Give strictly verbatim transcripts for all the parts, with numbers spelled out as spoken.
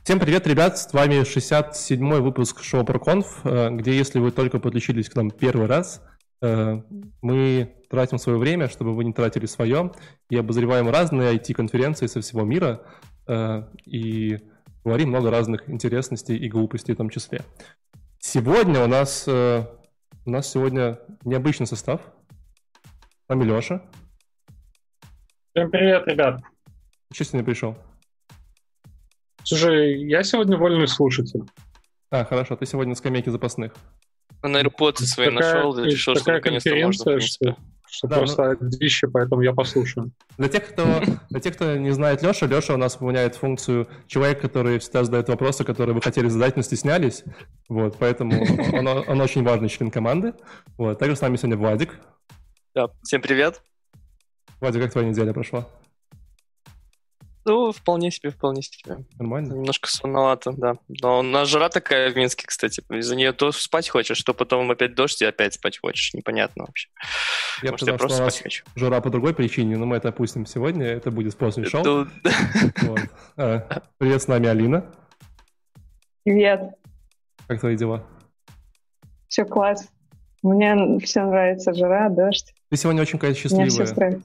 Всем привет, ребят! С вами шестьдесят седьмой выпуск шоу ProConf, где, если вы только подключились к нам первый раз, мы тратим свое время, чтобы вы не тратили свое, и обозреваем разные ай ти-конференции со всего мира, и говорим много разных интересностей и глупостей в том числе. Сегодня у нас, у нас сегодня необычный состав. С вами Леша. Всем привет, ребят! Что сегодня пришел? Слушай, я сегодня вольный слушатель. А, хорошо, ты сегодня на скамейке запасных. Он AirPods свои нашел, решил, что наконец-то можно, в что, что да, просто ну... дичь, поэтому я послушаю. Для тех, кто, для тех, кто не знает Леша, Леша у нас выполняет функцию человека, который всегда задает вопросы, которые вы хотели задать, но стеснялись. Вот, поэтому он, он очень важный член команды. Вот, также с нами сегодня Владик. Да, всем привет. Владик, как твоя неделя прошла? Ну, вполне себе, вполне себе. Нормально? Немножко сонновато, да. Но у нас жара такая в Минске, кстати. Из-за нее то спать хочешь, то потом опять дождь и опять спать хочешь. Непонятно вообще. Я Может, я просто спать хочу. Жара по другой причине, но мы это опустим сегодня. Это будет после шоу. Ну... Вот. А, привет, с нами Алина. Привет. Как твои дела? Все класс. Мне все нравится жара, дождь. Ты сегодня очень какая-то счастливая. Мне все устраивает.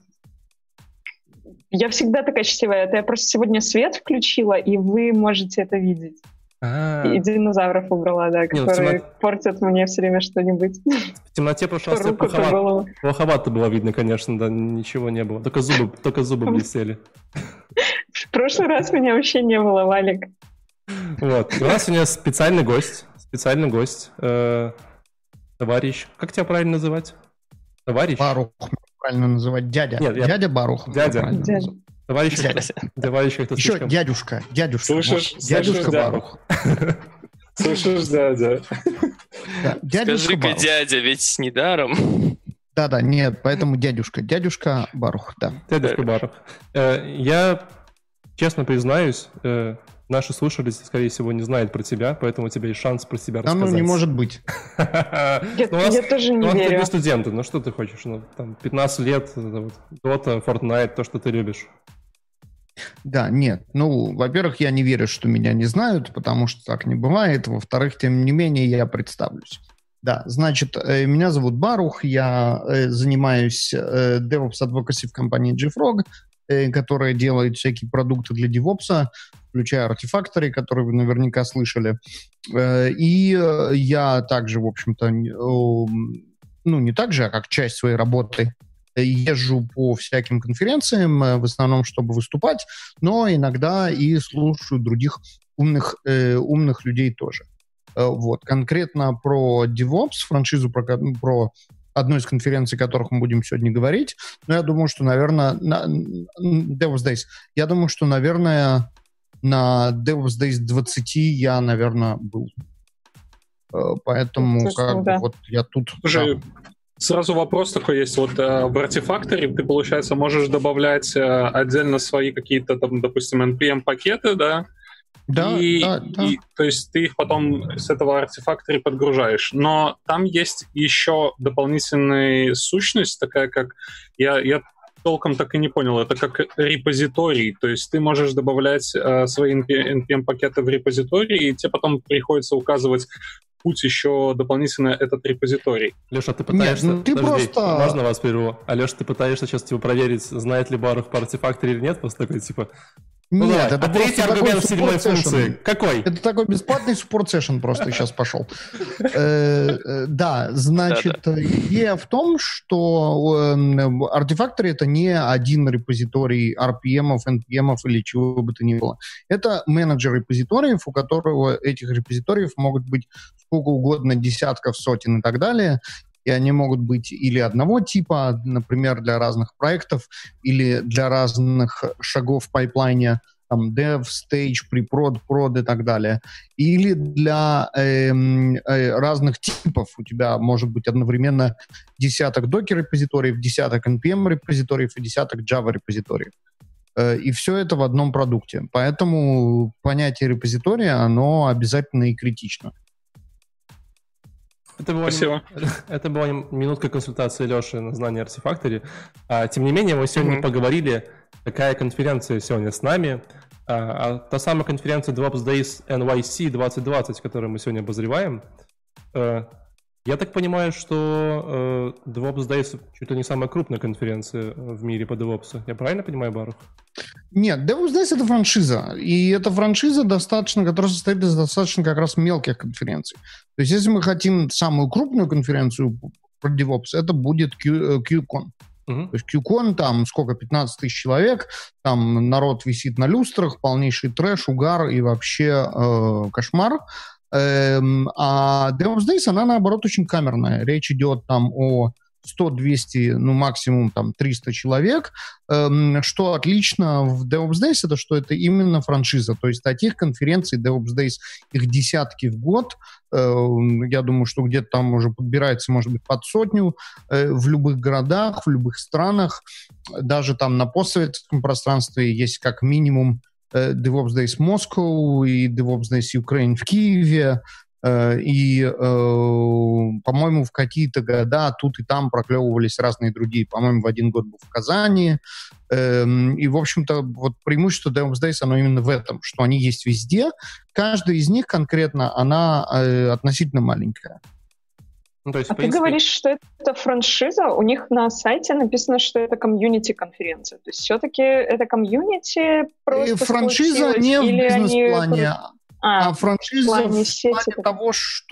Я всегда такая счастливая. Это я просто сегодня свет включила, и вы можете это видеть. А-а-а. И динозавров убрала, да, которые Не, темно... портят мне все время что-нибудь. В темноте прошло плоховато. Плоховато было видно, конечно, да, ничего не было. Только зубы, только зубы блестели. В прошлый раз меня вообще не было, Валик. Вот. У нас сегодня специальный гость. Специальный гость. Товарищ. Как тебя правильно называть? Товарищ? Барух. Правильно называть дядя. Нет, я... Дядя Барух. Дядя. Дядя. Товарищ, дядя. Товарищ как-то Еще слишком... дядюшка. Дядюшка. Слышишь, дядюшка слышишь, Барух. Слышишь, дядя. Да, скажи-ка, дядя, ведь недаром. Да-да, нет, поэтому дядюшка. Дядюшка Барух, да. Дядюшка Барух. Я честно признаюсь, наши слушатели, скорее всего, не знают про тебя, поэтому у тебя есть шанс про себя рассказать. А ну, не может быть. Я тоже не верю. Ну, ты студенты, ну что ты хочешь? Ну, там, пятнадцать лет, Dota, Fortnite, то, что ты любишь. Да, нет. Ну, во-первых, я не верю, что меня не знают, потому что так не бывает. Во-вторых, тем не менее, я представлюсь. Да, значит, меня зовут Барух, я занимаюсь DevOps Advocacy в компании JFrog, которая делает всякие продукты для DevOps, включая Artifactory, которые вы наверняка слышали. И я также, в общем-то, ну, не так же, а как часть своей работы, езжу по всяким конференциям, в основном, чтобы выступать, но иногда и слушаю других умных, умных людей тоже. Вот. Конкретно про DevOps, франшизу, про, про одну из конференций, о которых мы будем сегодня говорить. Но я думаю, что, наверное, на DevOps Days, я думаю, что, наверное, на DevOps Days двадцати я, наверное, был. Поэтому как да. бы вот я тут... Слушай, да. Сразу вопрос такой есть. Вот э, в Artifactory ты, получается, можешь добавлять э, отдельно свои какие-то, там, допустим, эн пи эм-пакеты, да? Да, и, да, да. И, то есть ты их потом с этого Artifactory подгружаешь. Но там есть еще дополнительная сущность, такая как... Я, я толком так и не понял. Это как репозиторий. То есть ты можешь добавлять э, свои эн пи эм-пакеты в репозиторий, и тебе потом приходится указывать путь еще дополнительно этот репозиторий. Леша, ты пытаешься... Нет, ну ты Подожди, просто... можно вас прерву? А, Леша, ты пытаешься сейчас типа проверить, знает ли Барух по Artifactory или нет? Просто такой, типа... Ну, Нет, давай. это А третий аргумент в седьмой функции. Какой? Это такой бесплатный суппорт-сессион просто сейчас пошел. Да, значит, идея в том, что Artifactory — это не один репозиторий ар пи эм, эн пи эм или чего бы то ни было. Это менеджер репозиториев, у которого этих репозиториев могут быть сколько угодно, десятков, сотен и так далее. И они могут быть или одного типа, например, для разных проектов, или для разных шагов в пайплайне, там, dev, stage, pre-prod, prod и так далее. Или для э, э, разных типов. У тебя может быть одновременно десяток докер-репозиториев, десяток эн пи эм-репозиториев и десяток Java-репозиториев. Э, и все это в одном продукте. Поэтому понятие репозитория, оно обязательно и критично. Это была, Спасибо. Это была минутка консультации Леши на знание Artifactory. А, тем не менее, мы сегодня mm-hmm. поговорили, какая конференция сегодня с нами. А, а та самая конференция DevOps Days эн уай си двадцать двадцать, которую мы сегодня обозреваем, э, я так понимаю, что э, DevOps Days чуть ли не самая крупная конференция в мире по DevOps. Я правильно понимаю, Барух? Нет, DevOps Days — это франшиза. И эта франшиза достаточно, которая состоит из достаточно как раз мелких конференций. То есть если мы хотим самую крупную конференцию про DevOps, это будет Q, QCon. Uh-huh. То есть QCon, там сколько, пятнадцать тысяч человек, там народ висит на люстрах, полнейший трэш, угар и вообще э, кошмар. Эм, а DevOps Days, она, наоборот, очень камерная. Речь идет там о сто-двести, ну, максимум там триста человек. Эм, что отлично в DevOps Days, это что это именно франшиза. То есть таких конференций DevOps Days, их десятки в год. Эм, я думаю, что где-то там уже подбирается, может быть, под сотню э, в любых городах, в любых странах. Даже там на постсоветском пространстве есть как минимум э, DevOps Days Moscow и DevOps Days Ukraine в Киеве. И, э, по-моему, в какие-то года тут и там проклевывались разные другие. По-моему, в один год был в Казани. Э, и, в общем-то, вот преимущество DevOps Days, оно именно в этом, что они есть везде. Каждая из них конкретно, она э, относительно маленькая. Ну, то есть, а принципе... ты говоришь, что это франшиза? У них на сайте написано, что это комьюнити-конференция. То есть все-таки это комьюнити просто франшиза не в бизнес-плане. Они... А, а франшиза в плане, в плане того,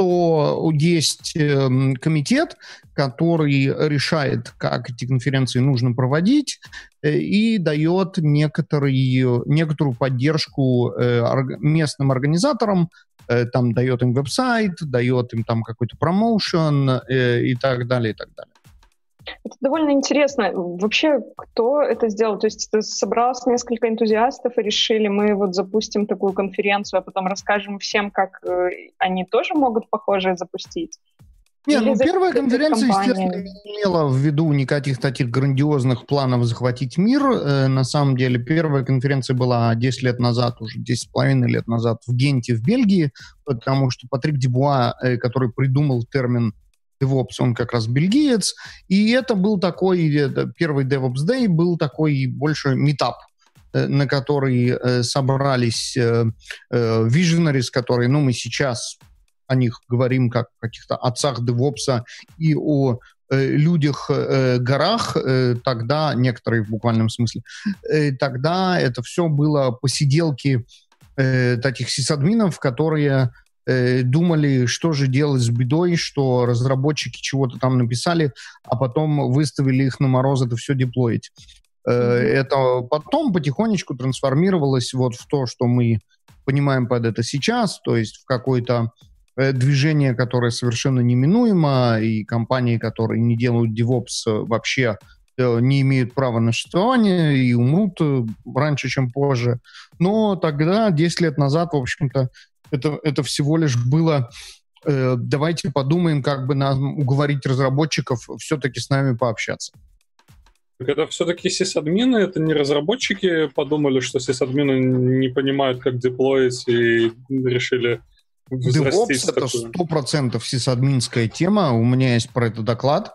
что есть э, комитет, который решает, как эти конференции нужно проводить, э, и дает некоторые, некоторую поддержку э, орг, местным организаторам, э, там дает им веб-сайт, дает им там какой-то промоушен э, и так далее, и так далее. Это довольно интересно. Вообще, кто это сделал? То есть собралось несколько энтузиастов и решили, мы вот запустим такую конференцию, а потом расскажем всем, как э, они тоже могут похожее запустить? Нет, ну первая конференция, естественно, не имела в виду никаких таких грандиозных планов захватить мир. Э, на самом деле, первая конференция была десять лет назад, уже десять с половиной лет назад в Генте, в Бельгии, потому что Патрик Дебуа, э, который придумал термин DevOps, он как раз бельгиец, и это был такой, это, первый DevOps Day был такой больше митап, э, на который э, собрались э, э, visionaries, которые, ну, мы сейчас о них говорим как о каких-то отцах DevOps и о э, людях-горах, э, э, тогда, некоторые в буквальном смысле, э, тогда это все было посиделки э, таких сисадминов, которые думали, что же делать с бедой, что разработчики чего-то там написали, а потом выставили их на мороз это все деплоить. Mm-hmm. Это потом потихонечку трансформировалось вот в то, что мы понимаем под это сейчас, то есть в какое-то движение, которое совершенно неминуемо, и компании, которые не делают DevOps, вообще не имеют права на существование и умрут раньше, чем позже. Но тогда, десять лет назад, в общем-то, Это, это всего лишь было, э, давайте подумаем, как бы нам уговорить разработчиков все-таки с нами пообщаться. Так это все-таки сисадмины, это не разработчики подумали, что сисадмины не понимают, как деплоить, и решили взрастить DevOps — это сто процентов сисадминская тема. У меня есть про это доклад,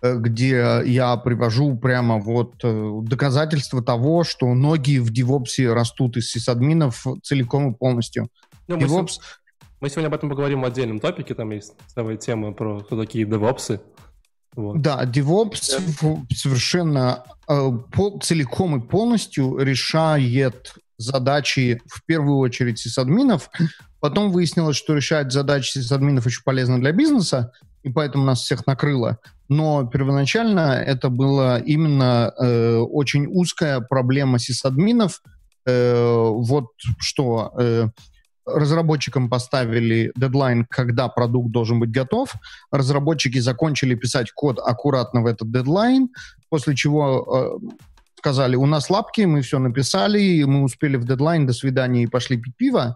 где я привожу прямо вот доказательства того, что ноги в DevOps растут из сисадминов целиком и полностью. Ну, мы, DevOps... с... мы сегодня об этом поговорим в отдельном топике, там есть целая тема про кто такие DevOps. Вот. Да, DevOps yeah. совершенно э, пол, целиком и полностью решает задачи в первую очередь сисадминов. Потом выяснилось, что решать задачи сисадминов очень полезно для бизнеса, и поэтому нас всех накрыло. Но первоначально это была именно э, очень узкая проблема сисадминов. Э, вот что... Э, разработчикам поставили дедлайн, когда продукт должен быть готов. Разработчики закончили писать код аккуратно в этот дедлайн, после чего э, сказали, у нас лапки, мы все написали, мы успели в дедлайн, до свидания, и пошли пить пиво.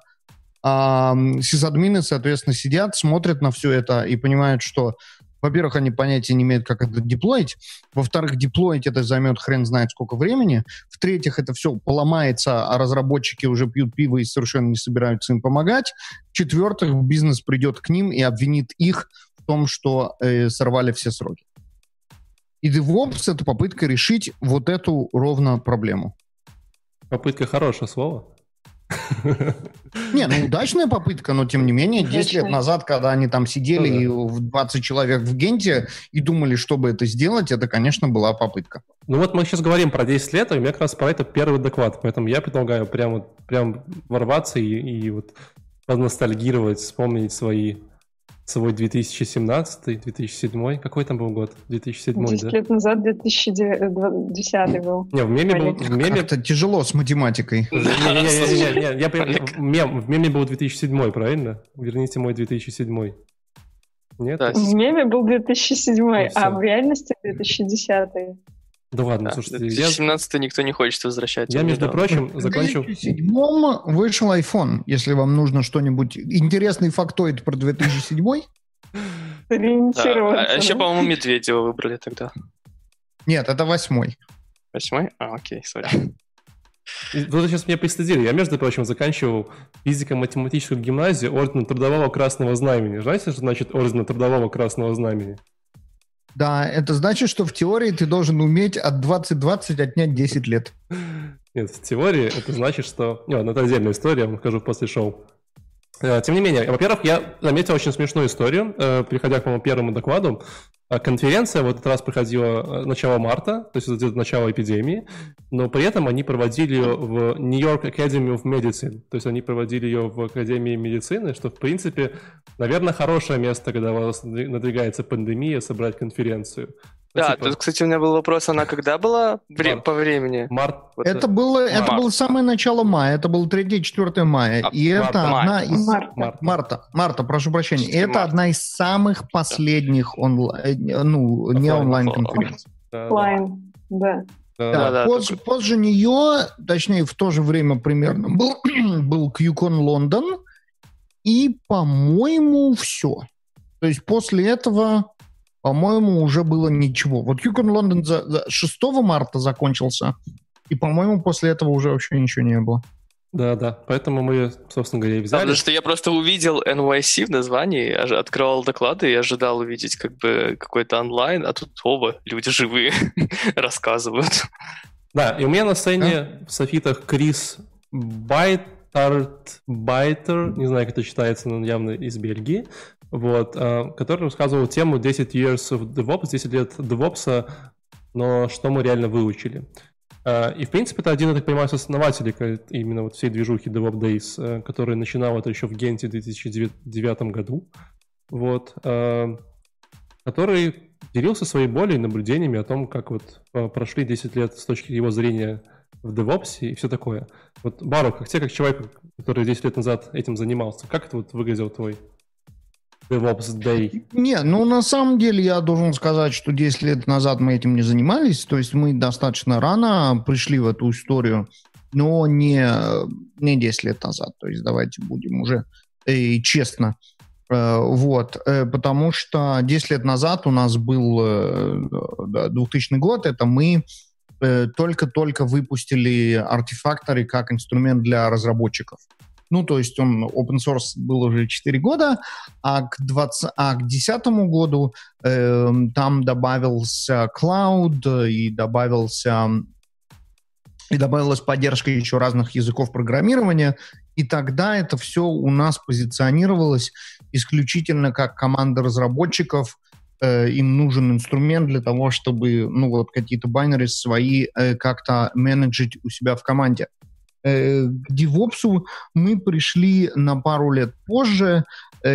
А сисадмины, соответственно, сидят, смотрят на все это и понимают, что, во-первых, они понятия не имеют, как это деплоить. Во-вторых, деплоить это займет хрен знает сколько времени. В-третьих, это все поломается, а разработчики уже пьют пиво и совершенно не собираются им помогать. В-четвертых, бизнес придет к ним и обвинит их в том, что э, сорвали все сроки. И DevOps — это попытка решить вот эту ровно проблему. Попытка — хорошее слово. Не, ну удачная попытка, но тем не менее, десять лет назад, когда они там сидели ну, да. в двадцать человек в Генте и думали, чтобы это сделать, это, конечно, была попытка. Ну вот мы сейчас говорим про десять лет, и у меня как раз про это первый доклад, поэтому я предлагаю прямо, прямо ворваться и, и вот поностальгировать, вспомнить свои... Свой две тысячи семнадцатый, две тысячи седьмой. Какой там был год? две тысячи седьмой, десять да? лет назад две тысячи десятый был. Не, в меме был... В меме... Как-то тяжело с математикой. Не-не-не, я в меме был две тысячи седьмой, правильно? Верните мой две тысячи седьмой. Нет? В меме был две тысячи седьмой, а в реальности две тысячи десятый. Да ладно, да, слушайте, две тысячи семнадцатый я... никто не хочет возвращать. Я, между недавно. прочим, закончил... В две тысячи седьмом вышел iPhone. Если вам нужно что-нибудь... Интересный фактоид про две тысячи седьмой? Да. А еще, по-моему, Медведева выбрали тогда. Нет, это восьмой. Восьмой? А, окей, сори. Вы сейчас меня пристыдили. Я, между прочим, заканчивал физико-математическую гимназию Ордена Трудового Красного Знамени. Знаете, что значит Ордена Трудового Красного Знамени? Да, это значит, что в теории ты должен уметь от двадцать двадцать отнять десять лет. Нет, в теории это значит, что... Не, это отдельная история, я вам скажу после шоу. Тем не менее, во-первых, я заметил очень смешную историю, переходя к моему первому докладу. Конференция в этот раз проходила начало марта, то есть это начало эпидемии, но при этом они проводили ее в New York Academy of Medicine, то есть они проводили ее в Академии медицины, что, в принципе, наверное, хорошее место, когда у вас надвигается пандемия, собрать конференцию. Да, типа... тут, кстати, у меня был вопрос, она когда была Март. по времени? Март. Вот это, было, Март. это было самое начало мая, это было третье-четвёртое мая, а, и март, это март. одна из... Марта. Марта, марта, марта прошу прощения, и это марта. одна из самых последних онлайн, ну, не онлайн-конференций. Оффлайн, да. Да, да, да, позже, только... позже нее, точнее, в то же время примерно, был, был QCon Лондон, и, по-моему, все. То есть после этого... По-моему, уже было ничего. Вот QCon Лондон за, за шестого марта закончился, и, по-моему, после этого уже вообще ничего не было. Да-да, поэтому мы, собственно говоря, и взяли. Потому что я просто увидел эн уай си в названии, открывал доклады и ожидал увидеть как бы какой-то онлайн, а тут оба люди живые рассказывают. Да, и у меня на сцене а? в софитах Крис Байтарт, Байтер, не знаю, как это читается, но явно из Бельгии, вот, который рассказывал тему десять years of DevOps, десять лет DevOps, но что мы реально выучили. И, в принципе, это один, я так понимаю, из основателей именно вот всей движухи DevOps Days, который начинал это еще в Генте в две тысячи девятом году, вот, который делился своей болью и наблюдениями о том, как вот прошли десять лет с точки его зрения в DevOps и все такое. Вот, Барух, как тебе, как человек, который десять лет назад этим занимался, как это вот выглядел твой DevOps Day? Не, ну на самом деле я должен сказать, что десять лет назад мы этим не занимались, то есть мы достаточно рано пришли в эту историю, но не, не десять лет назад, то есть давайте будем уже э, честно. Э, вот, э, потому что десять лет назад у нас был э, двухтысячный год, это мы э, только-только выпустили Artifactory как инструмент для разработчиков. Ну, то есть он open source был уже четыре года, а к, двадцатому, а к десятому году э, там добавился Cloud и добавился и добавилась поддержка еще разных языков программирования, и тогда это все у нас позиционировалось исключительно как команда разработчиков. Э, им нужен инструмент для того, чтобы ну, вот, какие-то байнеры свои э, как-то менеджить у себя в команде. К DevOps мы пришли на пару лет позже,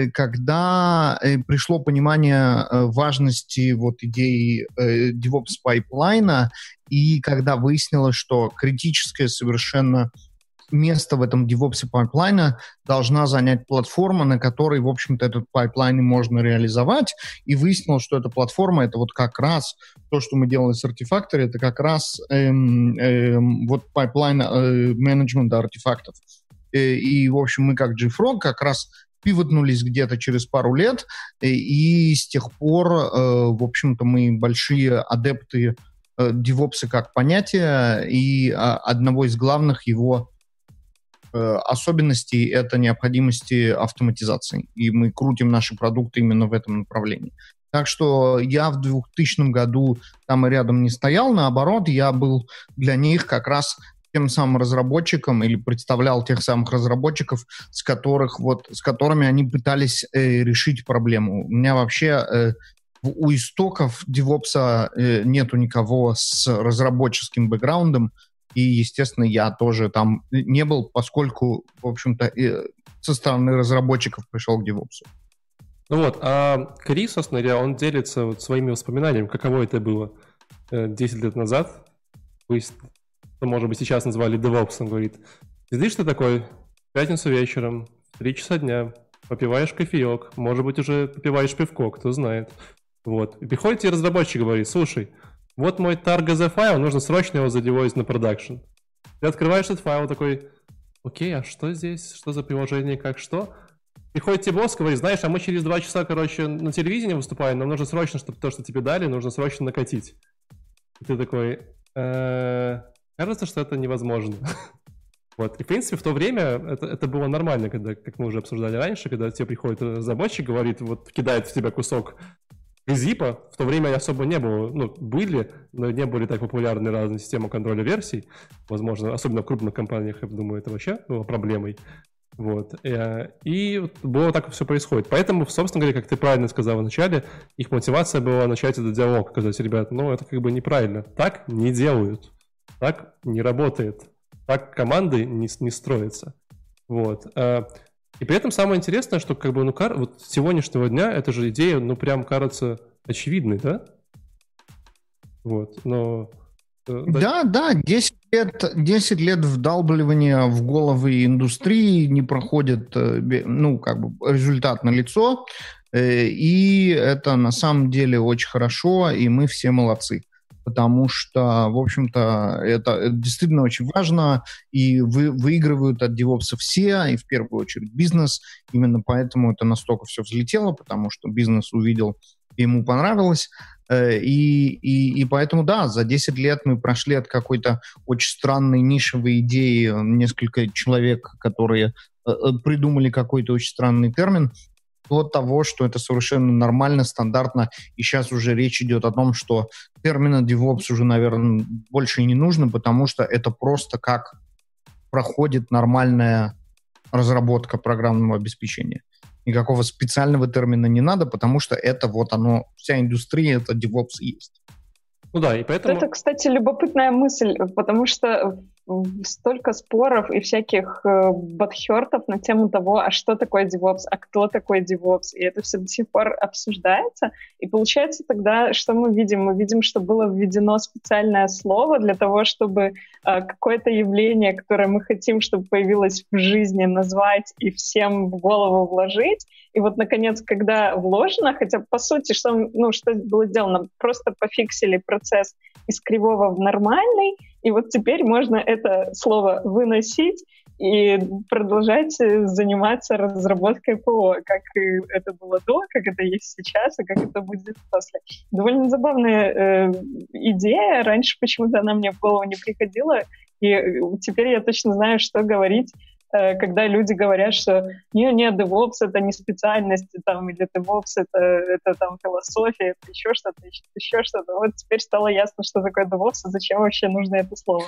когда пришло понимание важности вот идеи DevOps пайплайна, и когда выяснилось, что критическое совершенно место в этом DevOps пайплайна должна занять платформа, на которой, в общем-то, этот пайплайн можно реализовать, и выяснилось, что эта платформа — это вот как раз то, что мы делали с Artifactory, это как раз эм, эм, вот пайплайн э, менеджмента артефактов. И, и, в общем, мы как JFrog как раз пивотнулись где-то через пару лет, и, и с тех пор, э, в общем-то, мы большие адепты э, DevOps как понятия, и э, одного из главных его особенностей — это необходимости автоматизации. И мы крутим наши продукты именно в этом направлении. Так что я в двухтысячном году там и рядом не стоял, наоборот, я был для них как раз тем самым разработчикам или представлял тех самых разработчиков, с которых вот, с которыми они пытались э, решить проблему. У меня вообще э, у истоков DevOps э, нету никого с разработческим бэкграундом, и, естественно, я тоже там не был, поскольку, в общем-то, э, со стороны разработчиков пришел к DevOps. Ну вот, а Крис, собственно говоря, он делится вот своими воспоминаниями, каково это было десять лет назад. Вы, может быть, сейчас назвали DevOps, он говорит, сидишь ты такой в пятницу вечером, в три часа дня, попиваешь кофеек, может быть, уже попиваешь пивко, кто знает. Вот. И приходит тебе разработчик и говорит, слушай, вот мой tar.gz файл, нужно срочно его задевоить на продакшн. Ты открываешь этот файл, такой, окей, а что здесь, что за приложение, как что? Приходит тебе босс, говорит, знаешь, а мы через два часа, короче, на телевидении выступаем, нам нужно срочно, чтобы то, что тебе дали, нужно срочно накатить. И ты такой, э-э, кажется, что это невозможно. Вот. И, в принципе, в то время это, это было нормально, когда, как мы уже обсуждали раньше, когда тебе приходит разработчик, говорит, вот кидает в тебя кусок зипа, в то время особо не было, ну, были, но не были так популярны разные системы контроля версий, возможно, особенно в крупных компаниях, я думаю, это вообще было проблемой. Вот. И вот было так все происходит. Поэтому, собственно говоря, как ты правильно сказал в начале, их мотивация была начать этот диалог, сказать, ребята, ну, это как бы неправильно. Так не делают. Так не работает. Так команды не, не строятся. Вот. И при этом самое интересное, что как бы, ну, вот с сегодняшнего дня эта же идея, ну, прям кажется очевидной, да? Вот. Но... Да, да, десять лет, десять лет вдалбливания в головы индустрии не проходит, ну, как бы результат налицо, и это на самом деле очень хорошо, и мы все молодцы, потому что, в общем-то, это, это действительно очень важно, и вы, выигрывают от DevOps все, и в первую очередь бизнес, именно поэтому это настолько все взлетело, потому что бизнес увидел, ему понравилось. И, и, и поэтому, да, за десять лет мы прошли от какой-то очень странной нишевой идеи, несколько человек, которые э, придумали какой-то очень странный термин, до того, что это совершенно нормально, стандартно, и сейчас уже речь идет о том, что термина DevOps уже, наверное, больше и не нужно, потому что это просто как проходит нормальная разработка программного обеспечения. Никакого специального термина не надо, потому что это вот оно, вся индустрия, это DevOps есть. Ну да, и поэтому... Это, кстати, любопытная мысль, потому что столько споров и всяких э, бадхёртов на тему того, а что такое DevOps, а кто такой DevOps, и это все до сих пор обсуждается. И получается тогда, что мы видим? Мы видим, что было введено специальное слово для того, чтобы э, какое-то явление, которое мы хотим, чтобы появилось в жизни, назвать и всем в голову вложить. И вот, наконец, когда вложено, хотя, по сути, что, ну, что было сделано? Просто пофиксили процесс из кривого в нормальный, и вот теперь можно это слово выносить и продолжать заниматься разработкой ПО, как это было до, как это есть сейчас, и как это будет после. Довольно забавная э, идея. Раньше почему-то она мне в голову не приходила, и теперь я точно знаю, что говорить, э, когда люди говорят, что не, не, DevOps — это не специальность, там, или DevOps — это, это там философия, это еще что-то, еще, еще что-то. Вот теперь стало ясно, что такое DevOps, и зачем вообще нужно это слово.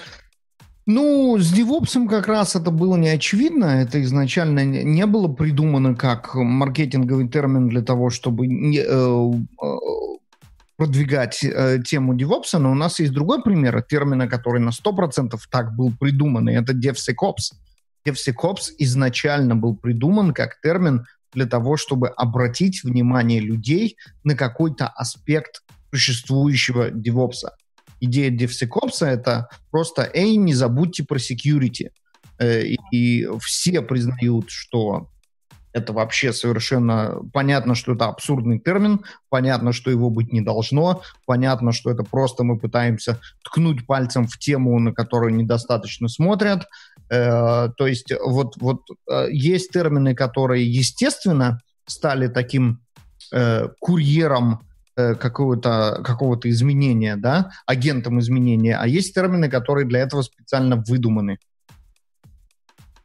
Ну, с DevOps как раз это было не очевидно. Это изначально не было придумано как маркетинговый термин для того, чтобы не, э, э, продвигать э, тему DevOps, но у нас есть другой пример термина, который на сто процентов так был придуман, и это DevSecOps. DevSecOps изначально был придуман как термин для того, чтобы обратить внимание людей на какой-то аспект существующего DevOps. Идея DevSecOps — это просто, эй, не забудьте про security. И, и все признают, что это вообще совершенно понятно, что это абсурдный термин, понятно, что его быть не должно, понятно, что это просто мы пытаемся ткнуть пальцем в тему, на которую недостаточно смотрят. Э, то есть вот, вот э, есть термины, которые, естественно, стали таким э, курьером какого-то, какого-то изменения, да, агентом изменения, а есть термины, которые для этого специально выдуманы.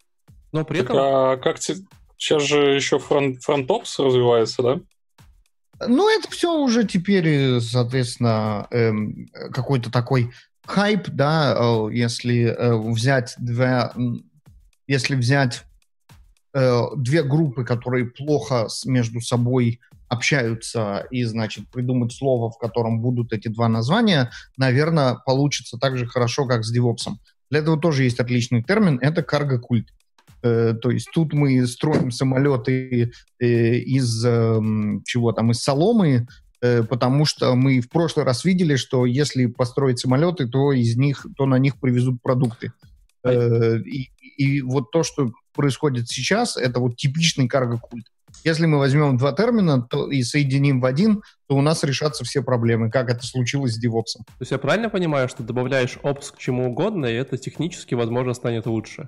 Но при этом... Так, а как те... Сейчас же еще фронт, фронтопс развивается, да? Ну, это все уже теперь, соответственно, эм, какой-то такой хайп, да, э, если э, взять две, если взять э, две группы, которые плохо с, между собой общаются, и, значит, придумать слово, в котором будут эти два названия, наверное, получится так же хорошо, как с DevOps. Для этого тоже есть отличный термин, это карго-культ. Э, то есть тут мы строим самолеты э, из э, чего там, из соломы, э, потому что мы в прошлый раз видели, что если построить самолеты, то из них, то на них привезут продукты. Э, и, и вот то, что происходит сейчас, это вот типичный карго-культ. Если мы возьмем два термина то, и соединим в один, то у нас решатся все проблемы, как это случилось с DevOps. То есть я правильно понимаю, что добавляешь Ops к чему угодно, и это технически, возможно, станет лучше?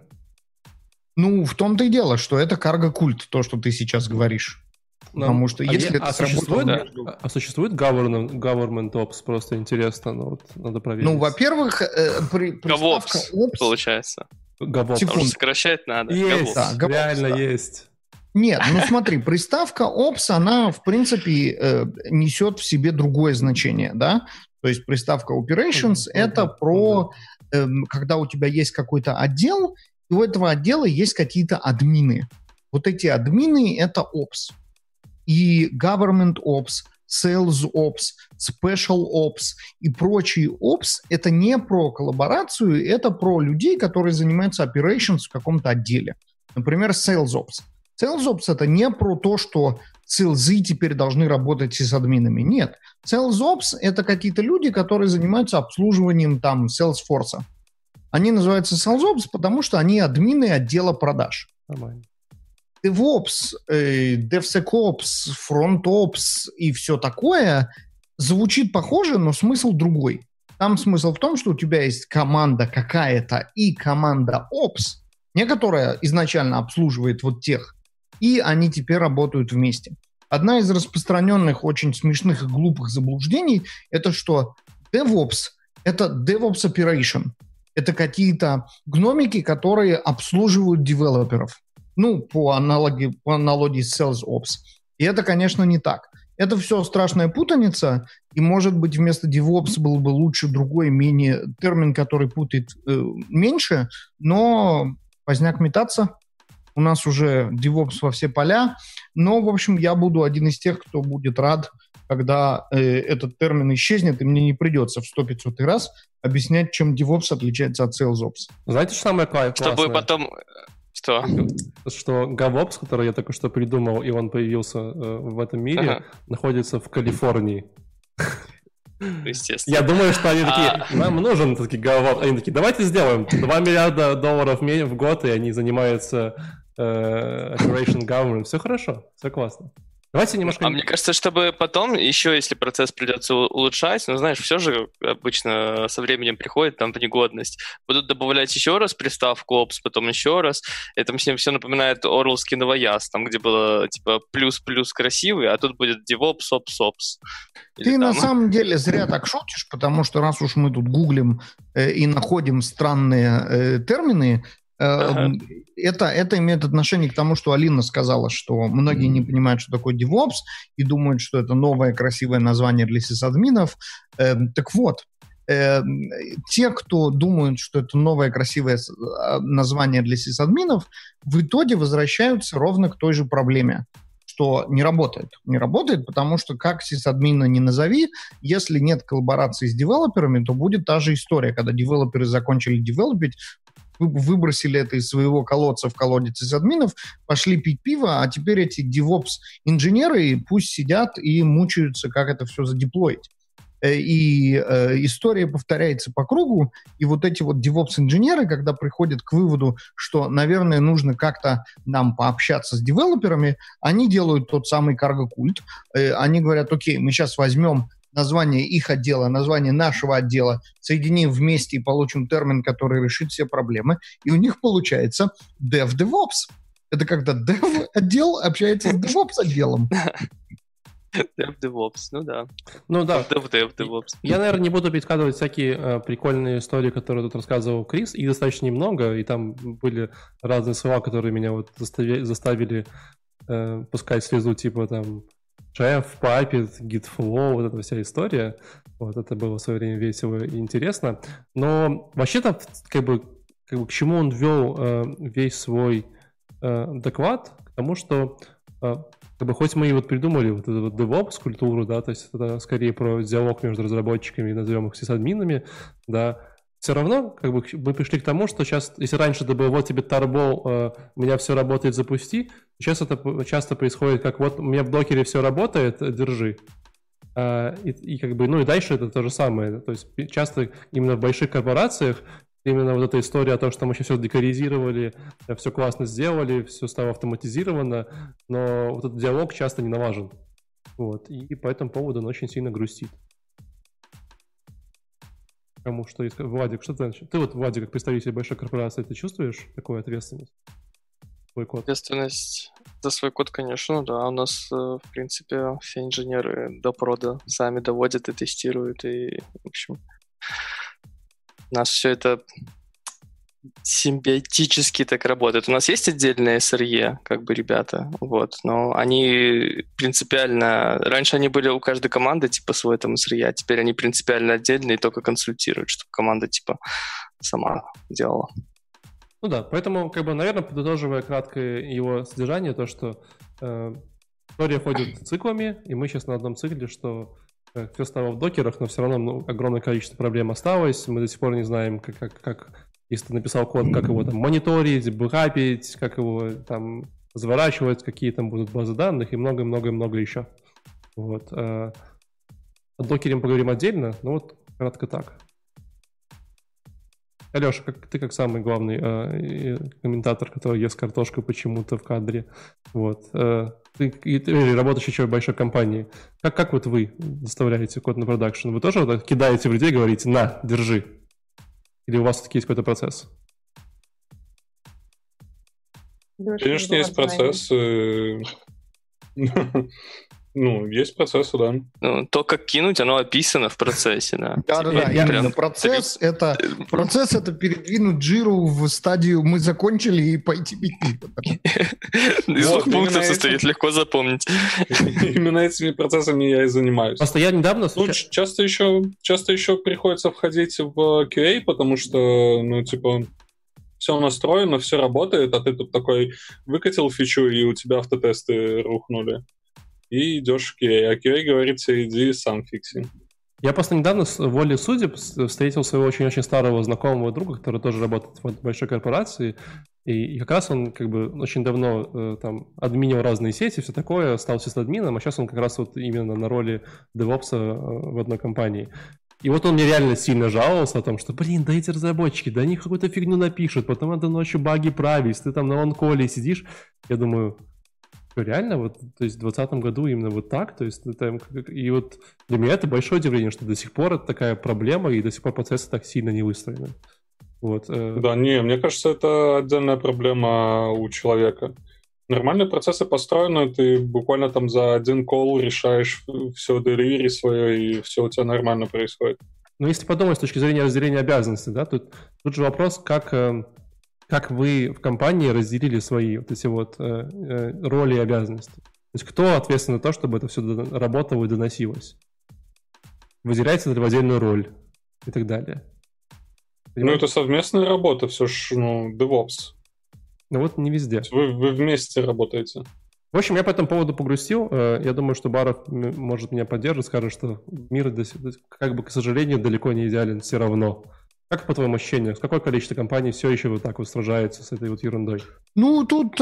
Ну, в том-то и дело, что это карго-культ, то, что ты сейчас говоришь. Но, Потому что а если я, это а, существует, между... а существует government, government Ops? Просто интересно, ну, вот, надо проверить. Ну, во-первых, э, при, приставка Ops, получается. GovOps. Потому что сокращать надо. Есть, да, GovOps, реально да. есть. Нет, ну смотри, приставка Ops, она, в принципе, э, несет в себе другое значение, да? То есть приставка Operations mm-hmm. — это mm-hmm. про, э, когда у тебя есть какой-то отдел, и у этого отдела есть какие-то админы. Вот эти админы — это Ops. И Government Ops, Sales Ops, Special Ops и прочие Ops — это не про коллаборацию, это про людей, которые занимаются Operations в каком-то отделе. Например, Sales Ops. Sales Ops — это не про то, что селзы теперь должны работать с админами. Нет. Sales Ops — это какие-то люди, которые занимаются обслуживанием там Salesforce. Они называются Sales Ops, потому что они админы отдела продаж. Нормально. DevOps, э, DevSecOps, FrontOps и все такое звучит похоже, но смысл другой. Там смысл в том, что у тебя есть команда какая-то и команда Ops, не которая изначально обслуживает вот тех, и они теперь работают вместе. Одна из распространенных, очень смешных и глупых заблуждений — это что DevOps — это DevOps Operation. Это какие-то гномики, которые обслуживают девелоперов. Ну, по аналогии, по аналогии с Sales Ops. И это, конечно, не так. Это все страшная путаница, и, может быть, вместо DevOps был бы лучше другой, менее термин, который путает э, меньше, но поздняк метаться. У нас уже DevOps во все поля, но, в общем, я буду один из тех, кто будет рад, когда э, этот термин исчезнет, и мне не придется в сто-пятьсот раз объяснять, чем DevOps отличается от Sales Ops. Знаете, что самое классное? Чтобы потом... Что? Что GovOps, который я только что придумал, и он появился э, в этом мире, ага. находится в Калифорнии. Естественно. Я думаю, что они такие, а... нам нужен такой GovOps. Они такие, давайте сделаем два миллиарда долларов в год, и они занимаются э, Operation Government. Все хорошо, все классно. Давайте немножко... А мне кажется, чтобы потом, еще если процесс придется улучшать, ну, знаешь, все же обычно со временем приходит там в негодность, будут добавлять еще раз приставку Ops, потом еще раз. Это мне все напоминает Орловский новояз, там, где было, типа, плюс-плюс красивый, а тут будет DevOps, Ops, Ops. Ты там... на самом деле зря так шутишь, потому что раз уж мы тут гуглим э, и находим странные э, термины, Ага. Это, это имеет отношение к тому, что Алина сказала, что многие не понимают, что такое DevOps, и думают, что это новое красивое название для сисадминов. Э, так вот, э, те, кто думают, что это новое красивое название для сисадминов, в итоге возвращаются ровно к той же проблеме, что не работает. Не работает, потому что как сисадмина не назови, если нет коллаборации с девелоперами, то будет та же история, когда девелоперы закончили девелопить, выбросили это из своего колодца в колодец из админов, пошли пить пиво, а теперь эти DevOps-инженеры пусть сидят и мучаются, как это все задеплоить. И э, история повторяется по кругу, и вот эти вот DevOps-инженеры, когда приходят к выводу, что, наверное, нужно как-то нам пообщаться с девелоперами, они делают тот самый карго-культ. Э, они говорят, окей, мы сейчас возьмем название их отдела, название нашего отдела, соединим вместе и получим термин, который решит все проблемы. И у них получается DevDevOps. Это когда Dev-отдел общается с DevOps-отделом. DevDevOps, ну да. Ну да. DevDevDevOps. Я, наверное, не буду пересказывать всякие э, прикольные истории, которые тут рассказывал Крис. Их достаточно немного, и там были разные слова, которые меня вот заставили, заставили э, пускать слезу, типа там Chef, Puppet, Gitflow, вот эта вся история. Вот это было в свое время весело и интересно. Но вообще-то, как бы, как бы к чему он ввел э, весь свой э, доклад? К тому, что э, как бы, хоть мы и вот придумали вот эту вот DevOps-культуру, да, то есть это скорее про диалог между разработчиками, назовем их сисадминами, да, все равно как бы мы пришли к тому, что сейчас, если раньше это было, вот тебе тарбол, э, у меня все работает, запусти, сейчас это часто происходит как вот у меня в докере все работает, держи. Uh, и, и как бы, ну и дальше это то же самое. То есть часто именно в больших корпорациях именно вот эта история о том, что мы сейчас все декоризировали, все классно сделали, все стало автоматизировано, но вот этот диалог часто не налажен. Вот. И по этому поводу он очень сильно грустит. Кому что есть? Владик, что ты? Ты вот, Владик, как представитель большой корпорации, ты чувствуешь такую ответственность? Свой код? Ответственность за свой код, конечно, да. У нас, в принципе, все инженеры до прода сами доводят и тестируют, и, в общем, у нас все это симбиотически так работает. У нас есть отдельные эс эр и, как бы, ребята, вот, но они принципиально... Раньше они были у каждой команды, типа, свой там эс эр и, а теперь они принципиально отдельные и только консультируют, чтобы команда, типа, сама делала. Ну да, поэтому, как бы, наверное, подытоживая кратко его содержание, то, что э, история ходит циклами, и мы сейчас на одном цикле, что э, все стало в докерах, но все равно ну, огромное количество проблем осталось, мы до сих пор не знаем, как, как, как если ты написал код, как его там мониторить, бэкапить, как его там заворачивать, какие там будут базы данных и много-много-много еще. Вот. Э, о докере мы поговорим отдельно, но вот кратко так. Алеша, как, ты как самый главный э, комментатор, который ест картошку почему-то в кадре, вот, э, ты, и, ты работаешь еще в большой компании, как, как вот вы доставляете код на продакшн? Вы тоже вот кидаете в людей и говорите, на, держи? Или у вас все-таки есть какой-то процесс? Конечно, есть процесс. Ну, есть процессы, да. Ну, то, как кинуть, оно описано в процессе, да. Да-да-да, именно процесс это, процесс это передвинуть джиру в стадию «мы закончили» и пойти пить пиво. Из двух пунктов состоит, легко запомнить. Именно этими процессами я и занимаюсь. Просто я недавно... Ну, часто еще, часто еще приходится входить в кью эй, потому что, ну, типа... Все настроено, все работает, а ты тут такой выкатил фичу, и у тебя автотесты рухнули. И идешь в кью эй, а кью эй говорит тебе, иди сам фикси. Я просто недавно с волей судеб встретил своего очень-очень старого знакомого друга, который тоже работает в большой корпорации, и, и как раз он как бы очень давно э, там админил разные сети, все такое, стал сисадмином, а сейчас он как раз вот именно на роли девопса э, в одной компании. И вот он мне реально сильно жаловался о том, что, блин, да эти разработчики, да они какую-то фигню напишут, потом надо ночью баги править, ты там на он-коле сидишь. Я думаю, что реально, вот, то есть в двадцатом году именно вот так, то есть это, и вот для меня это большое удивление, что до сих пор это такая проблема, и до сих пор процессы так сильно не выстроены. Вот. Да, не, мне кажется, это отдельная проблема у человека. Нормальные процессы построены, ты буквально там за один колл решаешь все деливери свое, и все у тебя нормально происходит. Ну, если подумать с точки зрения разделения обязанностей, да, тут, тут же вопрос, как, как вы в компании разделили свои вот эти вот э, роли и обязанности. То есть кто ответственен за то, чтобы это все работало и доносилось? Выделяется ли в отдельную роль и так далее? Понимаете? Ну, это совместная работа, все ж, ну, DevOps. Ну вот не везде. Вы, вы вместе работаете. В общем, я по этому поводу погрустил. Я думаю, что Баров может меня поддержать, скажет, что мир, как бы, к сожалению, далеко не идеален все равно. Как по твоим ощущениям, какое количество компаний все еще вот так вот сражается с этой вот ерундой? Ну, тут э,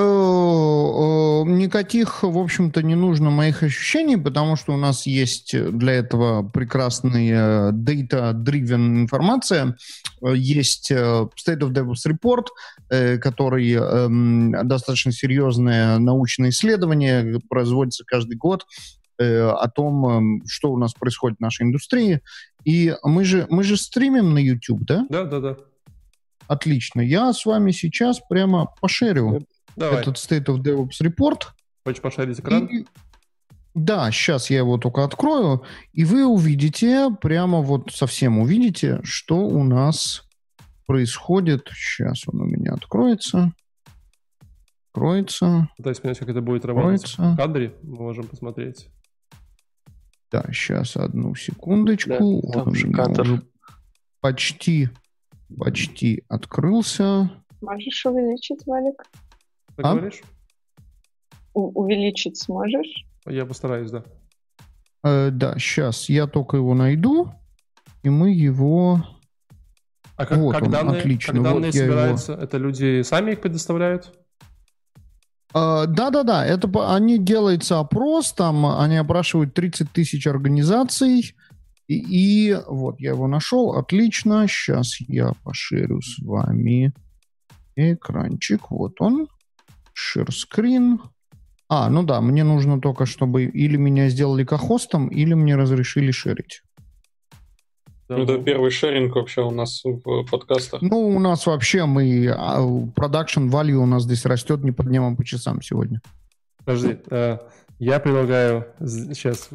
э, никаких, в общем-то, не нужно моих ощущений, потому что у нас есть для этого прекрасная data-driven информация. Есть State of DevOps Report, э, который э, достаточно серьезное научное исследование, производится каждый год, о том, что у нас происходит в нашей индустрии. И мы же, мы же стримим на YouTube, да? Да, да, да. Отлично. Я с вами сейчас прямо пошерю Давай. Этот State of DevOps Report. Хочешь пошарить экран? И... Да, сейчас я его только открою, и вы увидите, прямо вот совсем увидите, что у нас происходит. Сейчас он у меня откроется. откроется. Пытаюсь понять, как это будет работать в кадре. Мы можем посмотреть. Да, сейчас одну секундочку. Да, вот он уже почти, почти открылся. Можешь увеличить, Валик? Ты а? говоришь? У- увеличить сможешь? Я постараюсь, да. Э, да, сейчас я только его найду, и мы его... А как, вот как он, данные, отлично. как данные вот собираются? Его... Это люди сами их предоставляют? Uh, да-да-да, это они делается опрос, там они опрашивают тридцать тысяч организаций, и, и вот я его нашел, отлично, сейчас я поширю с вами экранчик, вот он, share screen. А, ну да, мне нужно только, чтобы или меня сделали ко-хостом, или мне разрешили шерить. Да. Это первый шеринг вообще у нас в подкастах. Ну, у нас вообще мы... Production value у нас здесь растет не по дням, а по часам сегодня. Подожди, э, я предлагаю сейчас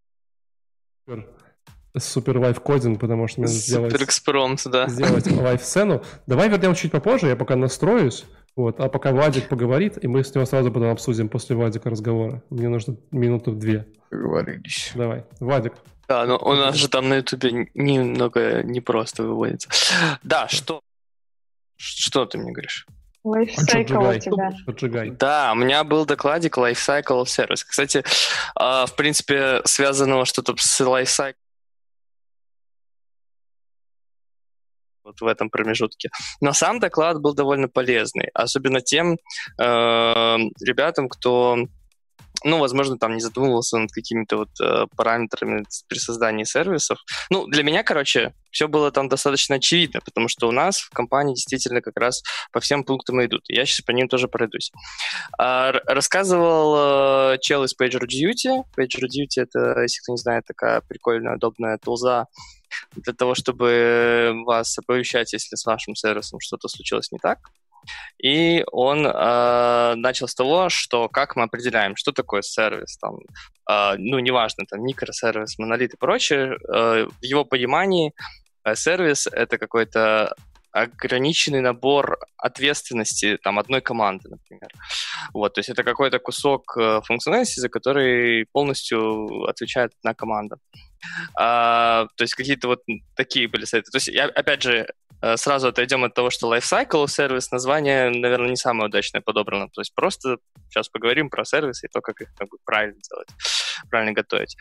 супер лайв-кодинг, потому что мне нужно сделать, да. сделать лайв-сцену. Давай вернем чуть попозже, я пока настроюсь, вот, а пока Владик поговорит, и мы с ним сразу потом обсудим после Владика разговора. Мне нужно минуту две. Договорились. Давай, Владик. Да, но у нас же там на Ютубе немного непросто выводится. Да, что? Что ты мне говоришь? Лайфсайкл у тебя. Поджигай. Да, у меня был докладик Lifecycle Service. Кстати, в принципе, связанного что-то с Lifecycle вот в этом промежутке. Но сам доклад был довольно полезный, особенно тем э, ребятам, кто... ну, возможно, там не задумывался над какими-то вот э, параметрами при создании сервисов. Ну, для меня, короче, все было там достаточно очевидно, потому что у нас в компании действительно как раз по всем пунктам идут. Я сейчас по ним тоже пройдусь. А, рассказывал э, чел из PagerDuty. PagerDuty — это, если кто не знает, такая прикольная, удобная тулза для того, чтобы вас оповещать, если с вашим сервисом что-то случилось не так. И он э, начал с того, что как мы определяем, что такое сервис, там, э, ну, неважно, там, микросервис, монолит и прочее, э, в его понимании э, сервис — это какой-то ограниченный набор ответственности там, одной команды, например. Вот, то есть это какой-то кусок э, функциональности, за который полностью отвечает одна команда. А, то есть какие-то вот такие были советы. То есть, я, опять же, сразу отойдем от того, что Lifecycle сервис, название, наверное, не самое удачное подобрано. То есть просто сейчас поговорим про сервисы и то, как их как бы, правильно делать, правильно готовить.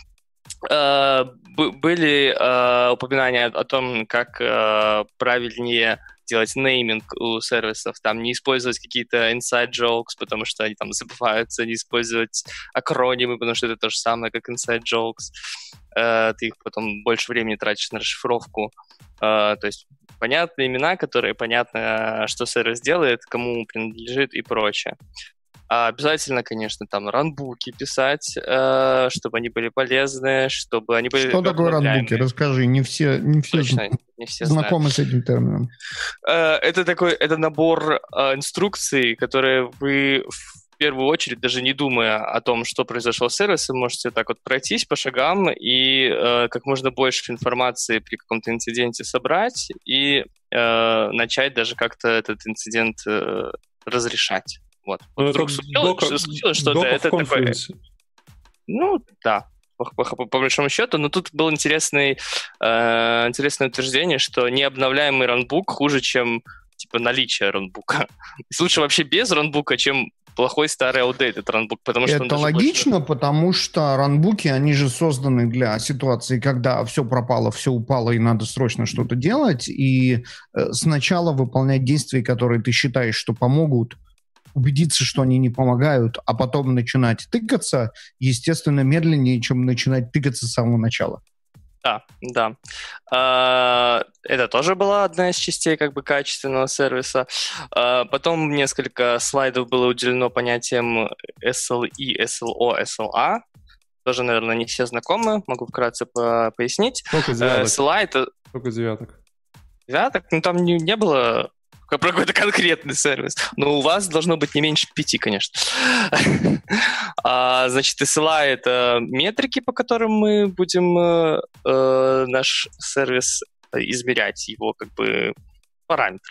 Uh, были uh, упоминания о том, как uh, правильнее делать нейминг у сервисов, там не использовать какие-то inside jokes, потому что они там забываются, не использовать акронимы, потому что это то же самое, как inside jokes. Uh, ты их потом больше времени тратишь на расшифровку. Uh, то есть понятные имена, которые понятно, что сервис делает, кому принадлежит и прочее. А обязательно, конечно, там ранбуки писать, э, чтобы они были полезны, чтобы они были... Что такое ранбуки? Расскажи, не все, не все, Точно, не все знакомы знают. с этим термином. Э, это такой, это набор э, инструкций, которые вы в первую очередь, даже не думая о том, что произошло с сервисом, можете так вот пройтись по шагам и э, как можно больше информации при каком-то инциденте собрать и э, начать даже как-то этот инцидент э, разрешать. Вот. Ну, вдруг это случилось, дока, что случилось что-то, это такое... Ну, да, по, по, по, по большому счету. Но тут было интересный, э, интересное утверждение, что необновляемый ранбук хуже, чем типа наличие ранбука. Лучше вообще без ранбука, чем плохой старый outdated ранбук, потому что... Это логично, больше... потому что ранбуки, они же созданы для ситуации, когда все пропало, все упало, и надо срочно что-то делать, и э, сначала выполнять действия, которые ты считаешь, что помогут, убедиться, что они не помогают, а потом начинать тыкаться, естественно, медленнее, чем начинать тыкаться с самого начала. Да, да. Это тоже была одна из частей как бы качественного сервиса. Потом несколько слайдов было уделено понятиям эс эл и, эс эл о, эс эл а. Тоже, наверное, не все знакомы. Могу вкратце по- пояснить. Сколько девяток? эс эл а это... Сколько девяток? Девяток? Ну, там не, не было... про какой-то конкретный сервис. Но у вас должно быть не меньше пяти, конечно. а, значит, эс эл а — это метрики, по которым мы будем э, э, наш сервис измерять, его как бы параметры.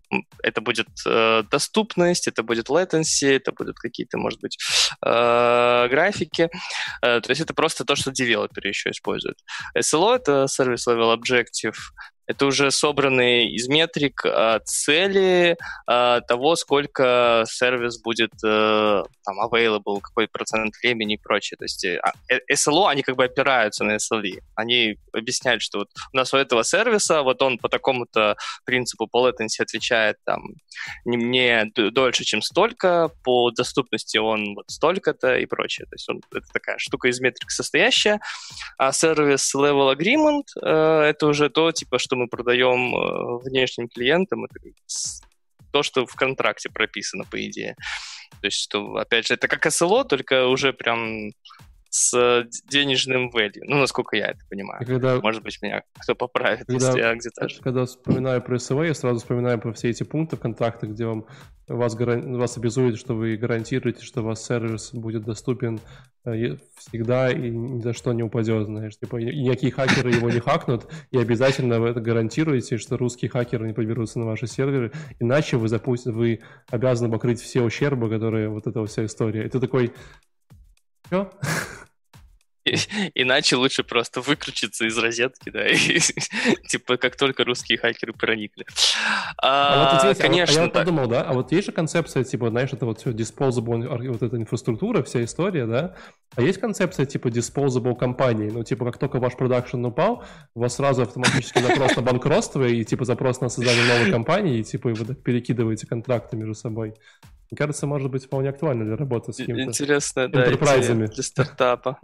это будет э, доступность, это будет latency, это будут какие-то, может быть, э, графики. Э, то есть это просто то, что девелоперы еще используют. эс эл о — это Service Level Objective. Это уже собранные из метрик э, цели э, того, сколько сервис будет э, там available, какой процент времени и прочее. То есть э, эс эл о, они как бы опираются на эс эл и. Они объясняют, что вот у нас у этого сервиса, вот он по такому-то принципу по latency отвечает там не, не дольше, чем столько, по доступности он вот столько-то и прочее. То есть он, это такая штука из метрик состоящая. А сервис level agreement э, это уже то, типа, что мы продаем э, внешним клиентам, это то, что в контракте прописано, по идее. То есть, что, опять же, это как эс эл о, только уже прям с денежным value. Ну, насколько я это понимаю. Когда, Может быть, меня кто поправит, когда, если я где-то... Когда вспоминаю про эс эл а, я сразу вспоминаю про все эти пункты в контрактах, где вам, вас, вас обязует, что вы гарантируете, что у вас сервис будет доступен всегда и ни за что не упадет, знаешь. Типа, никакие хакеры его не хакнут, и обязательно вы это гарантируете, что русские хакеры не поберутся на ваши серверы, иначе вы, запустите, вы обязаны покрыть все ущербы, которые вот эта вся история. Это такой... Что? Иначе лучше просто выключиться из розетки, да, и, типа как только русские хакеры проникли. А, а вот здесь, конечно, а, а я вот подумал, да, а вот есть же концепция, типа, знаешь, это вот все disposable, вот эта инфраструктура, вся история, да, а есть концепция, типа, disposable компании, ну, типа, как только ваш продакшн упал, у вас сразу автоматически запрос на банкротство и, типа, запрос на создание новой компании, и, типа, вы так перекидываете контракты между собой. Мне кажется, может быть вполне актуально для работы с какими-то интересная, да, идея для стартапа.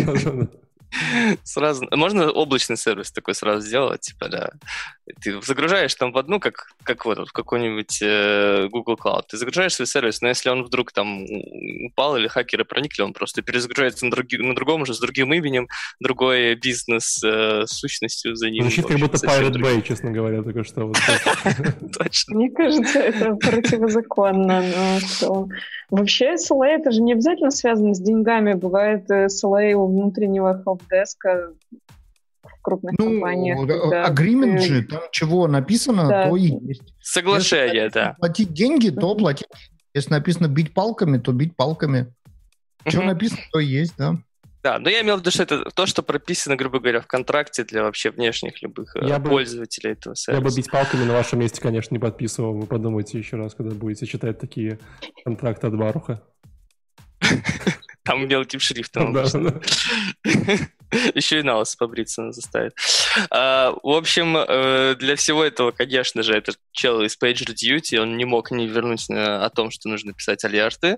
Сразу, можно облачный сервис такой сразу сделать, типа, да. Ты загружаешь там в одну, как, как вот, в какой-нибудь э, Google Cloud, ты загружаешь свой сервис, но если он вдруг там упал или хакеры проникли, он просто перезагружается на, други, на другом уже, с другим именем, другой бизнес э, сущностью за ним. Звучит как будто Pirate Bay, честно говоря, только что. Точно. Мне кажется, это противозаконно. Вообще эс эл эй это же не обязательно связано с деньгами. Бывает эс эл эй у внутреннего хелпдеска в крупных ну, компаниях. Agreement ты... же, там чего написано, да. То и есть. Соглашение, если да. Платить деньги, то платить. Если написано бить палками, то бить палками. Что mm-hmm. написано, то и есть, да. Да, но я имел в виду, что это то, что прописано, грубо говоря, в контракте для вообще внешних любых я пользователей бы, этого сервиса. Я бы бить палками на вашем месте, конечно, не подписывал. Вы подумайте еще раз, когда будете читать такие контракты от Баруха. Там мелким шрифтом. Да, да. Еще и на лысо побриться заставит. А, в общем, для всего этого, конечно же, этот чел из PagerDuty, он не мог не вернуть о том, что нужно писать алерты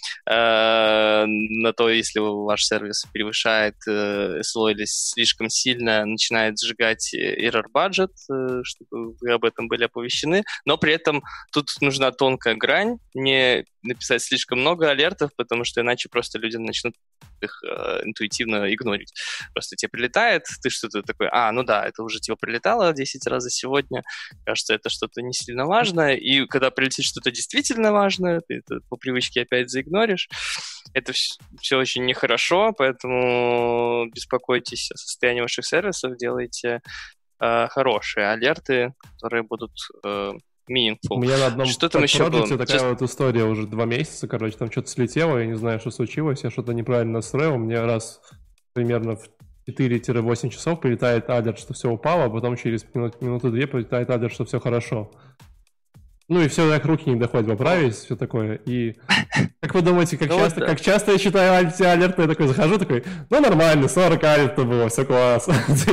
а, на то, если ваш сервис превышает эс эл о или слишком сильно начинает сжигать error budget, чтобы вы об этом были оповещены. Но при этом тут нужна тонкая грань, не написать слишком много алертов, потому что иначе просто люди начнут их э, интуитивно игнорить. Просто тебе прилетает, ты что-то такой, а, ну да, это уже типа прилетало десять раз за сегодня, кажется, это что-то не сильно важное, и когда прилетит что-то действительно важное, ты это по привычке опять заигноришь. Это все, все очень нехорошо, поэтому беспокойтесь о состоянии ваших сервисов, делайте э, хорошие алерты, которые будут... Э, meaningful. У меня на одном что там еще было? такая Just... вот история уже два месяца, короче, там что-то слетело, я не знаю, что случилось, я что-то неправильно настроил, мне раз примерно в четыре-восемь часов прилетает алерт, что все упало, а потом через минут, минуты две прилетает алерт, что все хорошо. Ну и все, так руки не доходят поправить, все такое. И как вы думаете, как, часто, как часто я читаю эти алерты, я такой захожу, такой, ну нормально, сорок алертов было, все класс.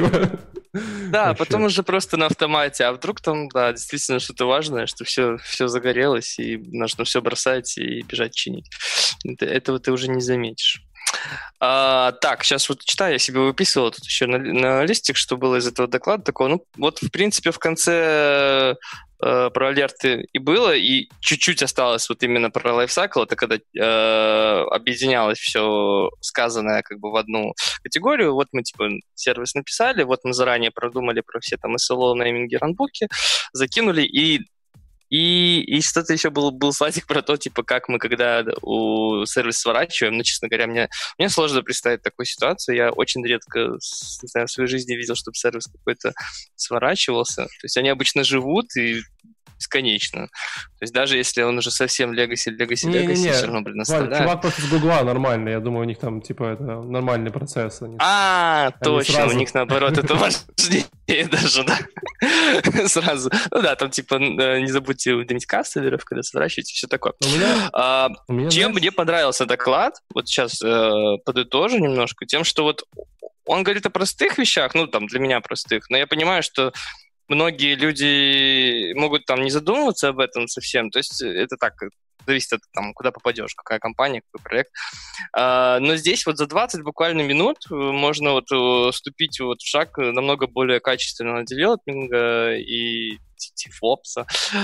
Да, вообще. Потом уже просто на автомате, а вдруг там, да, действительно что-то важное, что все, все загорелось, и нужно все бросать и бежать чинить. Это, этого ты уже не заметишь. А, так, сейчас вот читаю, я себе выписывал тут еще на, на листик, что было из этого доклада такого. Ну, вот, в принципе, в конце э, про алерты и было, и чуть-чуть осталось вот именно про лайфсайкл, это когда э, объединялось все сказанное как бы в одну категорию. Вот мы, типа, сервис написали, вот мы заранее продумали про все там эс эл о, нейминги, ранбуки, закинули, и И, и что-то еще был, был слайдик про то, типа, как мы, когда у сервис сворачиваем, ну, честно говоря, мне, мне сложно представить такую ситуацию. Я очень редко, не знаю, в своей жизни видел, чтобы сервис какой-то сворачивался. То есть они обычно живут, и бесконечно. То есть даже если он уже совсем legacy, legacy, legacy, все равно, блин, оставляет. Чувак просто с Гугла нормальный, я думаю, у них там, типа, это нормальный процесс. Они... А, они точно, сразу... у них, наоборот, это важнее даже, да. Сразу. Ну да, там, типа, не забудьте уведомить кастомеров, когда сворачиваете, все такое. У меня... а, у меня, чем знаешь... мне понравился доклад, вот сейчас э, подытожу немножко, тем, что вот он говорит о простых вещах, ну, там, для меня простых, но я понимаю, что многие люди могут там не задумываться об этом совсем, то есть это так, зависит от там, куда попадешь, какая компания, какой проект. А, но здесь вот за двадцать буквально минут можно вот вступить вот в шаг намного более качественного девелопинга и DevOps,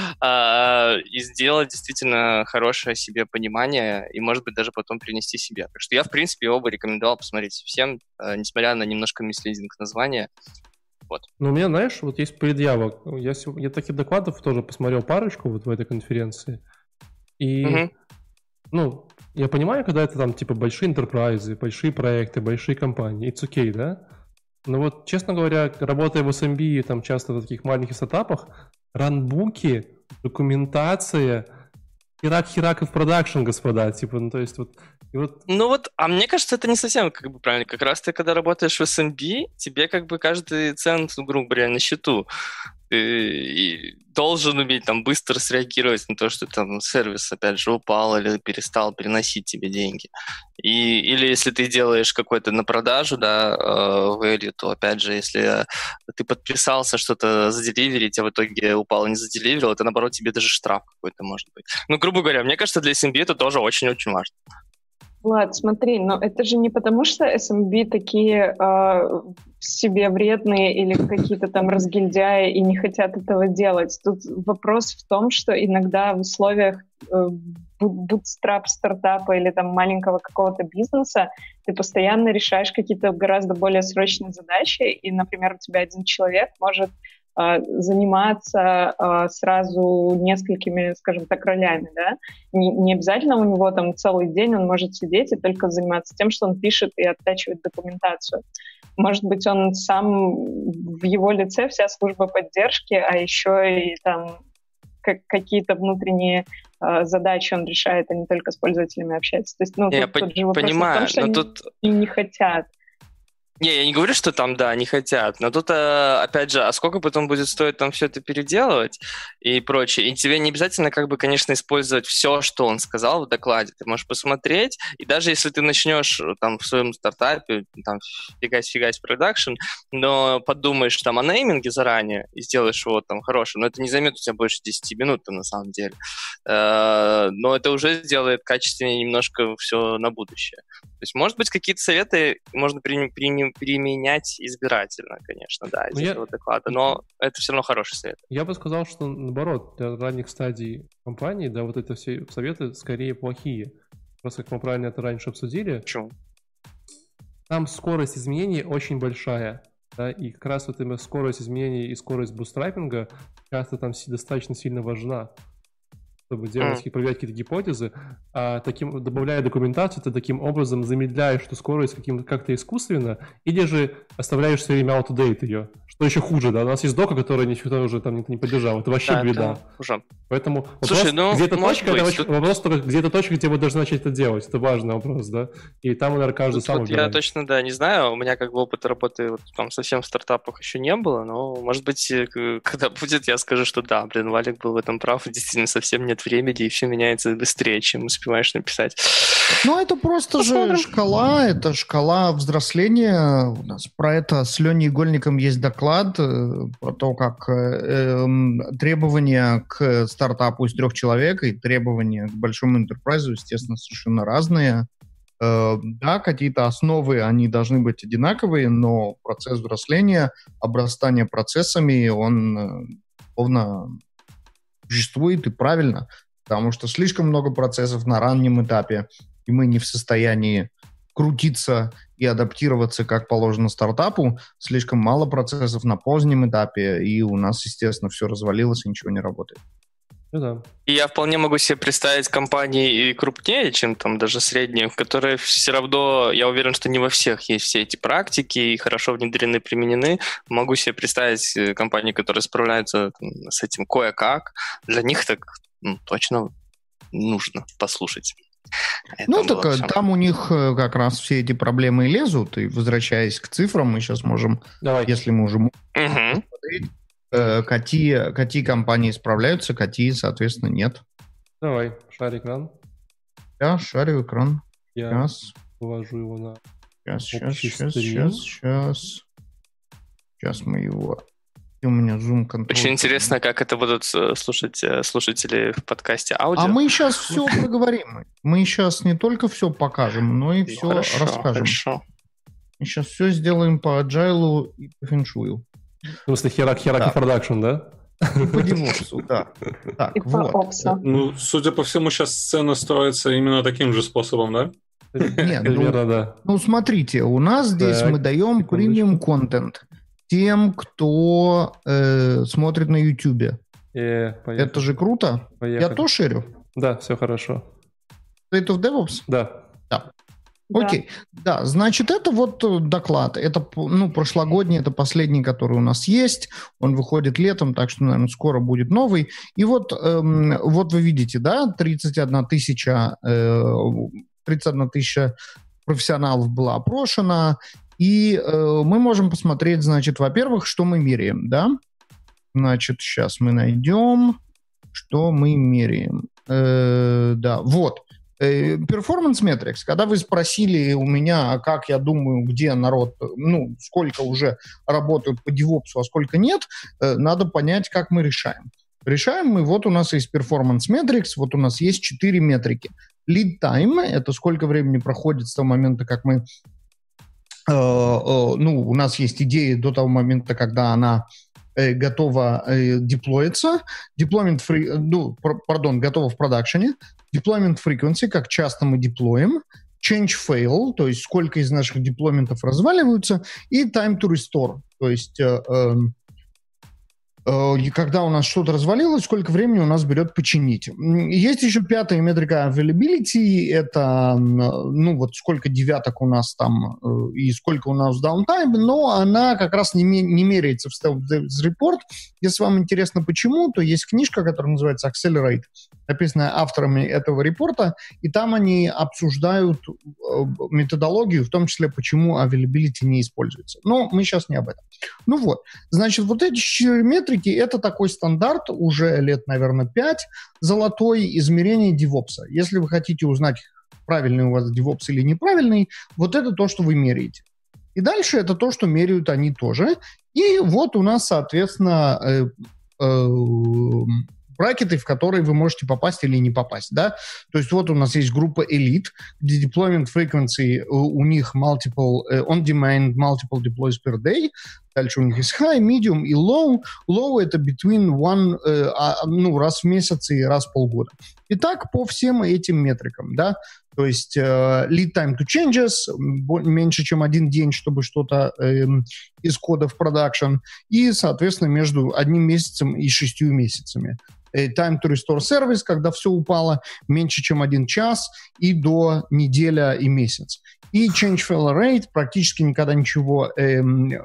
а, и сделать действительно хорошее себе понимание и, может быть, даже потом принести себе. Так что я, в принципе, его бы рекомендовал посмотреть всем, несмотря на немножко мислидинг названия. Вот. Ну, у меня, знаешь, вот есть предъява. Я, я таких докладов тоже посмотрел парочку вот в этой конференции. И, угу. ну, я понимаю, когда это там, типа, большие интерпрайзы, большие проекты, большие компании, it's okay, да? Но вот, честно говоря, работая в эс эм би, там, часто в таких маленьких стартапах, ранбуки, документация, херак-херак и в продакшн, господа, типа, ну, то есть вот... И вот... Ну вот, а мне кажется, это не совсем как бы правильно. Как раз ты, когда работаешь в эс эм би, тебе как бы каждый цент, грубо говоря, на счету. Ты и должен уметь там быстро среагировать на то, что там сервис, опять же, упал или перестал приносить тебе деньги. И, или если ты делаешь какой-то на продажу, да, value, то, опять же, если ты подписался что-то заделиверить, а в итоге упал и не заделиверил, это, наоборот, тебе даже штраф какой-то может быть. Ну, грубо говоря, мне кажется, для эс эм би это тоже очень-очень важно. Влад, смотри, но это же не потому, что эс эм би такие э, себе вредные или какие-то там разгильдяи и не хотят этого делать. Тут вопрос в том, что иногда в условиях э, бутстрап стартапа или там маленького какого-то бизнеса ты постоянно решаешь какие-то гораздо более срочные задачи, и, например, у тебя один человек может заниматься а, сразу несколькими, скажем так, ролями, да. Не, не обязательно у него там целый день он может сидеть и только заниматься тем, что он пишет и оттачивает документацию. Может быть, он сам, в его лице вся служба поддержки, а еще и там как, какие-то внутренние а, задачи он решает, а не только с пользователями общается. То есть, ну, я тут, по- тут же вопрос понимаю, в том, что но они тут... не хотят. Не, я не говорю, что там, да, не хотят, но тут, опять же, а сколько потом будет стоить там все это переделывать и прочее. И тебе не обязательно, как бы, конечно, использовать все, что он сказал в докладе. Ты можешь посмотреть, и даже если ты начнешь там в своем стартапе там фигать-фигать продакшн, но подумаешь там о нейминге заранее и сделаешь его там хорошим, но это не займет у тебя больше десять минут на самом деле. Но это уже сделает качественнее немножко все на будущее. То есть, может быть, какие-то советы можно при, при, применять избирательно, конечно, да, из ну этого я... доклада, но это все равно хороший совет. Я бы сказал, что, наоборот, для ранних стадий компании, да, вот это все советы скорее плохие. Просто, как мы правильно это раньше обсудили. Почему? Там скорость изменений очень большая, да, и как раз вот именно скорость изменений и скорость бустрапинга часто там достаточно сильно важна, чтобы делать, mm. проверять какие-то гипотезы, а таким, добавляя документацию, ты таким образом замедляешь эту скорость каким, как-то искусственно, или же оставляешь все время out-of-date ее. Что еще хуже, да? У нас есть дока, которая ничего уже там не поддержала. Это вообще да, беда. Это Поэтому Слушай, вопрос, ну, где-то точка, быть, это тут... вопрос только где-то точка, где вы должны начать это делать. Это важный вопрос, да? И там, наверное, каждый тут, сам вот выбирает. Я точно, да, не знаю. У меня как бы опыта работы вот, там совсем в стартапах еще не было, но, может быть, когда будет, я скажу, что да, блин, Валик был в этом прав, действительно совсем нет времени, и все меняется быстрее, чем успеваешь написать. Ну, это просто Посмотрим. же шкала, это шкала взросления. У нас про это с Леней Игольником есть доклад, про то, как э, требования к стартапу из трех человек и требования к большому интерпрайзу, естественно, совершенно разные. Э, да, какие-то основы, они должны быть одинаковые, но процесс взросления, обрастания процессами, он словно существует и правильно, потому что слишком много процессов на раннем этапе, и мы не в состоянии крутиться и адаптироваться, как положено стартапу. Слишком мало процессов на позднем этапе, и у нас, естественно, все развалилось и ничего не работает. Да. И я вполне могу себе представить компании и крупнее, чем там даже средние, которые все равно, я уверен, что не во всех есть все эти практики и хорошо внедрены, применены. Могу себе представить компании, которые справляются там, с этим кое-как. Для них так ну, точно нужно послушать. Это ну, так все. там у них как раз все эти проблемы и лезут. И возвращаясь к цифрам, мы сейчас можем, Давай. если мы уже можем Угу. посмотреть, какие, какие компании справляются, какие, соответственно, нет. Давай, шарик экран. Я шарю экран. Я Сейчас. положу его на... Сейчас, сейчас, Общий сейчас, стрим. сейчас, сейчас. Сейчас мы его... И у меня зум контроль. Очень интересно, как это будут слушать слушатели в подкасте аудио. А мы сейчас все проговорим. Мы сейчас не только все покажем, но и все Хорошо, расскажем. хорошо. Мы сейчас все сделаем по agile и по фэншую. В смысле, херак, херак Да. и продакшн, да? И по девопсу, да. Так, И по вот. опсу. Ну, судя по всему, сейчас сцена строится именно таким же способом, да? Нет, ну, Примерно, да. Ну, смотрите, у нас здесь Так, мы даем секундочку. премиум контент тем, кто э, смотрит на YouTube. Э, поехали, Это же круто. поехали. Я то шерю. Да, все хорошо. State of DevOps? Да. Да. Окей. Да, значит, это вот э, доклад. Это, п- ну, прошлогодний, это последний, который у нас есть. Он выходит летом, так что, наверное, скоро будет новый. И вот, эм, вот вы видите, да, тридцать одна тысяча, э, тридцать одна тысяча профессионалов была опрошена. И э, мы можем посмотреть, значит, во-первых, что мы меряем, да? Значит, сейчас мы найдем, что мы меряем. Э, да, вот. Performance Metrics, когда вы спросили у меня, как я думаю, где народ, ну, сколько уже работают по DevOps, а сколько нет, надо понять, как мы решаем. Решаем мы, вот у нас есть Performance Metrics, вот у нас есть четыре метрики. Lead Time, это сколько времени проходит с того момента, как мы, э, э, ну, у нас есть идея до того момента, когда она э, готова э, деплоиться, deployment free, ну, пр- пардон, готова в продакшене, deployment frequency, как часто мы деплоим, change fail, то есть сколько из наших деплойментов разваливаются, и time to restore, то есть э, э, э, когда у нас что-то развалилось, сколько времени у нас берет починить. Есть еще пятая метрика availability, это ну вот сколько девяток у нас там э, и сколько у нас downtime, но она как раз не, ме- не меряется в Sales Report. Если вам интересно почему, то есть книжка, которая называется Accelerate, написанная авторами этого репорта, и там они обсуждают э, методологию, в том числе, почему availability не используется. Но мы сейчас не об этом. Ну вот, значит, вот эти четыре метрики, это такой стандарт, уже лет, наверное, пять, золотой измерение DevOps. Если вы хотите узнать, правильный у вас DevOps или неправильный, вот это то, что вы меряете. И дальше это то, что меряют они тоже. И вот у нас, соответственно, э, э, бракеты, в которые вы можете попасть или не попасть, да. То есть вот у нас есть группа Elite, где deployment frequency у, у них multiple, uh, on-demand multiple deploys per day. Дальше у них есть high, medium и low. Low — это between one, uh, uh, ну, раз в месяц и раз в полгода. Итак, по всем этим метрикам, да. То есть uh, lead time to changes, меньше, чем один день, чтобы что-то uh, из кода в продакшн, и, соответственно, между одним месяцем и шестью месяцами. Time to restore service, когда все упало, меньше, чем один час, и до неделя и месяц. И change failure rate, практически никогда ничего э, э,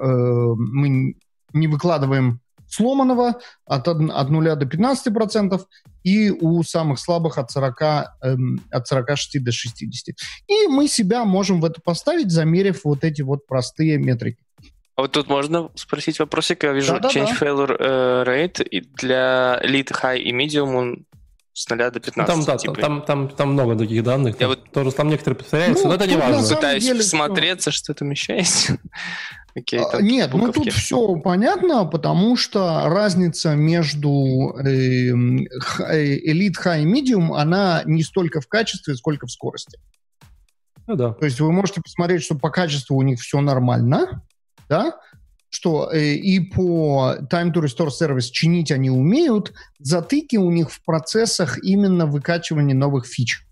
мы не выкладываем сломанного, от, от нуля до пятнадцати процентов, и у самых слабых от, сорока, э, от сорока шести до шестидесяти. И мы себя можем в это поставить, замерив вот эти вот простые метрики. А вот тут можно спросить вопросик? Я вижу Да-да-да. change failure э, rate, и для lead, high и medium он с нуля до пятнадцати. Там, да, типа. там, там, там много других данных. Я Там, вот- тоже, там некоторые повторяются, Ну, но это не тут на важно. самом Пытаюсь деле всмотреться, что там еще есть. Окей, А, там Нет, ну буковки. тут все понятно, потому что разница между э, х- э, Elite, High и Medium, она не столько в качестве, сколько в скорости. Ну да. То есть вы можете посмотреть, что по качеству у них все нормально, да, что э, и по Time to Restore Service чинить они умеют, затыки у них в процессах именно выкачивания новых фич.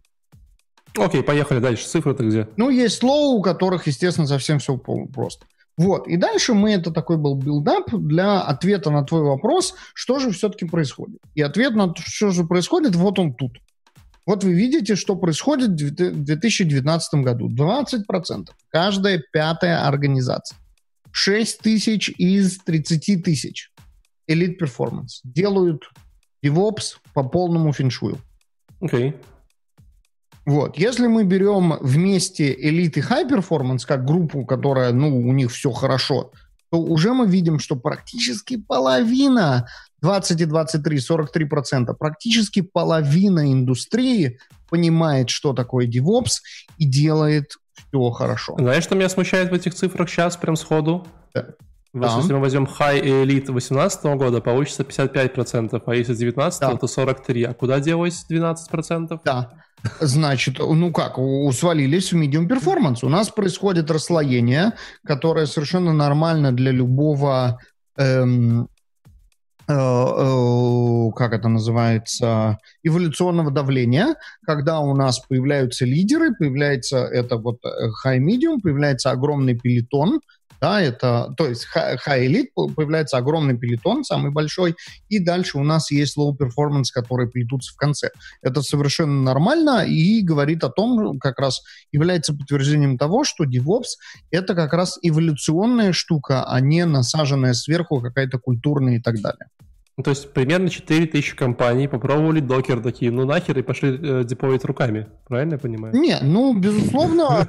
Окей, поехали дальше. Цифры-то где? Ну, есть слоу, у которых, естественно, совсем все просто. Вот, и дальше мы, это такой был билдап для ответа на твой вопрос, что же все-таки происходит. И ответ на то, что же происходит, вот он тут. Вот вы видите, что происходит в две тысячи девятнадцатом году. двадцать процентов. Каждая пятая организация. шесть тысяч из тридцати тысяч. Elite Performance. Делают DevOps по полному феншую. Окей. Okay. Вот. Если мы берем вместе Elite и High Performance как группу, которая, ну, у них все хорошо, то уже мы видим, что практически половина, двадцать и двадцать три, сорок три процента, практически половина индустрии понимает, что такое DevOps и делает все хорошо. Знаешь, что меня смущает в этих цифрах сейчас, прям сходу? Да. Вот, если мы возьмем High и Elite две тысячи восемнадцатого года, получится пятьдесят пять процентов, а если с девятнадцатого, да, то сорок три процента. А куда делось двенадцать процентов? Да. Значит, ну как, свалились в medium performance. У нас происходит расслоение, которое совершенно нормально для любого, эм, э, э, как это называется, эволюционного давления, когда у нас появляются лидеры, появляется это вот high medium, появляется огромный пелетон. Да, это, то есть High Elite, появляется огромный пелетон, самый большой, и дальше у нас есть Low Performance, которые плетутся в конце. Это совершенно нормально и говорит о том, как раз является подтверждением того, что DevOps — это как раз эволюционная штука, а не насаженная сверху какая-то культурная и так далее. То есть примерно четыре тысячи компаний попробовали докер такие, ну нахер, и пошли э, деплоить руками. Правильно я понимаю? Не, ну, безусловно,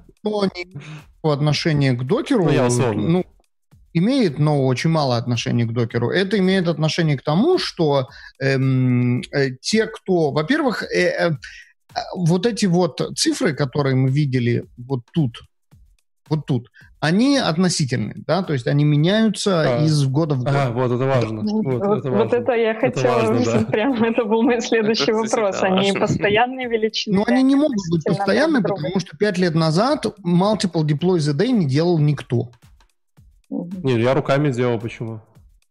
по отношению к докеру, ну, ну, имеет, но очень мало отношения к докеру. Это имеет отношение к тому, что эм, э, те, кто, во-первых, э, э, вот эти вот цифры, которые мы видели вот тут, вот тут, они относительные, да, то есть они меняются а, из года в год. А, вот это важно. Вот, вот, это, важно. вот это я хотела это важно, да. Прямо это был мой следующий это вопрос. Они постоянные величины. Ну, они не могут быть постоянными, потому что пять лет назад multiple deploys a day не делал никто. Не, я руками делал, почему?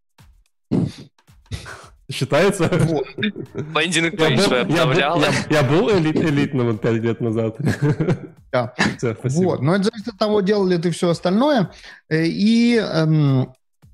Считается? Лендинг пейдж обновлял. Я был элитным пять лет назад. Да. Все, вот. Но это зависит от того, делал ли ты все остальное. И эм,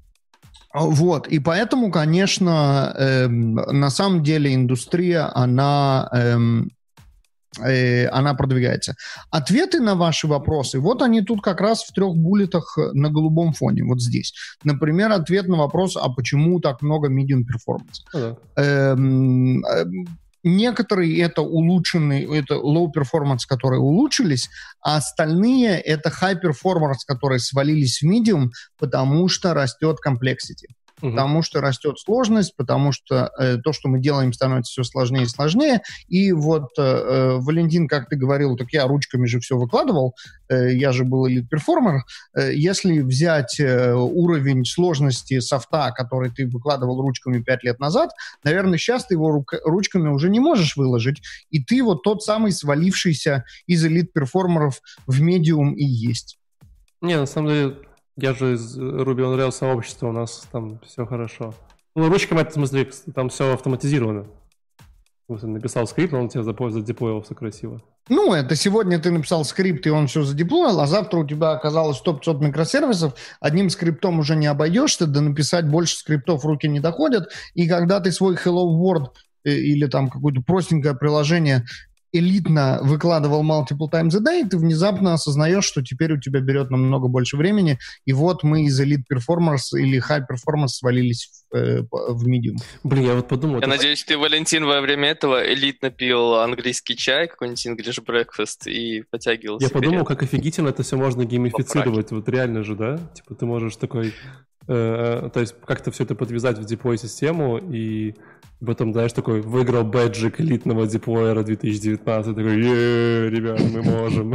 вот. И поэтому, конечно, эм, на самом деле индустрия, она, эм, э, она продвигается. Ответы на ваши вопросы, вот они тут как раз в трех буллетах на голубом фоне, вот здесь. Например, ответ на вопрос, а почему так много medium performance? Uh-huh. Эм, эм, Некоторые это улучшенные, это low performance, которые улучшились, а остальные это high performance, которые свалились в medium, потому что растет complexity. Угу. Потому что растет сложность, потому что э, то, что мы делаем, становится все сложнее и сложнее. И вот, э, Валентин, как ты говорил, так я ручками же все выкладывал, э, я же был элит-перформер. Э, если взять э, уровень сложности софта, который ты выкладывал ручками пять лет назад, наверное, сейчас ты его рук- ручками уже не можешь выложить, и ты вот тот самый свалившийся из элит-перформеров в медиум и есть. Не, на самом деле... Я же из Ruby on Rails сообщества, у нас там все хорошо. Ну, ручками, это, в смысле, там все автоматизировано. Ты написал скрипт, он тебе задеплоил все красиво. Ну, это сегодня ты написал скрипт, и он все задеплоил, а завтра у тебя оказалось сто пятьсот микросервисов, одним скриптом уже не обойдешься, да написать больше скриптов руки не доходят, и когда ты свой Hello World или там какое-то простенькое приложение элитно выкладывал multiple times a day, ты внезапно осознаешь, что теперь у тебя берет намного больше времени, и вот мы из Elite Performers или High Performance свалились в, э, в Medium. Блин, я вот подумал... Я это... надеюсь, ты, Валентин, во время этого элитно пил английский чай, какой-нибудь English breakfast, и потягивался. Я подумал, как офигительно это все можно геймифицировать, вот реально же, да? Типа ты можешь такой... Э, то есть как-то все это подвязать в деплой-систему, и потом, знаешь, такой выиграл бэджик элитного деплоера две тысячи девятнадцать, такой, е ребят, мы можем.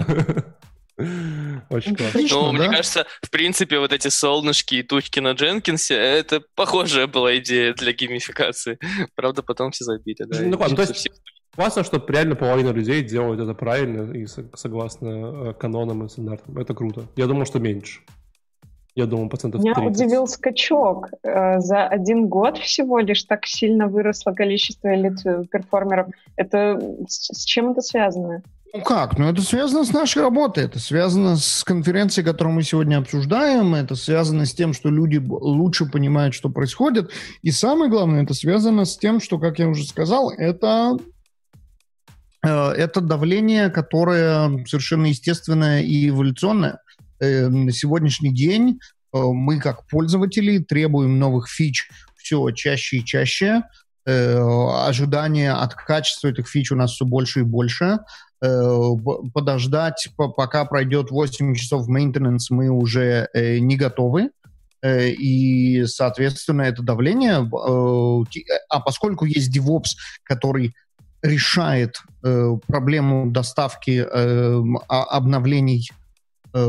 Очень классно. Ну, мне кажется, в принципе, вот эти солнышки и тучки на Дженкинсе, это похожая была идея для геймификации. Правда, потом все забили, да. Ну, ладно, то есть классно, что реально половина людей делают это правильно и согласно канонам и стандартам. Это круто. Я думал, что меньше. Я думаю, процентов тридцать. Меня удивил скачок. За один год всего лишь так сильно выросло количество элит-перформеров. Это с чем это связано? Ну как? Ну это связано с нашей работой, это связано с конференцией, которую мы сегодня обсуждаем, это связано с тем, что люди лучше понимают, что происходит, и самое главное, это связано с тем, что, как я уже сказал, это, э, это давление, которое совершенно естественное и эволюционное. Э, на сегодняшний день э, мы, как пользователи, требуем новых фич все чаще и чаще, э, ожидания от качества этих фич у нас все больше и больше. Подождать, пока пройдет восемь часов maintenance, мы уже э, не готовы. Э, и, соответственно, это давление. Э, а поскольку есть DevOps, который решает э, проблему доставки э, обновлений э,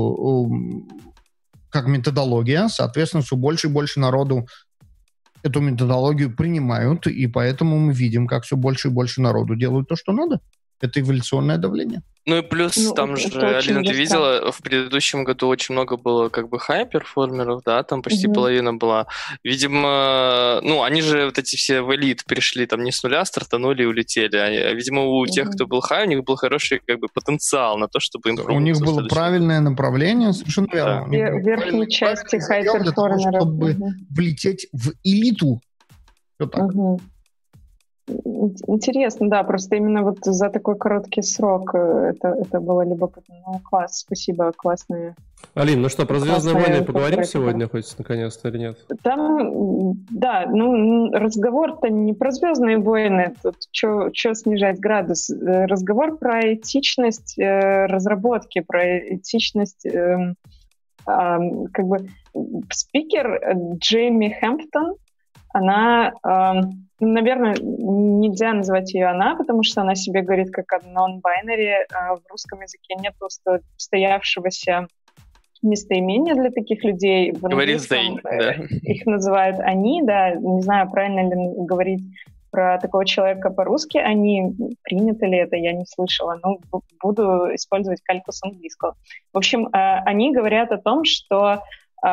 как методология, соответственно, все больше и больше народу эту методологию принимают, и поэтому мы видим, как все больше и больше народу делают то, что надо. Это эволюционное давление. Ну и плюс ну, там же, Алина, ты видела, в предыдущем году очень много было как бы хай-перформеров, да, там почти mm-hmm. половина была. Видимо, ну, они же вот эти все в элит пришли, там не с нуля стартанули и улетели. А, видимо, у mm-hmm. тех, кто был хай, у них был хороший как бы потенциал на то, чтобы им У них было правильное направление, совершенно верно. Да. В верхней части хай-перформеров. Чтобы mm-hmm. влететь в элиту. Все так. Mm-hmm. Интересно, да, просто именно вот за такой короткий срок это, это было любопытно. Ну, класс, спасибо, классные. Алин, ну что, про «Звездные войны» поговорим сегодня хоть наконец-то или нет? Там, да, ну, разговор-то не про «Звездные войны», тут что снижать градус. Разговор про этичность э, разработки, про этичность... Э, э, как бы спикер Джейми Хэмптон, она... Э, наверное, нельзя называть ее она, потому что она себе говорит как о non-binary. В русском языке нет устоявшегося местоимения для таких людей. Говори they, да. Их называют они, да. Не знаю, правильно ли говорить про такого человека по-русски. Они, принято ли это, я не слышала. Но буду использовать кальку с английского. В общем, они говорят о том, что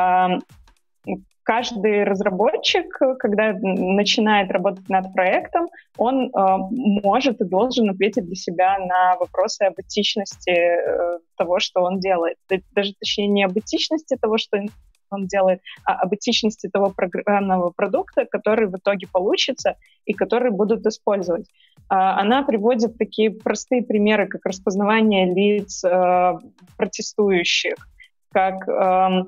каждый разработчик, когда начинает работать над проектом, он э, может и должен ответить для себя на вопросы об этичности э, того, что он делает. Даже, точнее, не об этичности того, что он делает, а об этичности того программного продукта, который в итоге получится и который будут использовать. Э, она приводит такие простые примеры, как распознавание лиц э, протестующих, как... Э,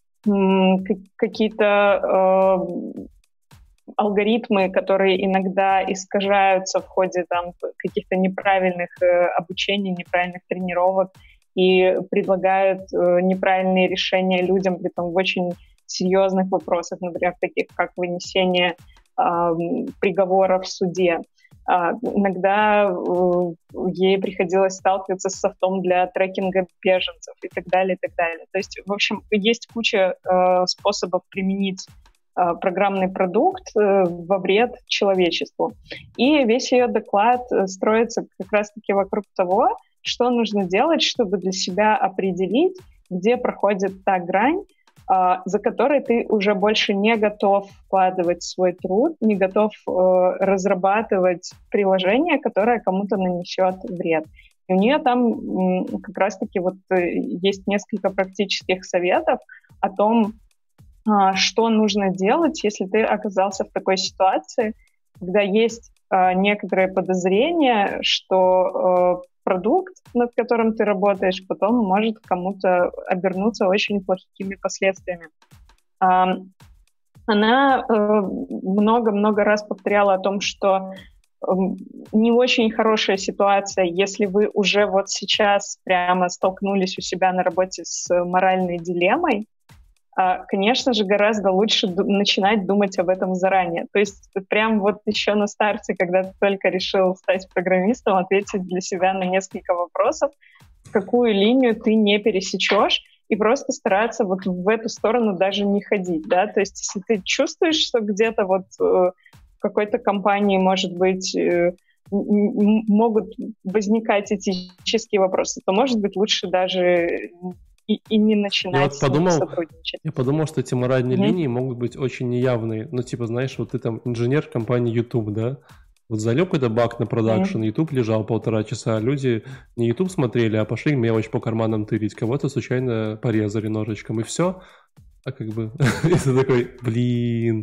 какие-то э, алгоритмы, которые иногда искажаются в ходе там, каких-то неправильных э, обучений, неправильных тренировок и предлагают э, неправильные решения людям, при том в очень серьезных вопросах, например, таких как вынесение э, приговора в суде. Uh, иногда uh, ей приходилось сталкиваться с софтом для трекинга беженцев и так далее, и так далее. То есть, в общем, есть куча uh, способов применить uh, программный продукт uh, во вред человечеству. И весь ее доклад uh, строится как раз-таки вокруг того, что нужно делать, чтобы для себя определить, где проходит та грань, за которой ты уже больше не готов вкладывать свой труд, не готов э, разрабатывать приложение, которое кому-то нанесет вред. И у нее там м, как раз-таки вот э, есть несколько практических советов о том, э, что нужно делать, если ты оказался в такой ситуации, когда есть э, некоторые подозрения, что э, продукт, над которым ты работаешь, потом может кому-то обернуться очень плохими последствиями. Она много-много раз повторяла о том, что не очень хорошая ситуация, если вы уже вот сейчас прямо столкнулись у себя на работе с моральной дилеммой. Конечно же, гораздо лучше ду- начинать думать об этом заранее. То есть прям вот еще на старте, когда ты только решил стать программистом, ответить для себя на несколько вопросов, какую линию ты не пересечешь, и просто стараться вот в эту сторону даже не ходить, да. То есть если ты чувствуешь, что где-то вот э, в какой-то компании, может быть, э, м- могут возникать этические вопросы, то, может быть, лучше даже... И, и не начинать я вот подумал, сотрудничать. Я подумал, что эти моральные mm-hmm. линии могут быть очень неявные. Ну, типа, знаешь, вот ты там инженер компании YouTube, да? Вот залег какой-то баг на продакшн, YouTube лежал полтора часа, люди не YouTube смотрели, а пошли мелочь по карманам тырить, кого-то случайно порезали ножичком, и все. А как бы это такой, блин.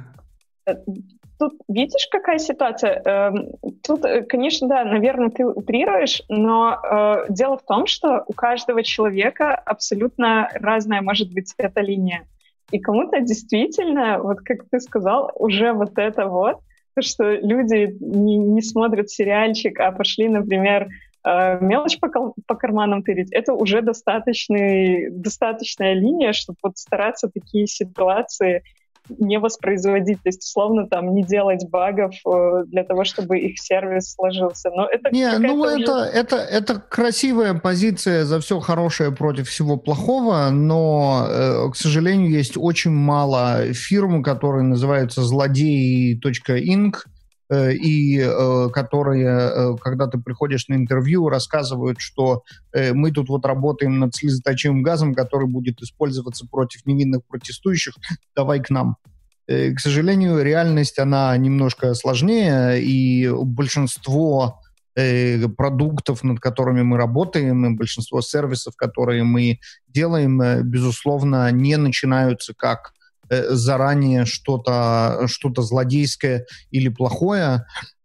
Тут видишь, какая ситуация? Тут, конечно, да, наверное, ты утрируешь, но дело в том, что у каждого человека абсолютно разная может быть эта линия. И кому-то действительно, вот как ты сказал, уже вот это вот, то, что люди не, не смотрят сериальчик, а пошли, например, мелочь по, по карманам тырить, это уже достаточный, достаточная линия, чтобы вот стараться такие ситуации не воспроизводить, то есть, условно, там, не делать багов э, для того, чтобы их сервис сложился. Но это не, ну уже... это, это, это красивая позиция за все хорошее против всего плохого, но, э, к сожалению, есть очень мало фирм, которые называются злодеи точка инк, э, и э, которые, э, когда ты приходишь на интервью, рассказывают, что э, мы тут вот работаем над слезоточивым газом, который будет использоваться против невинных протестующих, давай к нам. Э, к сожалению, реальность, она немножко сложнее, и большинство э, продуктов, над которыми мы работаем, и большинство сервисов, которые мы делаем, э, безусловно, не начинаются как заранее что-то, что-то злодейское или плохое,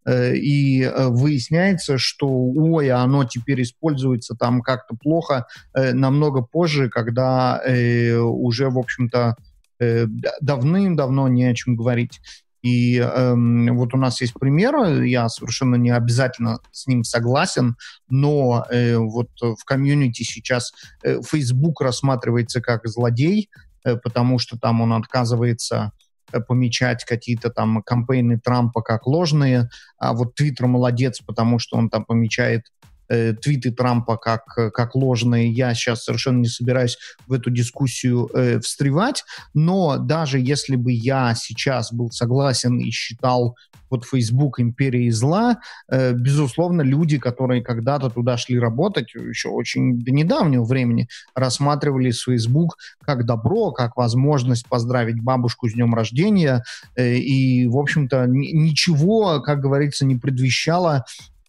и выясняется, что ой, оно теперь используется там как-то плохо намного позже, когда уже, в общем-то, давным-давно не о чем говорить. И э, вот у нас есть пример, я совершенно не обязательно с ним согласен, но э, вот в комьюнити сейчас э, Facebook рассматривается как злодей, э, потому что там он отказывается э, помечать какие-то там кампейны Трампа как ложные, а вот Twitter молодец, потому что он там помечает э, твиты Трампа как, как ложные. Я сейчас совершенно не собираюсь в эту дискуссию э, встревать, но даже если бы я сейчас был согласен и считал вот Facebook империей зла, э, безусловно, люди, которые когда-то туда шли работать, еще очень до недавнего времени, рассматривали Facebook как добро, как возможность поздравить бабушку с днем рождения, э, и, в общем-то, н- ничего, как говорится, не предвещало,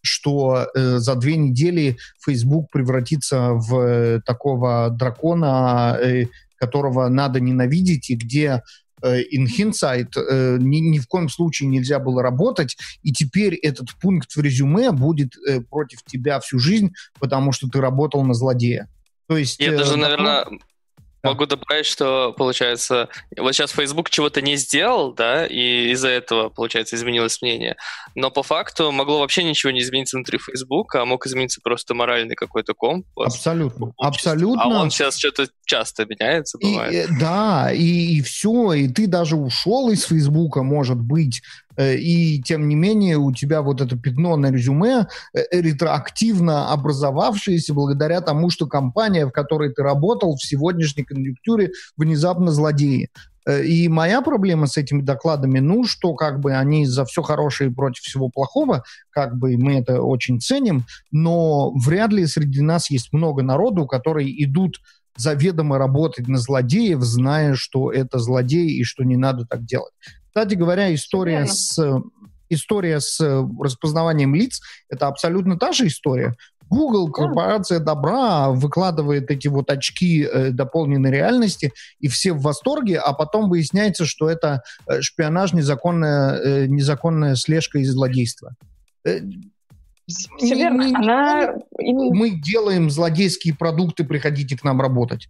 что э, за две недели Facebook превратится в э, такого дракона, э, которого надо ненавидеть, и где э, in hindsight э, ни, ни в коем случае нельзя было работать, и теперь этот пункт в резюме будет э, против тебя всю жизнь, потому что ты работал на злодея. То есть... Я э, даже, такой... наверное... Могу добавить, что, получается, вот сейчас Facebook чего-то не сделал, да, и из-за этого, получается, изменилось мнение. Но по факту могло вообще ничего не измениться внутри Facebook, а мог измениться просто моральный какой-то компас. Абсолютно. Абсолютно. А он сейчас что-то часто меняется, бывает. И, да, и, и все, и ты даже ушел из Фейсбука, может быть, и тем не менее у тебя вот это пятно на резюме ретроактивно образовавшееся благодаря тому, что компания, в которой ты работал, в сегодняшней конъюнктуре внезапно злодеи. И моя проблема с этими докладами, ну, что как бы они за все хорошее против всего плохого, как бы мы это очень ценим, но вряд ли среди нас есть много народу, которые идут заведомо работать на злодеев, зная, что это злодеи и что не надо так делать. Кстати говоря, история с, история с распознаванием лиц — это абсолютно та же история. Google, корпорация добра, выкладывает эти вот очки э, дополненной реальности, и все в восторге, а потом выясняется, что это шпионаж, незаконная, э, незаконная слежка и злодейство. Э, Все верно. Не, Она... Мы делаем злодейские продукты, приходите к нам работать.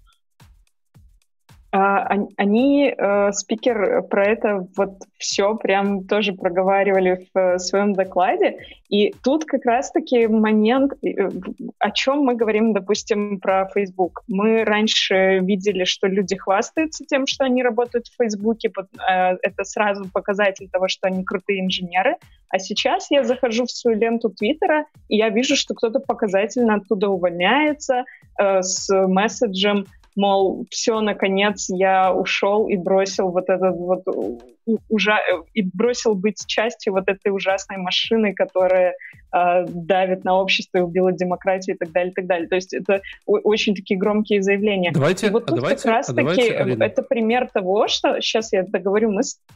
Они, э, спикер про это вот все прям тоже проговаривали в э, своем докладе. И тут как раз-таки момент, э, о чем мы говорим, допустим, про Facebook. Мы раньше видели, что люди хвастаются тем, что они работают в Facebook. Э, это сразу показатель того, что они крутые инженеры. А сейчас я захожу в свою ленту Твиттера, и я вижу, что кто-то показательно оттуда увольняется э, с месседжем, мол, все, наконец, я ушел и бросил вот этот вот ужа... и бросил быть частью вот этой ужасной машины, которая э, давит на общество и убила демократию и так далее, и так далее. То есть это очень такие громкие заявления. Давайте, и вот тут а давайте, как раз-таки а давайте, это пример того, что... Сейчас я договорю мысль.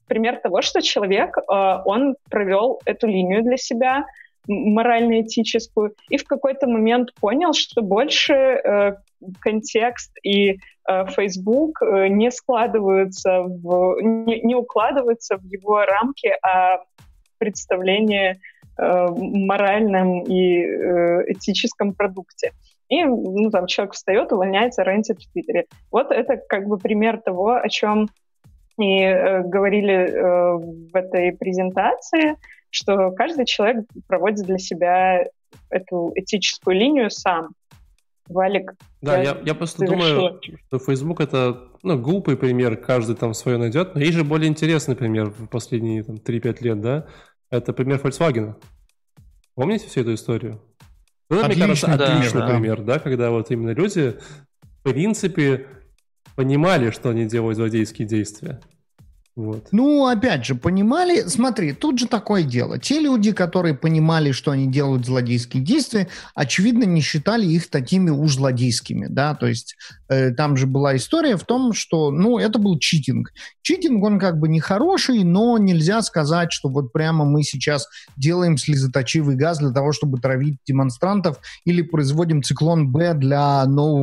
пример того, что человек, он провел эту линию для себя, морально-этическую, и в какой-то момент понял, что больше э, контекст и э, Facebook э, не складываются, в, не, не укладываются в его рамки, а представление о моральном и э, этическом продукте. И ну, там человек встает, увольняется, рентит в Твиттере. Вот это как бы пример того, о чем и э, говорили э, в этой презентации, что каждый человек проводит для себя эту этическую линию сам. Валик. Да, я, я просто думаю, что Facebook это ну, глупый пример, каждый там свое найдет, но есть же более интересный пример в последние там, три-пять лет, да? Это пример Volkswagen. Помните всю эту историю? Ну, мне кажется, отличный да, пример, да. да, когда вот именно люди, в принципе, понимали, что они делают злодейские действия. Вот. Ну, опять же, понимали, смотри, тут же такое дело. Те люди, которые понимали, что они делают злодейские действия, очевидно, не считали их такими уж злодейскими, да, то есть э, там же была история в том, что, ну, это был читинг. Читинг, он как бы нехороший, но нельзя сказать, что вот прямо мы сейчас делаем слезоточивый газ для того, чтобы травить демонстрантов или производим циклон Б для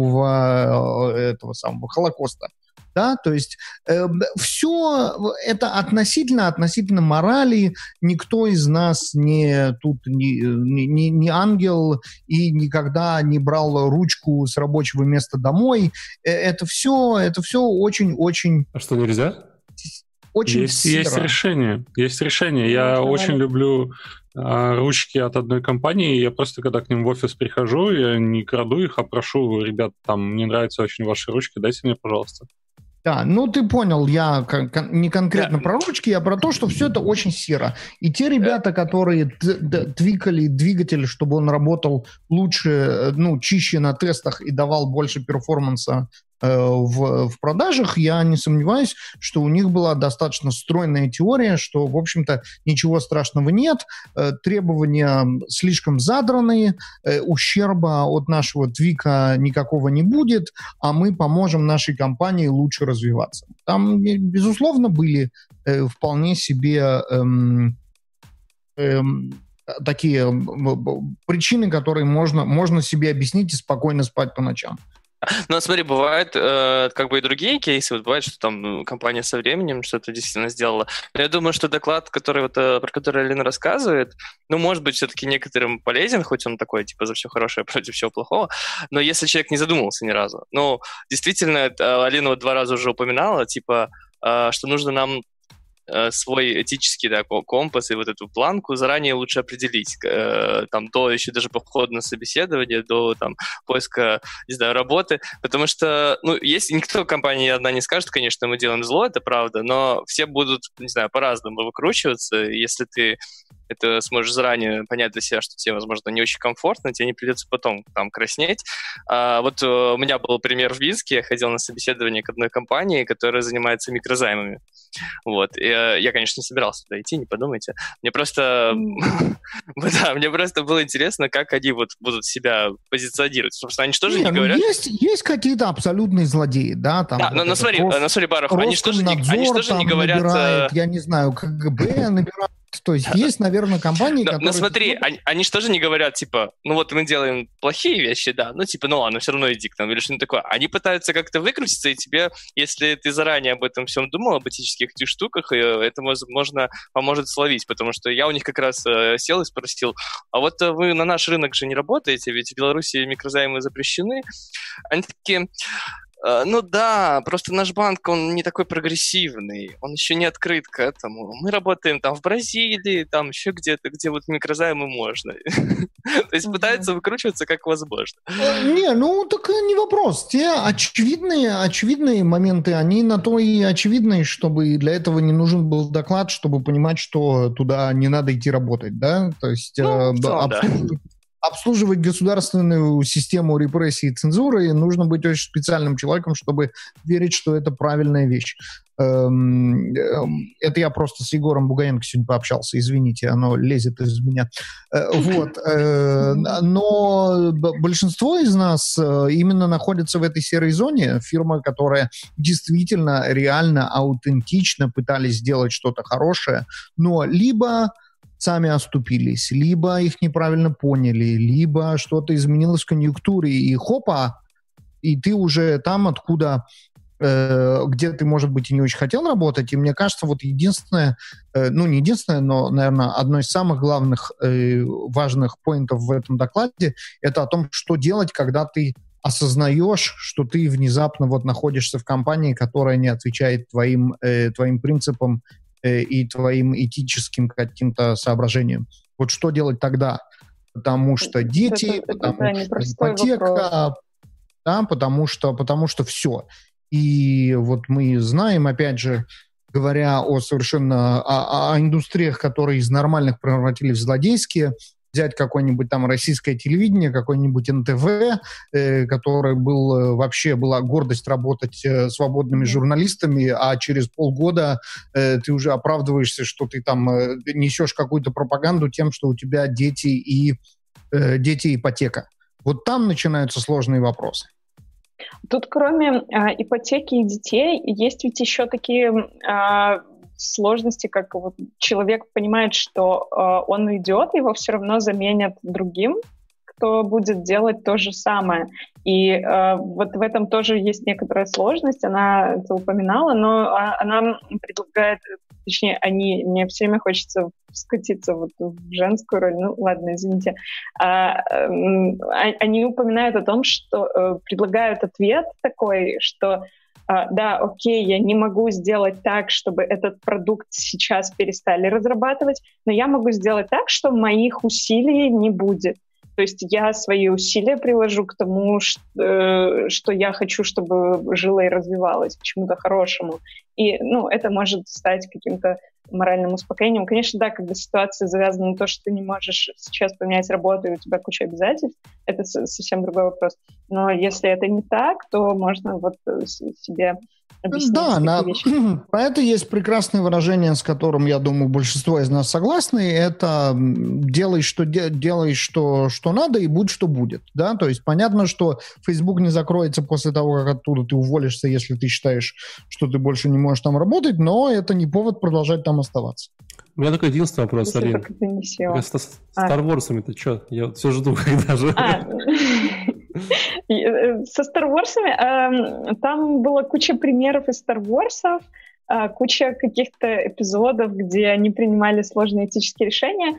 нового э, этого самого Холокоста. Да, то есть э, все это относительно, относительно морали. Никто из нас не тут не, не, не ангел и никогда не брал ручку с рабочего места домой. Э, это все, это все очень-очень. А что, нельзя? Очень есть, есть решение. Есть решение. Я Давай. очень люблю э, ручки от одной компании. Я просто, когда к ним в офис прихожу, я не краду их, а прошу, ребят, там, мне нравятся очень ваши ручки, дайте мне, пожалуйста. Да, ну ты понял, я кон- кон- не конкретно да. про ручки, а про то, что все это очень серо. И те ребята, которые т- т- твикали двигатель, чтобы он работал лучше, ну, чище на тестах и давал больше перформанса э, в, в продажах, я не сомневаюсь, что у них была достаточно стройная теория, что, в общем-то, ничего страшного нет, э, требования слишком задранные, э, ущерба от нашего твика никакого не будет, а мы поможем нашей компании лучше развиваться. Там, безусловно, были э, вполне себе эм, эм, такие эм, причины, которые можно, можно себе объяснить и спокойно спать по ночам. Ну, смотри, бывают э, как бы и другие кейсы. Вот бывает, что там ну, компания со временем что-то действительно сделала. Но я думаю, что доклад, который вот, э, про который Алина рассказывает, ну, может быть, все-таки некоторым полезен, хоть он такой, типа, за все хорошее против всего плохого. Но если человек не задумывался ни разу. Ну, действительно, это, Алина вот два раза уже упоминала, типа, э, что нужно нам свой этический да, компас и вот эту планку заранее лучше определить. Э, там, до еще даже похода на собеседование, до там, поиска, не знаю, работы. Потому что, ну, если никто в компании одна не скажет, конечно, мы делаем зло, это правда, но все будут, не знаю, по-разному выкручиваться. Если ты это сможешь заранее понять для себя, что тебе, возможно, не очень комфортно, тебе не придется потом там краснеть. А, вот у меня был пример в Минске, я ходил на собеседование к одной компании, которая занимается микрозаймами. Вот. И, я, конечно, не собирался туда идти, не подумайте. Мне просто... Да, мне просто было интересно, как они вот будут себя позиционировать. Собственно, они что же не говорят... Есть какие-то абсолютные злодеи, да? Да, но смотри, Барух, они что же не говорят... Я не знаю, КГБ набирают. То есть есть, наверное, компании, но, которые... Но смотри, они, они же тоже не говорят, типа, ну вот мы делаем плохие вещи, да, ну типа, ну ладно, все равно иди к нам, или что-нибудь такое. Они пытаются как-то выкрутиться, и тебе, если ты заранее об этом всем думал, об этических этих штуках, это, возможно, поможет словить, потому что я у них как раз э, сел и спросил, а вот вы на наш рынок же не работаете, ведь в Беларуси микрозаймы запрещены. Они такие... Ну да, просто наш банк, он не такой прогрессивный, он еще не открыт к этому. Мы работаем там в Бразилии, там еще где-то, где вот микрозаймы можно. То есть пытаются выкручиваться как возможно. Не, ну так не вопрос. Те очевидные, очевидные моменты, они на то и очевидные, чтобы для этого не нужен был доклад, чтобы понимать, что туда не надо идти работать, да? То есть обслуживать Обслуживать государственную систему репрессий и цензуры нужно быть очень специальным человеком, чтобы верить, что это правильная вещь. Эм, это я просто с Егором Бугаенко сегодня пообщался, извините, оно лезет из меня. Э, вот. Э, но большинство из нас именно находится в этой серой зоне. Фирма, которая действительно, реально, аутентично пытались сделать что-то хорошее, но либо сами оступились, либо их неправильно поняли, либо что-то изменилось в конъюнктуре, и хопа, и ты уже там, откуда, э, где ты, может быть, и не очень хотел работать. И мне кажется, вот единственное, э, ну, не единственное, но, наверное, одно из самых главных э, важных поинтов в этом докладе, это о том, что делать, когда ты осознаешь, что ты внезапно вот находишься в компании, которая не отвечает твоим, э, твоим принципам э, и твоим этическим каким-то соображениям. Вот что делать тогда? Потому что дети, это, потому это, что ипотека, да, потому что, потому что все. И вот мы знаем, опять же, говоря о совершенно о, о индустриях, которые из нормальных превратились в злодейские, взять какое-нибудь там российское телевидение, какой-нибудь эн тэ вэ, э, который был, э, вообще была гордость работать э, свободными журналистами, а через полгода э, ты уже оправдываешься, что ты там э, несешь какую-то пропаганду тем, что у тебя дети и э, дети и ипотека. Вот там начинаются сложные вопросы. Тут кроме э, ипотеки и детей есть ведь еще такие э, сложности, как вот человек понимает, что э, он уйдет, его все равно заменят другим, кто будет делать то же самое. И э, вот в этом тоже есть некоторая сложность, она это упоминала, но она предлагает, точнее, они, мне все время хочется скатиться вот в женскую роль, ну ладно, извините, а, а, они упоминают о том, что э, предлагают ответ такой, что а, да, окей, я не могу сделать так, чтобы этот продукт сейчас перестали разрабатывать, но я могу сделать так, что моих усилий не будет. То есть я свои усилия приложу к тому, что, э, что я хочу, чтобы жило и развивалось к чему-то хорошему. И ну, это может стать каким-то моральным успокоением. Конечно, да, когда ситуация завязана на то, что ты не можешь сейчас поменять работу, и у тебя куча обязательств, это совсем другой вопрос. Но если это не так, то можно вот себе объяснить да, на... вещи. Про это есть прекрасное выражение, с которым, я думаю, большинство из нас согласны. Это делай, что, де... делай что, что надо, и будь, что будет. Да? То есть понятно, что Facebook не закроется после того, как оттуда ты уволишься, если ты считаешь, что ты больше не можешь там работать, но это не повод продолжать там оставаться. У меня такой единственный вопрос, если Алин. С Star Wars'ами-то что? Я все жду, когда же... Со Star Wars'ами там была куча примеров из Star Wars'ов, куча каких-то эпизодов, где они принимали сложные этические решения.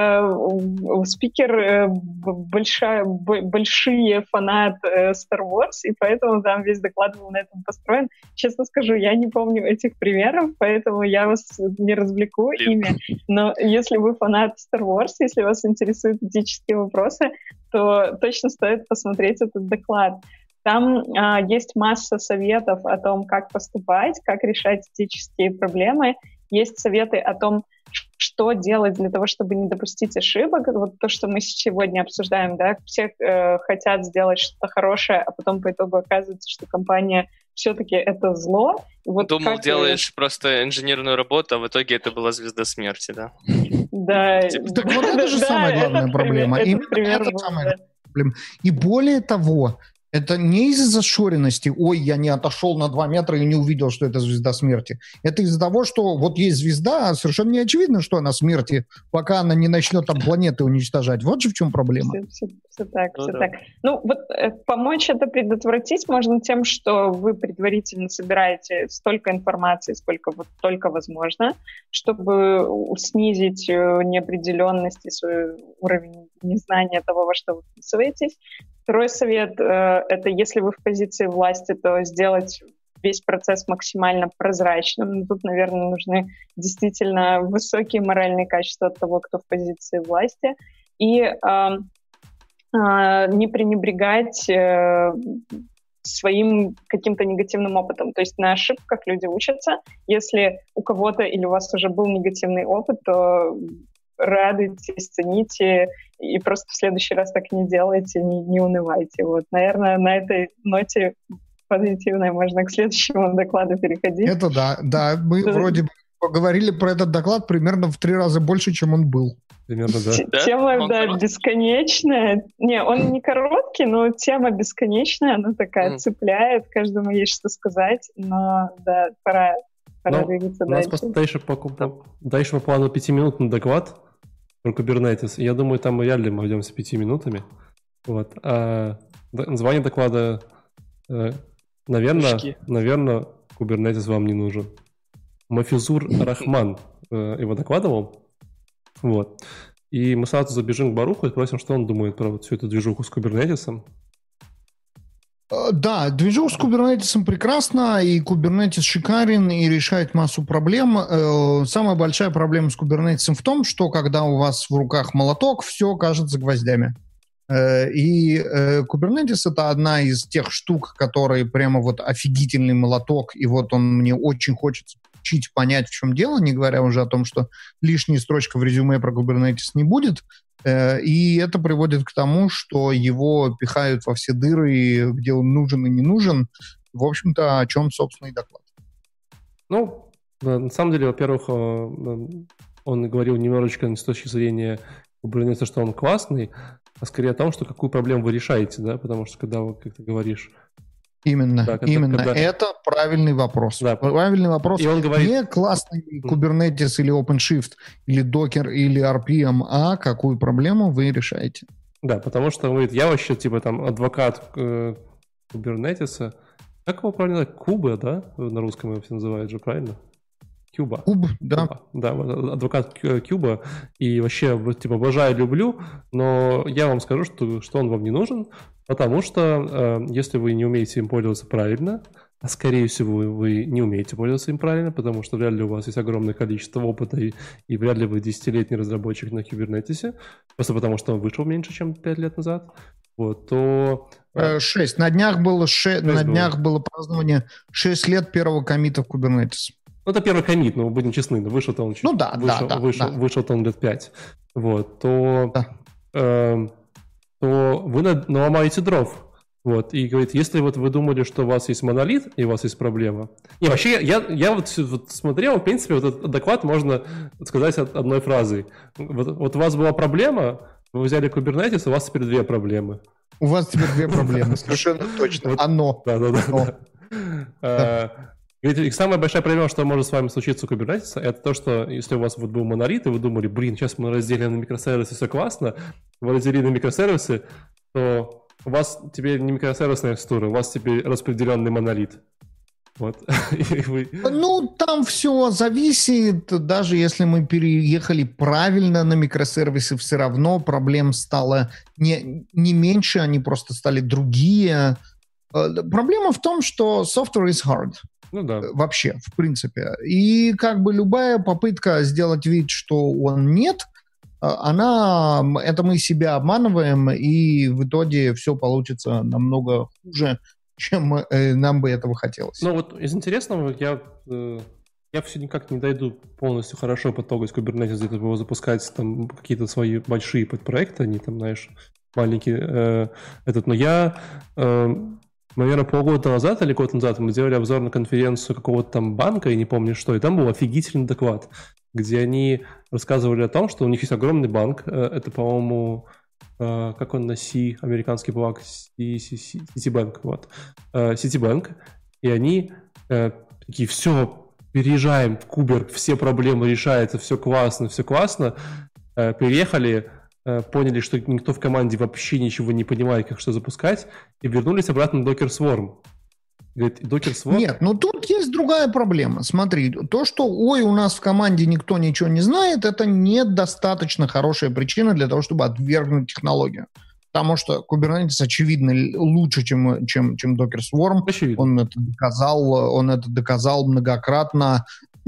Спикер большая, большие фанат Star Wars, и поэтому там весь доклад был на этом построен. Честно скажу, я не помню этих примеров, поэтому я вас не развлеку ими. Но если вы фанат Star Wars, если вас интересуют этические вопросы, то точно стоит посмотреть этот доклад. Там а, есть масса советов о том, как поступать, как решать этические проблемы. Есть советы о том, что делать для того, чтобы не допустить ошибок. Вот то, что мы сегодня обсуждаем, да, все э, хотят сделать что-то хорошее, а потом по итогу оказывается, что компания все-таки это зло. Вот думал, как... делаешь просто инженерную работу, а в итоге это была звезда смерти, да? Да. Так вот это же самая главная проблема. Это самая проблема. И более того, это не из-за зашоренности, ой, я не отошел на два метра и не увидел, что это звезда смерти. Это из-за того, что вот есть звезда, а совершенно не очевидно, что она смерти, пока она не начнет там планеты уничтожать. Вот же в чем проблема. Все, все, все так, ну, все да. так. Ну вот э, помочь это предотвратить можно тем, что вы предварительно собираете столько информации, сколько вот только возможно, чтобы снизить э, неопределенность и свой уровень незнания того, во что вы вписываетесь. Второй совет э, — это если вы в позиции власти, то сделать весь процесс максимально прозрачным. Но тут, наверное, нужны действительно высокие моральные качества от того, кто в позиции власти. И э, э, не пренебрегать э, своим каким-то негативным опытом. То есть на ошибках люди учатся. Если у кого-то или у вас уже был негативный опыт, то радуйтесь, цените и просто в следующий раз так не делайте, не, не унывайте. Вот, наверное, на этой ноте позитивной, можно к следующему докладу переходить. Это да, да, мы вроде бы поговорили про этот доклад примерно в три раза больше, чем он был. Примерно, да. Тема, да, бесконечная. Не, он не короткий, но тема бесконечная, она такая mm. цепляет, каждому есть что сказать, но, да, пора, пора ну, двигаться у дальше. У нас дальше по, по, дальше по плану пятиминутный доклад про Kubernetes. Я думаю, там мы реально мы идем с пяти минутами. Вот. А название доклада, наверное, наверное, Kubernetes вам не нужен. Мафизур Рахман его докладывал. Вот. И мы сразу забежим к Баруху и спросим, что он думает про вот всю эту движуху с Kubernetes. Да, движуха с Kubernetes прекрасна, и Kubernetes шикарен, и решает массу проблем. Самая большая проблема с Kubernetes в том, что когда у вас в руках молоток, все кажется гвоздями. И Kubernetes — это одна из тех штук, которые прямо вот офигительный молоток, и вот он мне очень хочется учить, понять, в чем дело, не говоря уже о том, что лишняя строчка в резюме про Kubernetes не будет. И это приводит к тому, что его пихают во все дыры, где он нужен и не нужен. В общем-то, о чем, собственно, и доклад. Ну, на самом деле, во-первых, он говорил немножечко с точки зрения Kubernetes, что он классный, а скорее о том, что какую проблему вы решаете, да, потому что когда вы, как ты говоришь... Именно, да, когда, именно. Когда... Это правильный вопрос. Да. Правильный вопрос. И он говорит... Не классный Kubernetes или OpenShift, или Docker, или ар пи эм, а какую проблему вы решаете. Да, потому что, говорит, я вообще, типа, там, адвокат э, Kubernetes. Как его правильно? Куба, да? На русском его все называют же, правильно? Куба. Куб, да. Куба. Да, адвокат Куба. И вообще, типа, обожаю, люблю, но я вам скажу, что, что он вам не нужен, потому что э, если вы не умеете им пользоваться правильно, а скорее всего вы, вы не умеете пользоваться им правильно, потому что вряд ли у вас есть огромное количество опыта, и, и вряд ли вы десятилетний разработчик на Kubernetes, просто потому что он вышел меньше, чем пять лет назад, вот, то... Шесть. На днях было, ше... На днях было празднование шесть лет первого коммита в Kubernetes. Ну, это первый коммит, но будем честны, но вышел-то он чуть... Ну да, вышел, да, вышел, да. Вышел-то он лет пять. Вот, то... Да. Э, то вы наломаете дров. Вот, и говорит, если вот вы думали, что у вас есть монолит, и у вас есть проблема... Не, вообще, я, я вот, вот смотрел, в принципе, вот этот доклад можно сказать одной фразой. Вот, вот у вас была проблема, вы взяли Kubernetes, у вас теперь две проблемы. У вас теперь две проблемы, совершенно точно. Оно. Да-да-да. И самая большая проблема, что может с вами случиться у Kubernetes, это то, что если у вас вот был монолит, и вы думали, блин, сейчас мы разделим на микросервисы, все классно, вы разделили на микросервисы, то у вас теперь не микросервисная архитектура, у вас теперь распределенный монолит. Вот. вы... Ну, там все зависит. Даже если мы переехали правильно на микросервисы, все равно проблем стало не, не меньше, они просто стали другие. Проблема в том, что software is hard. Ну да. Вообще, в принципе. И как бы любая попытка сделать вид, что он нет, она, это мы себя обманываем, и в итоге все получится намного хуже, чем э, нам бы этого хотелось. Ну вот из интересного я, э, я все никак не дойду полностью хорошо потрогать Kubernetes, где-то его запускать там какие-то свои большие подпроекты, они там, знаешь, маленькие, э, этот, но я... Э, Наверное, полгода назад или год назад мы делали обзор на конференцию какого-то там банка, я не помню что, и там был офигительный доклад, где они рассказывали о том, что у них есть огромный банк, это, по-моему, как он на C, американский банк, Citibank, вот, Citibank, и они такие, все, переезжаем в Кубер, все проблемы решаются, все классно, все классно, переехали, поняли, что никто в команде вообще ничего не понимает, как что запускать, и вернулись обратно на Docker Swarm. Говорит, Docker Swarm... Нет, ну тут есть другая проблема. Смотри, то, что, ой, у нас в команде никто ничего не знает, это недостаточно хорошая причина для того, чтобы отвергнуть технологию. Потому что Kubernetes, очевидно, лучше, чем, чем, чем Docker Swarm. Очевидно. Он это доказал, он это доказал многократно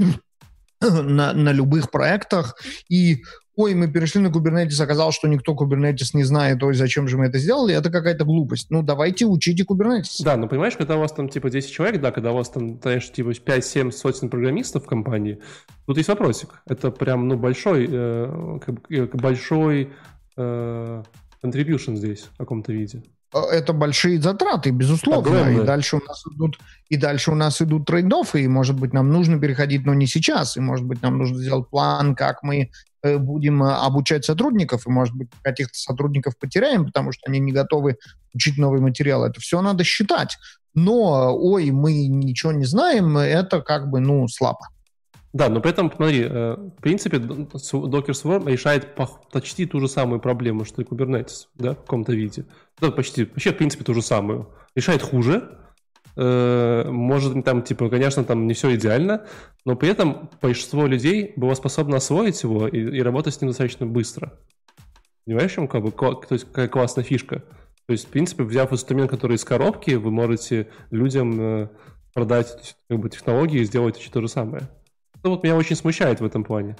на, на любых проектах. И ой, мы перешли на Kubernetes, оказалось, что никто Kubernetes не знает, ой, зачем же мы это сделали, это какая-то глупость. Ну, давайте учите Kubernetes. Да, но понимаешь, когда у вас там типа десять человек, да, когда у вас там, знаешь, типа пять-семь сотен программистов в компании, тут есть вопросик. Это прям, ну, большой, э, как, большой э, contribution здесь в каком-то виде. это большие затраты, безусловно. Огромное. И дальше у нас идут, и дальше у нас идут трейд-оффы, и, может быть, нам нужно переходить, но не сейчас, и, может быть, нам нужно сделать план, как мы э, будем обучать сотрудников, и, может быть, каких-то сотрудников потеряем, потому что они не готовы учить новый материал. Это все надо считать. Но, ой, мы ничего не знаем, это как бы, ну, слабо. Да, но при этом, смотри, в принципе, Docker Swarm решает почти ту же самую проблему, что и Kubernetes, да, в каком-то виде. Да, почти, вообще, в принципе, ту же самую. Решает хуже. Может, там, типа, конечно, там не все идеально, но при этом большинство людей было способно освоить его и, и работать с ним достаточно быстро. Понимаешь, в чем как бы, то есть, какая классная фишка? То есть, в принципе, взяв инструмент, который из коробки, вы можете людям продать как бы, технологии и сделать еще то же самое. Это вот меня очень смущает в этом плане.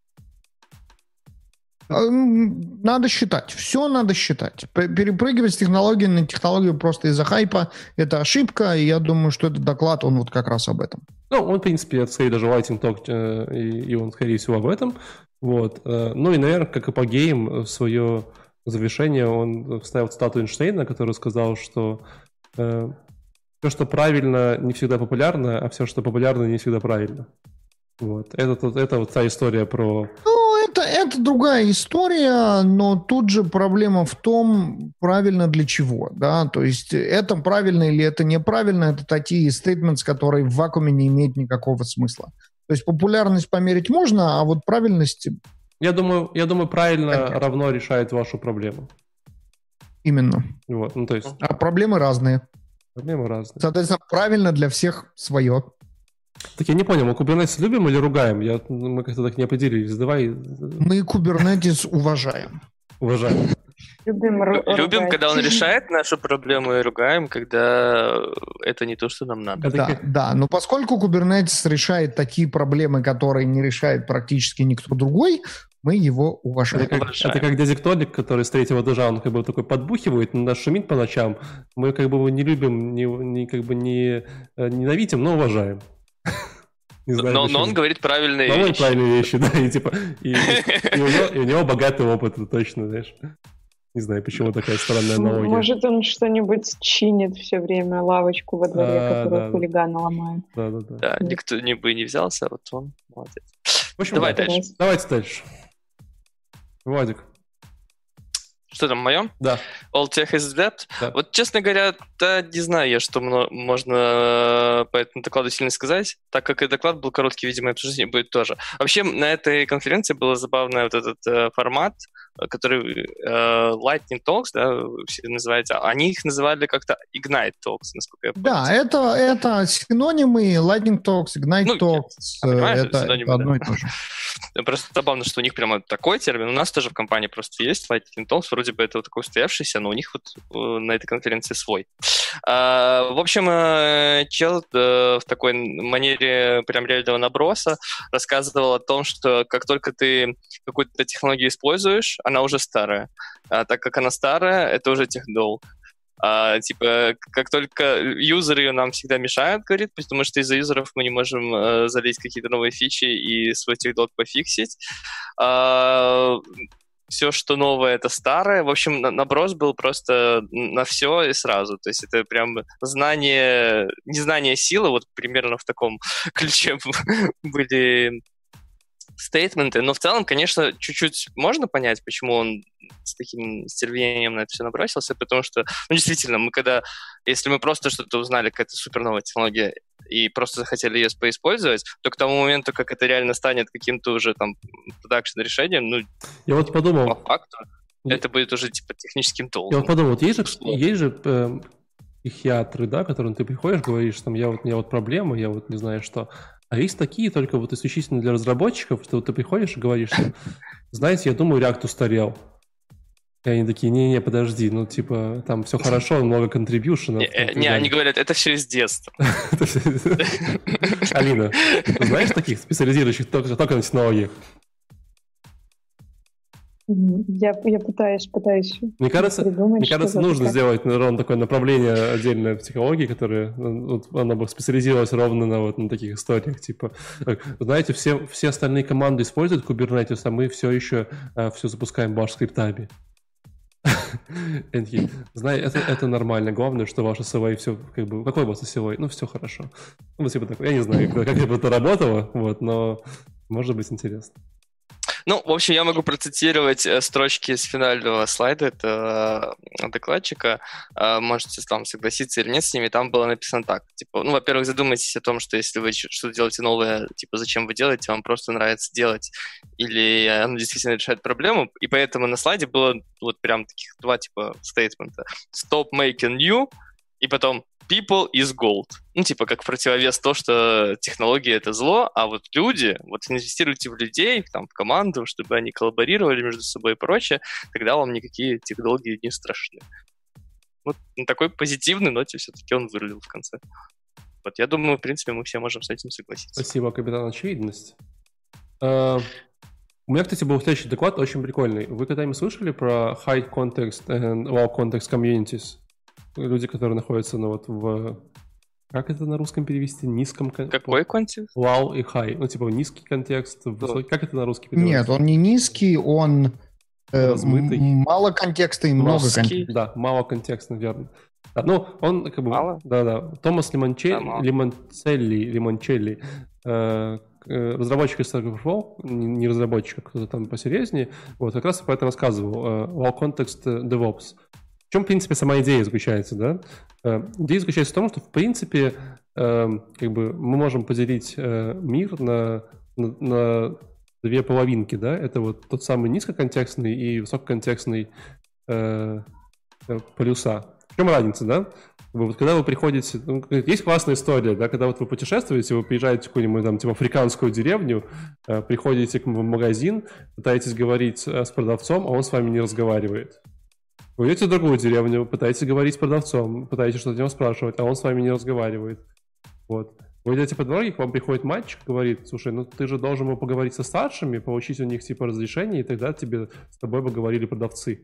Надо считать. Все надо считать. Перепрыгивать с технологии на технологию просто из-за хайпа – это ошибка, и я думаю, что этот доклад, он вот как раз об этом. Ну, он, в принципе, это скорее даже Lightning Talk, и, и он, скорее всего, об этом. Вот. Ну и, наверное, как апогеем свое завершение он вставил цитату Эйнштейна, который сказал, что э, все, что правильно, не всегда популярно, а все, что популярно, не всегда правильно. Вот. Это, это вот та история про... Ну, это, это другая история, но тут же проблема в том, правильно для чего, да, то есть это правильно или это неправильно, это такие стейтменты, которые в вакууме не имеют никакого смысла. То есть популярность померить можно, а вот правильность... Я думаю, я думаю правильно Конечно. равно решает вашу проблему. Именно. Вот, ну то есть... А проблемы разные. Проблемы разные. Соответственно, правильно для всех свое. Так я не понял, мы Kubernetes любим или ругаем? Я, мы как-то так не определились. Давай. Мы Kubernetes уважаем. Уважаем. Любим, Любим, когда он решает нашу проблему, и ругаем, когда это не то, что нам надо. Да, как... да, но поскольку Kubernetes решает такие проблемы, которые не решает практически никто другой, мы его уважаем. Это как, это как дезиктолик, который с третьего этажа, он как бы такой подбухивает, нас шумит по ночам. Мы как бы его не любим, не, не, как бы не ненавидим, но уважаем. Не знаю, но, но он говорит правильные но вещи. Он правильные вещи, да, и типа и, и, и, у него, и у него богатый опыт, это точно, знаешь. Не знаю, почему такая странная аналогия. Может, он что-нибудь чинит все время, лавочку во дворе, а, которую да, хулиганы да. ломают. Да, да, да. Да, никто не бы не взялся, а вот он молодец. В общем, Давай да, дальше. Давайте дальше. Владик. Что там, мое? Да. All Tech is Dead? Да. Вот, честно говоря, да, не знаю я, что можно по этому докладу сильно сказать, так как и доклад был короткий, видимо, обсуждение будет тоже. Вообще, на этой конференции был забавный вот этот э, формат, который э, Lightning Talks, да, все называется, они их называли как-то Ignite Talks, насколько я помню. Да, это, это синонимы Lightning Talks, Ignite ну, Talks, понимаю, это, синонимы, это одно да. и то же. Просто забавно, что у них прямо такой термин. У нас тоже в компании просто есть Lightning Talks, вроде бы это вот такой устоявшийся, но у них вот на этой конференции свой. А, в общем, чел в такой манере прям реального наброса рассказывал о том, что как только ты какую-то технологию используешь, она уже старая. А так как она старая, это уже техдолг. А, типа, как только юзеры нам всегда мешают, говорит, потому что из-за юзеров мы не можем э, залить какие-то новые фичи и свой техдолг пофиксить. А, все, что новое, это старое. В общем, наброс был просто на все и сразу. То есть это прям знание, незнание силы, вот примерно в таком ключе были стейтменты. Но в целом, конечно, чуть-чуть можно понять, почему он с таким стервенением на это все набросился, потому что, ну, действительно, мы когда, если мы просто что-то узнали, какая-то суперновая технология, и просто захотели ее поиспользовать, то к тому моменту, как это реально станет каким-то уже там продакшн-решением, ну, я вот подумал, по факту, я... это будет уже типа техническим толком. Я вот подумал, вот есть же, есть же э, психиатры, да, к которым ты приходишь, говоришь, там, я вот, у меня вот проблема, я вот не знаю что. А есть такие только вот исключительно для разработчиков, что вот ты приходишь и говоришь, что, знаете, я думаю, React устарел. И они такие, не-не, подожди, ну, типа, там все хорошо, много контрибьюшенов. Не, они говорят, это все из детства. Алина, ты знаешь таких специализирующих только на технологиях? Я, я пытаюсь, пытаюсь Мне кажется, мне кажется нужно сделать ровно такое направление отдельное в психологии, которое вот, оно бы специализировалось ровно на, вот, на таких историях. Типа, знаете, все, все остальные команды используют Kubernetes, а мы все еще а, все запускаем баш скриптами. Знай, это, это нормально. Главное, что ваше эс эл эй все, как бы, какой у вас эс эл эй? Ну, все хорошо. Ну, типа такое. Я не знаю, как, как это работало, вот, но может быть интересно. Ну, в общем, я могу процитировать строчки с финального слайда этого докладчика. Можете там согласиться или нет с ними. Там было написано так. Типа, ну, во-первых, задумайтесь о том, что если вы что-то делаете новое, типа, зачем вы делаете, вам просто нравится делать, или оно действительно решает проблему. И поэтому на слайде было вот прям таких два типа стейтмента. Stop making new, и потом people is gold. Ну, типа, как противовес то, что технологии — это зло, а вот люди, вот инвестируйте в людей, там, в команду, чтобы они коллаборировали между собой и прочее, тогда вам никакие технологии не страшны. Вот на такой позитивной ноте все-таки он вырулил в конце. Вот, я думаю, в принципе, мы все можем с этим согласиться. Спасибо, капитан Очевидность. Uh, у меня, кстати, был следующий доклад, очень прикольный. Вы когда-нибудь слышали про high context and low context communities? Люди, которые находятся, ну, вот в... Как это на русском перевести? Низком... Какой контекст? Low и high. Ну, типа, низкий контекст, высокий... Как это на русский переводится? Нет, он не низкий, он... Э, мало контекста и много контекста. Да, мало контекста, верно. Да, ну, он как бы... Мало? Да-да. Томас Лимончелли, да, Лимонцелли, Лимончелли, э, разработчик из Stack Overflow, не разработчик, а кто-то там посерьезнее, вот, как раз про это рассказывал. Э, low context DevOps. В чем, в принципе, сама идея заключается, да? Э, идея заключается в том, что, в принципе, э, как бы мы можем поделить э, мир на, на, на две половинки, да? Это вот тот самый низкоконтекстный и высококонтекстный э, полюса. В чем разница, да? Вот когда вы приходите... Ну, есть классная история, да? Когда вот вы путешествуете, вы приезжаете в какую-нибудь там, типа, африканскую деревню, э, приходите в магазин, пытаетесь говорить с продавцом, а он с вами не разговаривает. Вы идете в другую деревню, пытаетесь говорить с продавцом, пытаетесь что-то него спрашивать, а он с вами не разговаривает. Вот. Вы идете по дороге, к вам приходит мальчик, говорит: слушай, ну ты же должен был поговорить со старшими, получить у них типа разрешение, и тогда тебе с тобой бы говорили продавцы.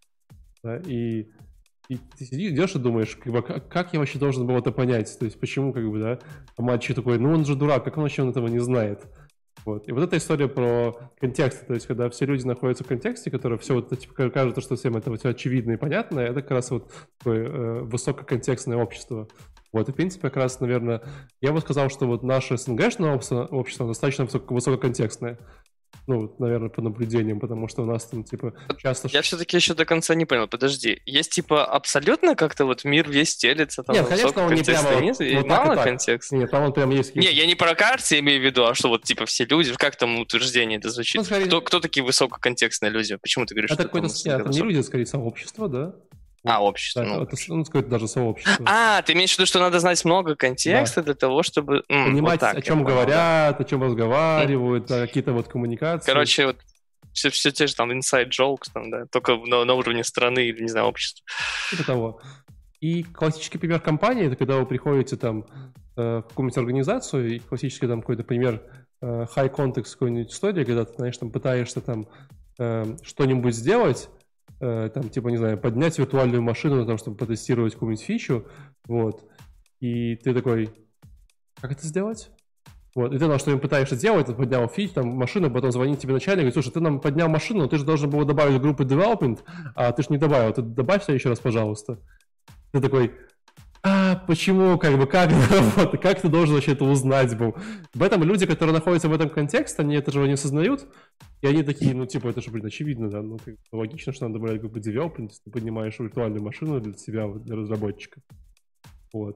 Да? И, и ты сидишь, идешь и думаешь, как, бы, как, как я вообще должен был это понять? То есть почему, как бы, да? А мальчик такой: ну он же дурак, как он вообще он этого не знает? Вот. И вот эта история про контекст, то есть когда все люди находятся в контексте, который все вот, типа, кажется, что всем это все очевидно и понятно, это как раз вот такое э, высококонтекстное общество. Вот, и в принципе, как раз, наверное, я бы сказал, что вот наше СНГшное общество, общество достаточно высоко, высококонтекстное. Ну, наверное, по наблюдениям, потому что у нас там, типа, часто... Я все-таки еще до конца не понял, подожди. Есть, типа, абсолютно как-то вот мир весь телится, там, нет, конечно, он не прямо... Нет, вот, и вот мало и контекста? Нет, там он прям есть... Не, я не про карты имею в виду, а что вот, типа, все люди, как там утверждение это звучит? Ну, скорее... кто, кто такие высококонтекстные люди? Почему ты говоришь, это что какое-то... Нет, это не люди, это скорее сообщество, да? А, общество. Да, ну, это, ну, сказать, даже сообщество. А, ты имеешь в виду, что надо знать много контекста, да, для того, чтобы... М, понимать, вот так, о чем понял, говорят, да, о чем разговаривают, mm. какие-то вот коммуникации. Короче, вот все, все те же там inside jokes, там, да, только на, на уровне страны или, не знаю, общества. Типа того. И классический пример компании — это когда вы приходите там в какую-нибудь организацию, и классический там какой-то пример high context какой-нибудь истории, когда ты, знаешь, там пытаешься там что-нибудь сделать, там, типа, не знаю, поднять виртуальную машину для того, чтобы потестировать какую-нибудь фичу, вот, и ты такой: как это сделать? Вот, и ты там что-нибудь пытаешься делать, ты поднял фич, там, машину, потом звонит тебе начальник и говорит: слушай, ты нам поднял машину, но ты же должен был добавить в группу development, а ты же не добавил, ты добавь все еще раз, пожалуйста. Ты такой: а, почему, как бы, как, вот, как ты должен вообще это узнать был? В этом люди, которые находятся в этом контексте, они это же не осознают, и они такие: ну, типа, это же, блин, очевидно, да, ну, как, логично, что надо добавлять группу development, если ты поднимаешь виртуальную машину для себя, для разработчика. Вот,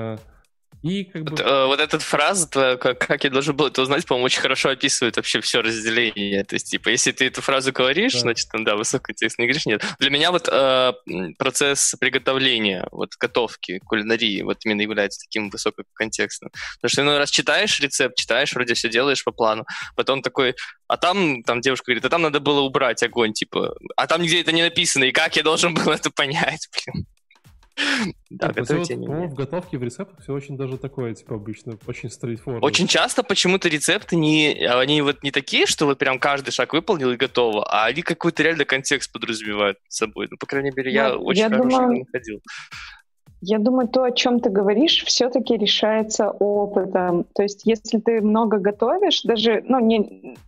и как бы... Вот, э, вот эта фраза, твоя, как, как я должен был это узнать, по-моему, очень хорошо описывает вообще все разделение. То есть, типа, если ты эту фразу говоришь, да, значит, там, да, высокотекст, не говоришь, нет. Для меня вот э, процесс приготовления, вот, готовки, кулинарии, вот именно является таким высококонтекстным. Потому что, ну, раз читаешь рецепт, читаешь, вроде все делаешь по плану, потом такой, а там, там девушка говорит: а там надо было убрать огонь, типа, а там нигде это не написано, и как я должен был это понять, блин. Да, готовить я не умею. В готовке, в рецептах все очень даже такое, типа, обычно, очень straightforward. Очень часто почему-то рецепты не, они вот не такие, что вот прям каждый шаг выполнил и готово, а они какой-то реально контекст подразумевают с собой. Ну, по крайней мере, я ну, очень я хорошо думаю, находил. Я думаю, то, о чем ты говоришь, все-таки решается опытом. То есть, если ты много готовишь, даже, ну, не...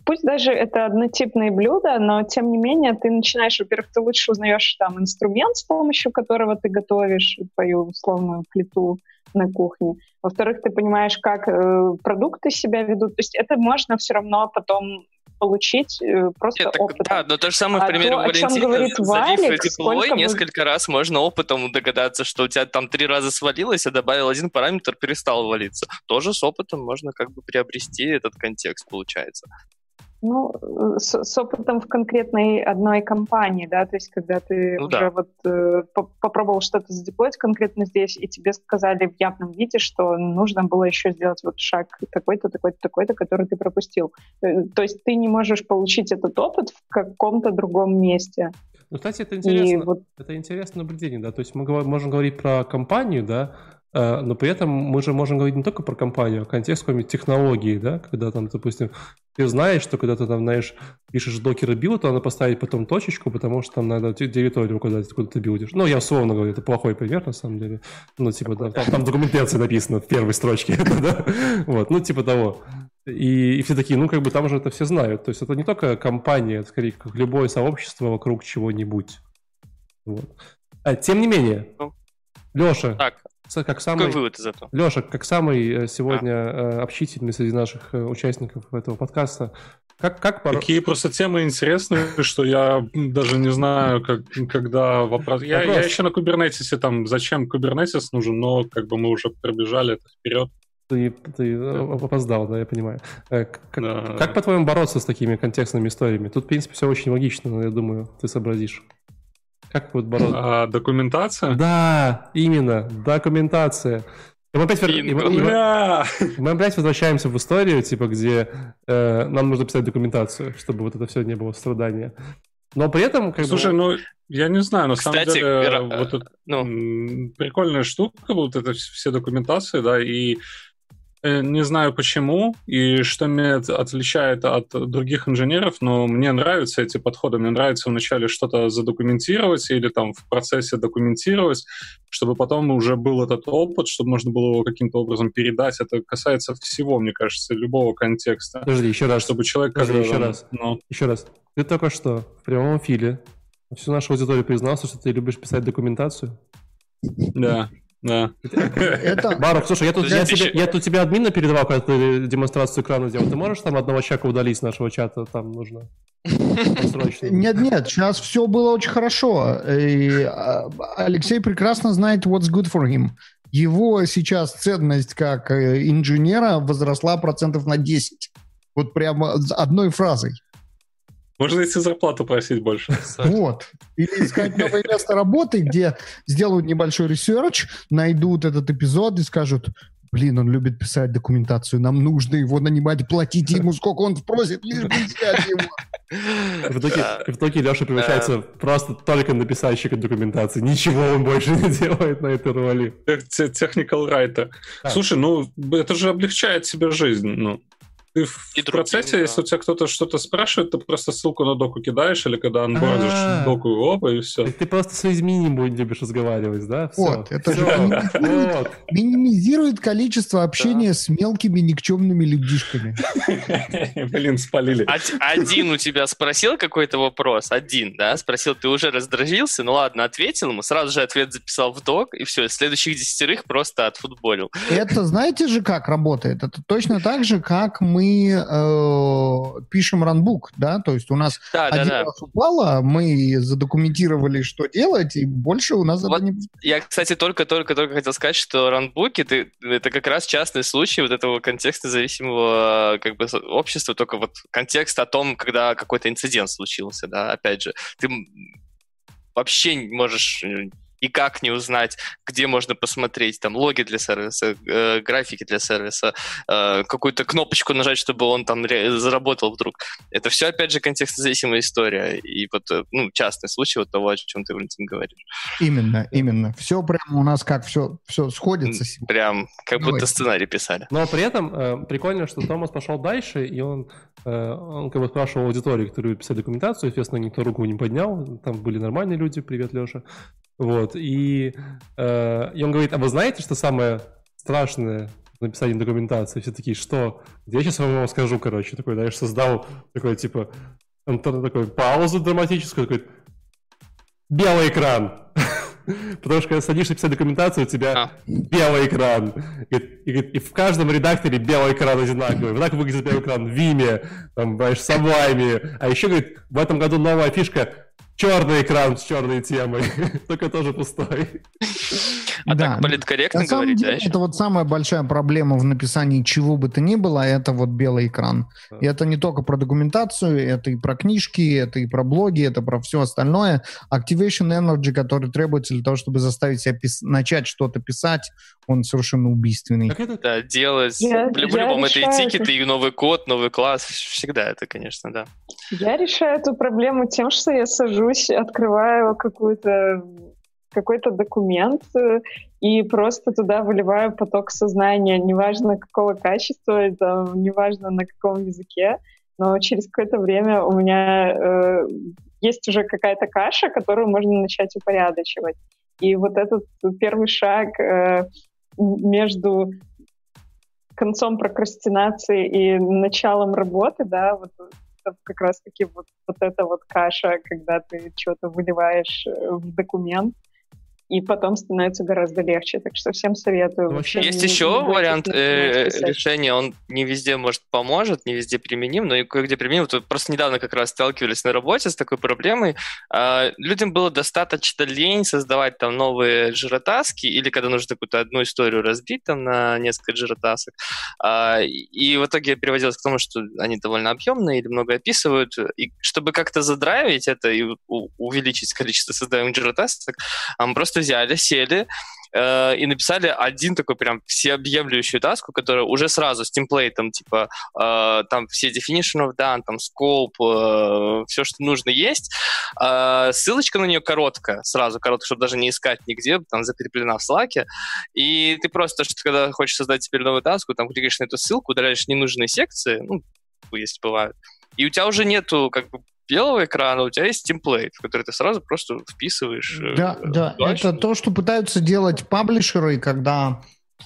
пусть даже это однотипные блюда, но тем не менее ты начинаешь, во-первых, ты лучше узнаешь там инструмент, с помощью которого ты готовишь твою условную плиту на кухне. Во-вторых, ты понимаешь, как э, продукты себя ведут. То есть это можно все равно потом получить э, просто Нет, так, опытом. да, но то же самое, а к примеру, то, Валентина, Валик, теплой, бы... несколько раз можно опытом догадаться, что у тебя там три раза свалилось, а добавил один параметр, перестал валиться. Тоже с опытом можно как бы приобрести этот контекст, получается. Ну, с, с опытом в конкретной одной компании, да, то есть когда ты ну, уже да. вот э, попробовал что-то задеплоить конкретно здесь, и тебе сказали в явном виде, что нужно было еще сделать вот шаг такой-то, такой-то, такой-то, который ты пропустил. То есть ты не можешь получить этот опыт в каком-то другом месте. Ну, кстати, это интересно. Вот... Это интересное наблюдение, да, то есть мы можем говорить про компанию, да, но при этом мы же можем говорить не только про компанию, а контекст какой-нибудь технологии, да, когда там, допустим, ты знаешь, что когда ты там, знаешь, пишешь докер билд, то надо поставить потом точечку, потому что там надо директорию указать, откуда ты билдишь. Ну, я условно говорю, это плохой пример, на самом деле. Ну, типа, да, там, там в документации написано в первой строчке, да, вот, ну, типа того. И, и все такие, ну, как бы там же это все знают. То есть это не только компания, это скорее как любое сообщество вокруг чего-нибудь. Вот. А, тем не менее, Леша, так. Как самый, какой вывод из этого? Леша, как самый сегодня а. общительный среди наших участников этого подкаста, как, как пор... Такие просто темы интересные, что я даже не знаю, как, когда вопрос... Я, я еще на кубернетисе, там, зачем кубернетис нужен, но как бы мы уже пробежали это вперед. Ты, ты да. опоздал, да, я понимаю. Как, да. как, по-твоему, бороться с такими контекстными историями? Тут, в принципе, все очень логично, но я думаю, ты сообразишь. Как вот бороться? А, документация? Да, именно, документация. И мы, опять, вер... и мы, и мы, мы опять возвращаемся в историю, типа, где э, нам нужно писать документацию, чтобы вот это все не было страдания. Но при этом... Как Слушай, бы... ну, я не знаю, на Кстати, самом деле, гра... вот это ну. прикольная штука, вот это все документации, да, и не знаю почему, и что меня отличает от других инженеров, но мне нравятся эти подходы. Мне нравится вначале что-то задокументировать или там в процессе документировать, чтобы потом уже был этот опыт, чтобы можно было его каким-то образом передать. Это касается всего, мне кажется, любого контекста. Подожди, еще раз. Чтобы человек... Подожди, еще там, раз. Ну... Еще раз. Ты только что в прямом эфире всю нашу аудиторию признался, что ты любишь писать документацию? Да. Да. Это... Барух, слушай, я тут, я, тебе, я тут тебе админа передавал, когда ты демонстрацию экрана делал. Ты можешь там одного человека удалить с нашего чата? Там нужно срочно. Нет, нет, сейчас все было очень хорошо. И Алексей прекрасно знает what's good for him. Его сейчас ценность как инженера возросла процентов на десять. Вот прямо одной фразой. Можно идти зарплату просить больше. Вот. Или искать новое место работы, где сделают небольшой ресерч, найдут этот эпизод и скажут, блин, он любит писать документацию, нам нужно его нанимать, платите ему, сколько он просит, лишь бы взять его. В итоге, в итоге Леша превращается просто только на писальщика документации. Ничего он больше не делает на этой роли. Technical writer. Слушай, ну это же облегчает себе жизнь, ну. Ты в и процессе, другим, если да. у тебя кто-то что-то спрашивает, ты просто ссылку на доку кидаешь, или когда анбордишь А-а-а. доку, оба, и все. Ты просто с людьми не будешь любишь разговаривать, да? Все. Вот, это же минимизирует, минимизирует количество общения да. с мелкими никчемными людишками. Блин, спалили. Один у тебя спросил какой-то вопрос, один, да, спросил, ты уже раздражился, ну ладно, ответил ему, сразу же ответ записал в док, и все, следующих десятерых просто отфутболил. Это знаете же, как работает? Это точно так же, как мы Мы э, пишем ранбук, да, то есть у нас да, один да, раз да. упало, мы задокументировали, что делать, и больше у нас вот это не... Я, кстати, только-только-только хотел сказать, что ранбуки ты, это как раз частный случай вот этого контекста зависимого как бы общества, только вот контекст о том, когда какой-то инцидент случился, да, опять же, ты вообще можешь... никак не узнать, где можно посмотреть там логи для сервиса, э, графики для сервиса, э, какую-то кнопочку нажать, чтобы он там ре- заработал вдруг. Это все, опять же, контекстозависимая история. И вот, ну, частный случай вот того, о чем ты, Валентин, говоришь. Именно, именно. Все прямо у нас как все, все сходится. Прям как Давай. будто сценарий писали. Но при этом э, прикольно, что Томас пошел дальше, и он, э, он как бы спрашивал аудиторию, которую писали документацию, естественно, никто руку не поднял, там были нормальные люди, привет, Леша. Вот, и, э, и он говорит, а вы знаете, что самое страшное в написанием документации. Все такие, что? Я сейчас вам скажу, короче, такой, знаешь, создал такой, типа, такой паузу драматическую, такой, белый экран. Потому что когда садишься писать документацию, у тебя а. белый экран. И, и, и в каждом редакторе белый экран одинаковый. Вот так выглядит белый экран в Vime, там, знаешь, с облайми. А еще, говорит, в этом году новая фишка — черный экран с черной темой. Только тоже пустой. А да, так политкорректно на самом говорить, деле, да? Это вот самая большая проблема в написании чего бы то ни было, это вот белый экран. А. И это не только про документацию, это и про книжки, это и про блоги, это про все остальное. Activation Energy, который требуется для того, чтобы заставить себя пис- начать что-то писать, он совершенно убийственный. Как это? Да, делать. Я, По-любому я это и тикеты, и новый код, новый класс. Всегда это, конечно, да. Я решаю эту проблему тем, что я сажусь, открываю какую-то какой-то документ и просто туда выливаю поток сознания, неважно какого качества, там, неважно на каком языке, но через какое-то время у меня э, есть уже какая-то каша, которую можно начать упорядочивать. И вот этот первый шаг э, между концом прокрастинации и началом работы, да, вот это как раз-таки вот, вот эта вот каша, когда ты что-то выливаешь в документ, и потом становится гораздо легче. Так что всем советую. Ну, вообще есть не, еще не вариант э, решения, он не везде, может, поможет, не везде применим, но и кое-где применим. Вот просто недавно как раз сталкивались на работе с такой проблемой. Э, людям было достаточно лень создавать там новые джира-таски, или когда нужно какую-то одну историю разбить там на несколько джира-тасок. Э, и в итоге приводилось к тому, что они довольно объемные или много описывают. И чтобы как-то задрайвить это и у- увеличить количество создаваемых джира-тасок, э, просто взяли, сели э, и написали один такой прям всеобъемлющую таску, которая уже сразу с темплейтом, типа, э, там все definition of done, там scope, э, все, что нужно есть. Э, ссылочка на нее короткая, сразу короткая, чтобы даже не искать нигде, там закреплена в Slack. И ты просто, что, когда хочешь создать теперь новую таску, там кликаешь на эту ссылку, удаляешь ненужные секции, ну, если бывают, и у тебя уже нету, как бы, белого экрана, у тебя есть темплейт, в который ты сразу просто вписываешь. Да, э, да, дальше. это то, что пытаются делать паблишеры, когда,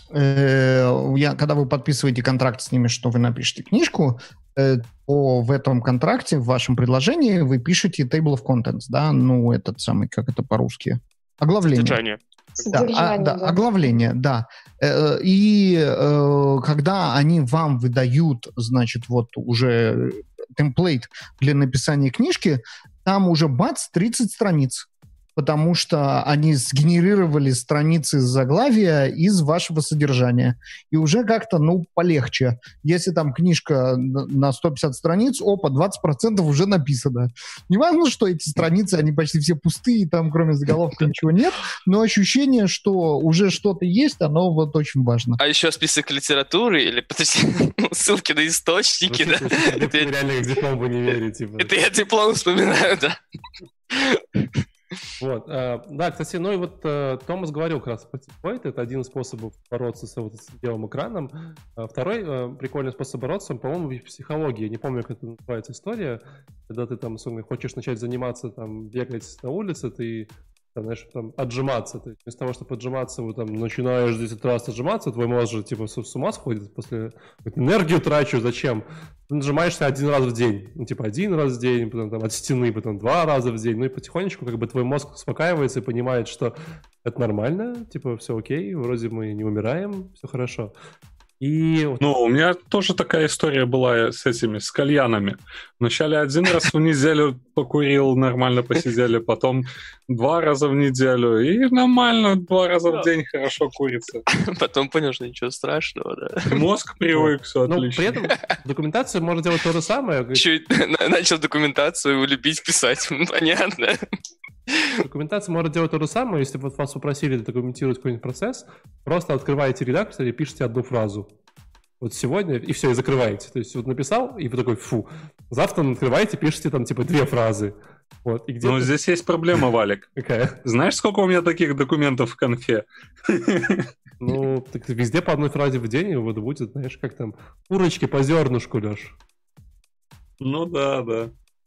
э, я, когда вы подписываете контракт с ними, что вы напишете книжку, э, то в этом контракте, в вашем предложении вы пишете table of contents, да, ну, этот самый, как это по-русски? Оглавление. Содержание. Да, а, да, да, оглавление, да. Э, и э, когда они вам выдают, значит, вот уже темплейт для написания книжки, там уже бац, тридцать страниц. Потому что они сгенерировали страницы заглавия из вашего содержания. И уже как-то, ну, полегче. Если там книжка на сто пятьдесят страниц, опа, двадцать процентов уже написано. Не важно, что эти страницы, они почти все пустые, там кроме заголовка ничего нет, но ощущение, что уже что-то есть, оно вот очень важно. А еще список литературы или, подожди, ссылки на источники, да? Это реально как диплом вы не верите. Это я диплом вспоминаю, да. Вот, э, да, кстати, ну и вот э, Томас говорил как раз про темплейт, это один из способов бороться с, вот, с белым экраном. А второй э, прикольный способ бороться, по-моему, в психологии, я не помню, как это называется история, когда ты там, особенно, хочешь начать заниматься, там, бегать на улице, ты, там, знаешь, там, отжиматься, то есть вместо того, чтобы отжиматься, вот, там, начинаешь десять раз отжиматься, твой мозг же, типа, с, с ума сходит, после энергию трачу, зачем? Ты нажимаешься один раз в день, ну, типа, один раз в день, потом там от стены, потом два раза в день, ну и потихонечку как бы твой мозг успокаивается и понимает, что это нормально, типа, все окей, вроде мы не умираем, все хорошо. И... Ну, у меня тоже такая история была с этими, с кальянами. Вначале один раз в неделю покурил, нормально посидели, потом два раза в неделю, и нормально, два раза в день хорошо курится. Потом понял, что ничего страшного, да. Мозг привык, все отлично. Но при этом документацию можно делать то же самое. Еще начал документацию любить писать, понятно. Документация может делать то же самое, если вот вас попросили документировать какой-нибудь процесс, просто открываете редактор и пишете одну фразу. Вот сегодня, и все, и закрываете. То есть вот написал, и вы такой, фу. Завтра открываете, пишете там типа две фразы. Вот, и ну, здесь есть проблема, Валик. Какая? Знаешь, сколько у меня таких документов в конфе? Ну, так везде по одной фразе в день вот будет, знаешь, как там, курочки по зернышку, Леш. Ну да, да.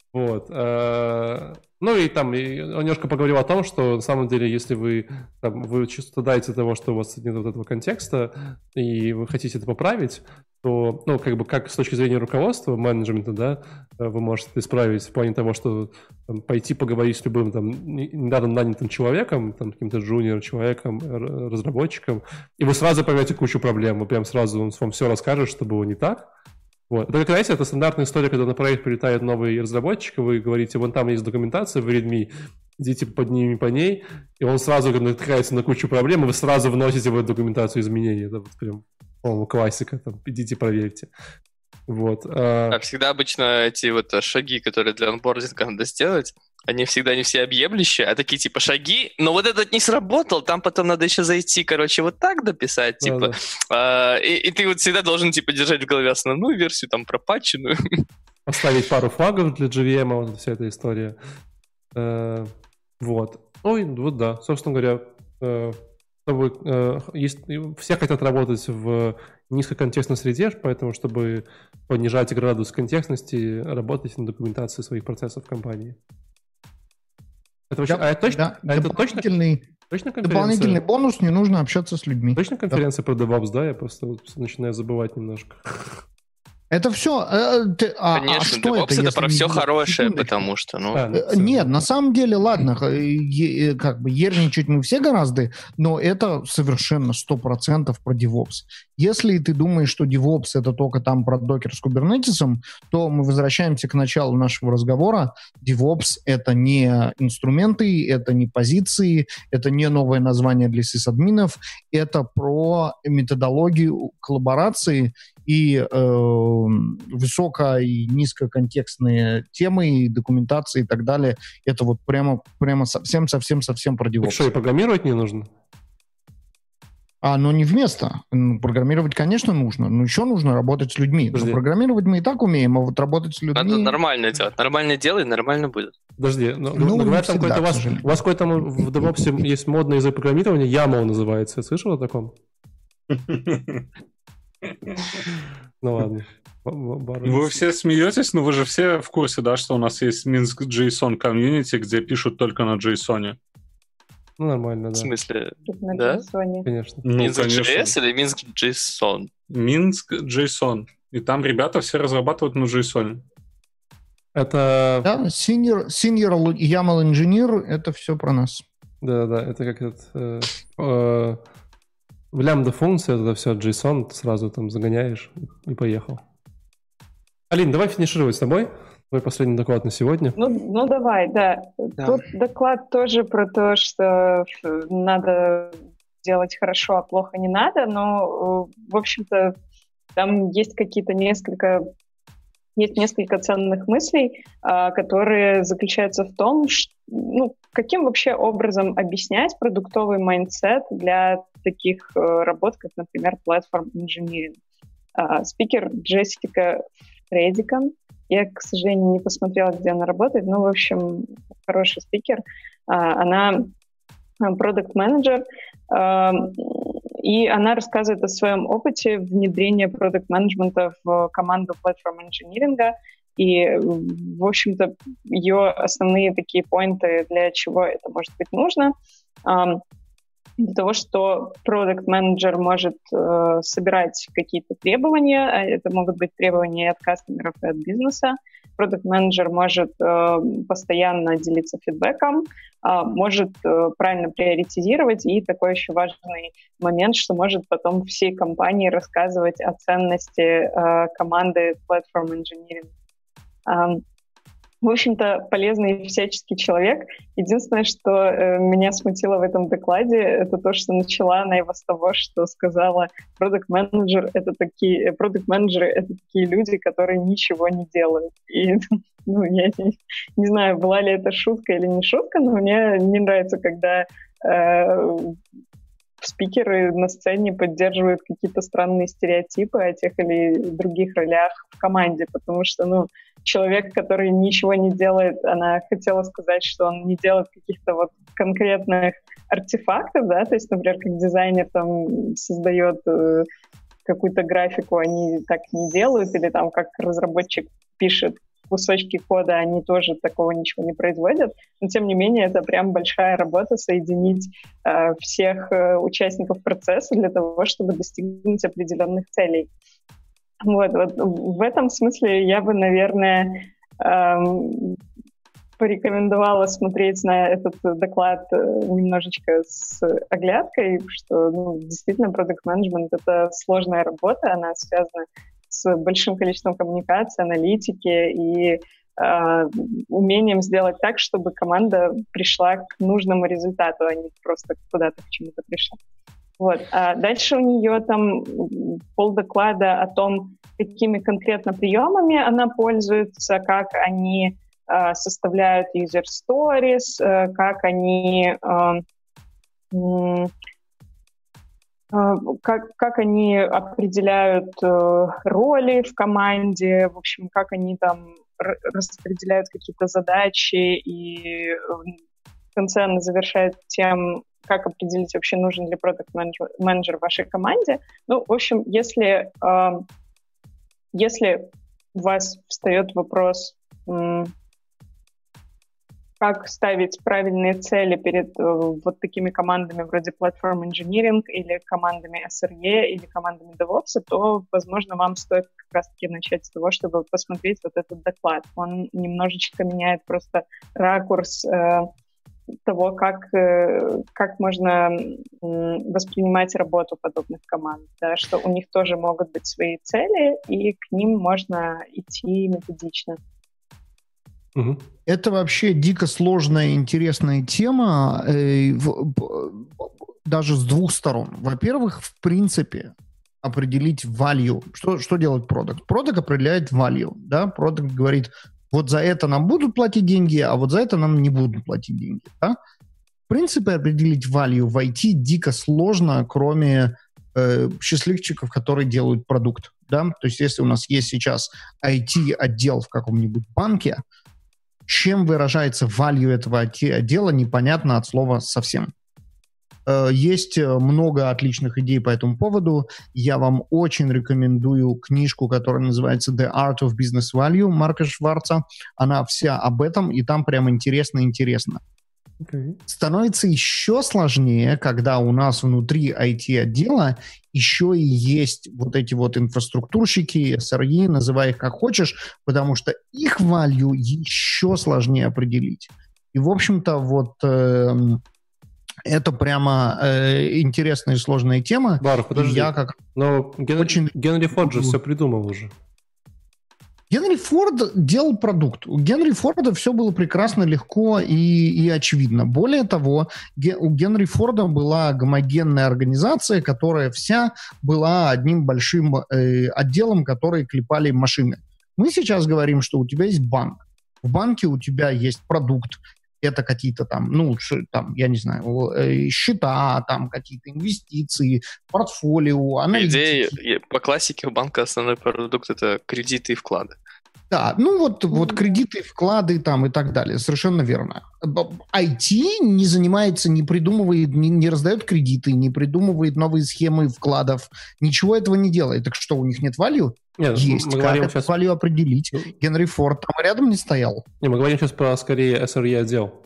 Вот. Ну и там и он немножко поговорил о том, что на самом деле, если вы, там, вы чувство страдаете того, что у вас нет вот этого контекста, и вы хотите это поправить, то, ну, как бы, как с точки зрения руководства, менеджмента, да, вы можете это исправить в плане того, что там, пойти поговорить с любым там недавно нанятым человеком, там, каким-то джуниор-человеком, разработчиком, и вы сразу поймете кучу проблем, вы прям сразу он вам все расскажет, что было не так. Вот. Это, как, знаете, это стандартная история, когда на проект прилетает новый разработчик, и вы говорите, вон там есть документация в Readme, идите под ними по ней, и он сразу натыкается на кучу проблем, и вы сразу вносите в эту документацию изменения. Это вот прям, по-моему, классика, там, идите проверьте. Вот. А всегда обычно эти вот шаги, которые для онбординга надо сделать, они всегда не все объемлющие, а такие типа шаги, но вот этот не сработал, там потом надо еще зайти, короче, вот так дописать, типа, да, да. А, и, и ты вот всегда должен, типа, держать в голове основную версию, там, пропатченную. Поставить пару флагов для джей ви эм, вот вся эта история. Э, вот. Ой, вот да, собственно говоря, э, чтобы, э, есть, все хотят работать в низкоконтекстной среде, поэтому, чтобы понижать градус контекстности, работать над документацией своих процессов в компании. Это вообще, да, а это точно, да. а это дополнительный, точно, точно дополнительный бонус, не нужно общаться с людьми. Точно конференция да. про DevOps, да? Я просто вот начинаю забывать немножко. Это все... Э, ты, а, Конечно, а что DevOps это, это про все хорошее, секундочку. Потому что... Ну... А, ну, Нет, на самом деле, ладно, е, как бы ерничать мы все гораздо, но это совершенно сто процентов про DevOps. Если ты думаешь, что DevOps это только там про докер с кубернетисом, то мы возвращаемся к началу нашего разговора. DevOps это не инструменты, это не позиции, это не новое название для сисадминов, это про методологию коллаборации и э, высоко- и низкоконтекстные темы, документации и так далее. Это вот прямо, прямо совсем-совсем-совсем про DevOps. Так что, и программировать не нужно? А, ну не вместо. Программировать, конечно, нужно. Но еще нужно работать с людьми. Но программировать мы и так умеем, а вот работать с людьми... Надо нормально делать. Нормально делай, нормально будет. Подожди, ну, ну говорят, там всегда, у вас, у вас какой-то в DevOps есть модный язык программирования, ямл называется. Слышал о таком? Ну ладно. Вы все смеетесь, но вы же все в курсе, да, что у нас есть Minsk JSON комьюнити, где пишут только на JSON. Ну нормально, да. В смысле? На да? JSON. Конечно. Ну, Minsk джей эс или Minsk JSON? Minsk JSON. И там ребята все разрабатывают на JSON. Это... Да, senior, senior ямл engineer, это все про нас. Да-да, это как это... Э, э, в лямбда-функции это все JSON, ты сразу там загоняешь и поехал. Алин, давай финишировать с тобой. Твой последний доклад на сегодня. Ну, ну давай, да. да. Тут доклад тоже про то, что надо делать хорошо, а плохо не надо, но, в общем-то, там есть какие-то несколько... Есть несколько ценных мыслей, которые заключаются в том, что, ну, каким вообще образом объяснять продуктовый майндсет для таких работ, как, например, Platform Engineering. Спикер Джессика Фредикан. Я, к сожалению, не посмотрела, где она работает, но, в общем, хороший спикер. Она продакт-менеджер, и она рассказывает о своем опыте внедрения продакт-менеджмента в команду Platform Engineering. И, в общем-то, ее основные такие поинты, для чего это может быть нужно. Для того, что продакт-менеджер может э, собирать какие-то требования, это могут быть требования от кастомеров и от бизнеса. Продакт-менеджер может э, постоянно делиться фидбэком, э, может э, правильно приоритизировать, и такой еще важный момент, что может потом всей компании рассказывать о ценности э, команды Platform Engineering. Э, В общем-то, полезный всяческий человек. Единственное, что э, меня смутило в этом докладе, это то, что начала она его с того, что сказала, продакт-менеджер — это такие, продакт-менеджеры — это такие люди, которые ничего не делают. И, ну, я не, не знаю, была ли это шутка или не шутка, но мне не нравится, когда э, спикеры на сцене поддерживают какие-то странные стереотипы о тех или других ролях в команде, потому что, ну, человек, который ничего не делает, она хотела сказать, что он не делает каких-то вот конкретных артефактов, да, то есть, например, как дизайнер там создает э, какую-то графику, они так не делают, или там как разработчик пишет кусочки кода, они тоже такого ничего не производят. Но, тем не менее, это прям большая работа соединить э, всех э, участников процесса для того, чтобы достигнуть определенных целей. Вот, вот в этом смысле я бы, наверное, эм, порекомендовала смотреть на этот доклад немножечко с оглядкой, что ну, действительно продакт-менеджмент — это сложная работа, она связана с большим количеством коммуникации, аналитики и э, умением сделать так, чтобы команда пришла к нужному результату, а не просто куда-то к чему-то пришла. Вот. А дальше у нее там полдоклада о том, какими конкретно приемами она пользуется, как они э, составляют user stories, э, как они э, э, как, как они определяют э, роли в команде, в общем, как они там р- распределяют какие-то задачи, и в конце она завершает тем, как определить вообще, нужен ли продакт-менеджер в вашей команде. Ну, в общем, если, э, если у вас встает вопрос, м- как ставить правильные цели перед э, вот такими командами вроде Platform Engineering или командами эс эр и или командами DevOps, то, возможно, вам стоит как раз-таки начать с того, чтобы посмотреть вот этот доклад. Он немножечко меняет просто ракурс э, того, как, э, как можно э, воспринимать работу подобных команд, да, что у них тоже могут быть свои цели, и к ним можно идти методично. Это вообще дико сложная, интересная тема, э, в, даже с двух сторон. Во-первых, в принципе, определить value. Что, что делает продакт? Продакт определяет value. Да? Продакт говорит, вот за это нам будут платить деньги, а вот за это нам не будут платить деньги. Да? В принципе, определить value в ай ти дико сложно, кроме э, счастливчиков, которые делают продукт. Да? То есть если у нас есть сейчас ай ти-отдел в каком-нибудь банке, чем выражается value этого ай ти-отдела, непонятно от слова совсем. Есть много отличных идей по этому поводу. Я вам очень рекомендую книжку, которая называется The Art of Business Value Марка Шварца. Она вся об этом, и там прям интересно-интересно. Okay. Становится еще сложнее, когда у нас внутри ай ти-отдела еще и есть вот эти вот инфраструктурщики, эс эр и, называй их как хочешь, потому что их value еще сложнее определить. И, в общем-то, вот э, это прямо э, интересная и сложная тема. Барх, подожди, я как но Ген... очень... Генри Форд же все придумал уже. Генри Форд делал продукт. У Генри Форда все было прекрасно, легко и, и очевидно. Более того, ге, у Генри Форда была гомогенная организация, которая вся была одним большим э, отделом, который клепали машины. Мы сейчас говорим, что у тебя есть банк. В банке у тебя есть продукт. Это какие-то там, ну, там, я не знаю, э, счета, там какие-то инвестиции, портфолио, аналитики. Идея, по классике у банка основной продукт — это кредиты и вклады. Да, ну вот, вот кредиты, вклады там и так далее, совершенно верно. ай ти не занимается, не придумывает, не, не раздает кредиты, не придумывает новые схемы вкладов, ничего этого не делает. Так что, у них нет value? Нет, есть. Как это сейчас... value определить? Генри Форд там рядом не стоял. Не, мы говорим сейчас про, скорее, эс эр и отдел.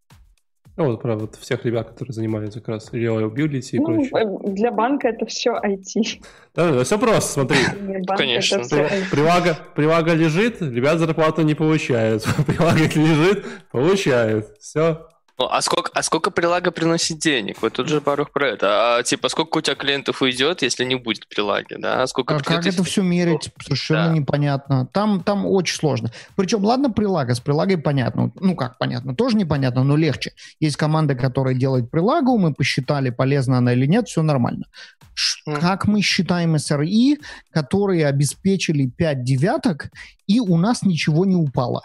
Ну, вот про вот всех ребят, которые занимаются как раз reliability и ну, прочее. Для банка это все ай ти. Да, да, все просто, смотри. Конечно. Прилага, прилага лежит, ребят зарплату не получают. Прилага лежит, получают. Все. Ну, а сколько, а сколько прилага приносит денег? Вот тут же Барух про это. А типа, сколько у тебя клиентов уйдет, если не будет прилаги, да? Сколько а как это все мерить? Совершенно да. непонятно. Там, там очень сложно. Причем, ладно, прилага, с прилагой понятно. Ну, как понятно? Тоже непонятно, но легче. Есть команда, которая делает прилагу, мы посчитали, полезна она или нет, все нормально. Mm. Как мы считаем эс эр и, которые обеспечили пять девяток, и у нас ничего не упало?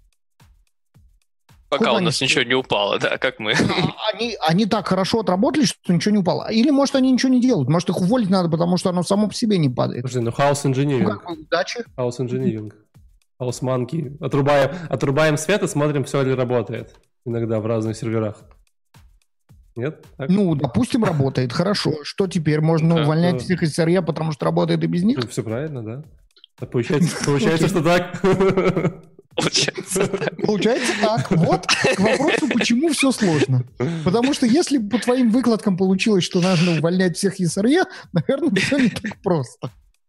Пока Куда у нас ничего не упало, да, как мы. Они, они так хорошо отработали, что ничего не упало. Или, может, они ничего не делают. Может, их уволить надо, потому что оно само по себе не падает. Слушай, ну house engineering. Ну, как, удачи. House engineering. House monkey. Отрубаем, отрубаем свет и смотрим, все ли работает. Иногда в разных серверах. Нет? Так? Ну, допустим, работает. Хорошо. Что теперь? Можно увольнять всех из эс эр и, потому что работает и без них? Все правильно, да. Получается, что так. Получается так. Получается так. Вот к вопросу, почему все сложно. Потому что если по твоим выкладкам получилось, что нужно увольнять всех эс эр и, наверное, все не так просто.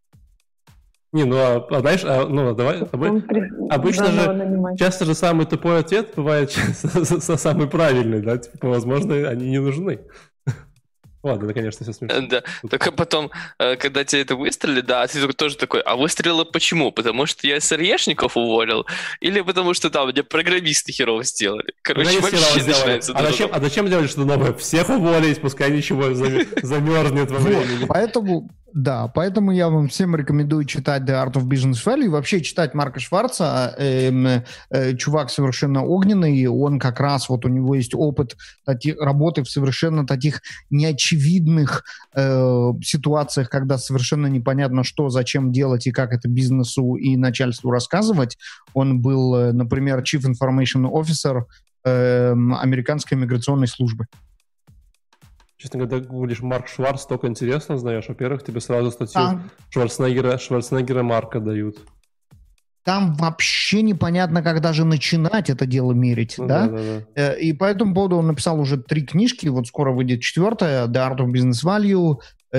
Не, ну, а, а знаешь, а, ну, давай, обы... обычно же, нанимать. Часто же самый тупой ответ бывает самый правильный, да, типа, возможно, они не нужны. Ладно, это, конечно, все смешно. Да, только потом, когда тебе это выстрелили, да, ты тоже такой, а выстрелило почему? Потому что я эс эр и-шников уволил? Или потому что там мне программисты херово сделали? Короче, вообще начинается... А зачем, а зачем делать что-то новое? Всех уволить, пускай ничего замерзнет во времени. Поэтому... Да, поэтому я вам всем рекомендую читать The Art of Business Value и вообще читать Марка Шварца. Э, э, чувак совершенно огненный, он как раз, вот у него есть опыт таки, работы в совершенно таких неочевидных э, ситуациях, когда совершенно непонятно, что, зачем делать и как это бизнесу и начальству рассказывать. Он был, например, Chief Information Officer э, американской миграционной службы. Честно, когда гуглишь Марк Шварц, только интересно знаешь. Во-первых, тебе сразу статью а. Шварценеггера, Шварценеггера Марка дают. Там вообще непонятно, как даже начинать это дело мерить, ну, да? Да, да, да. И по этому поводу он написал уже три книжки, вот скоро выйдет четвертая, The Art of Business Value,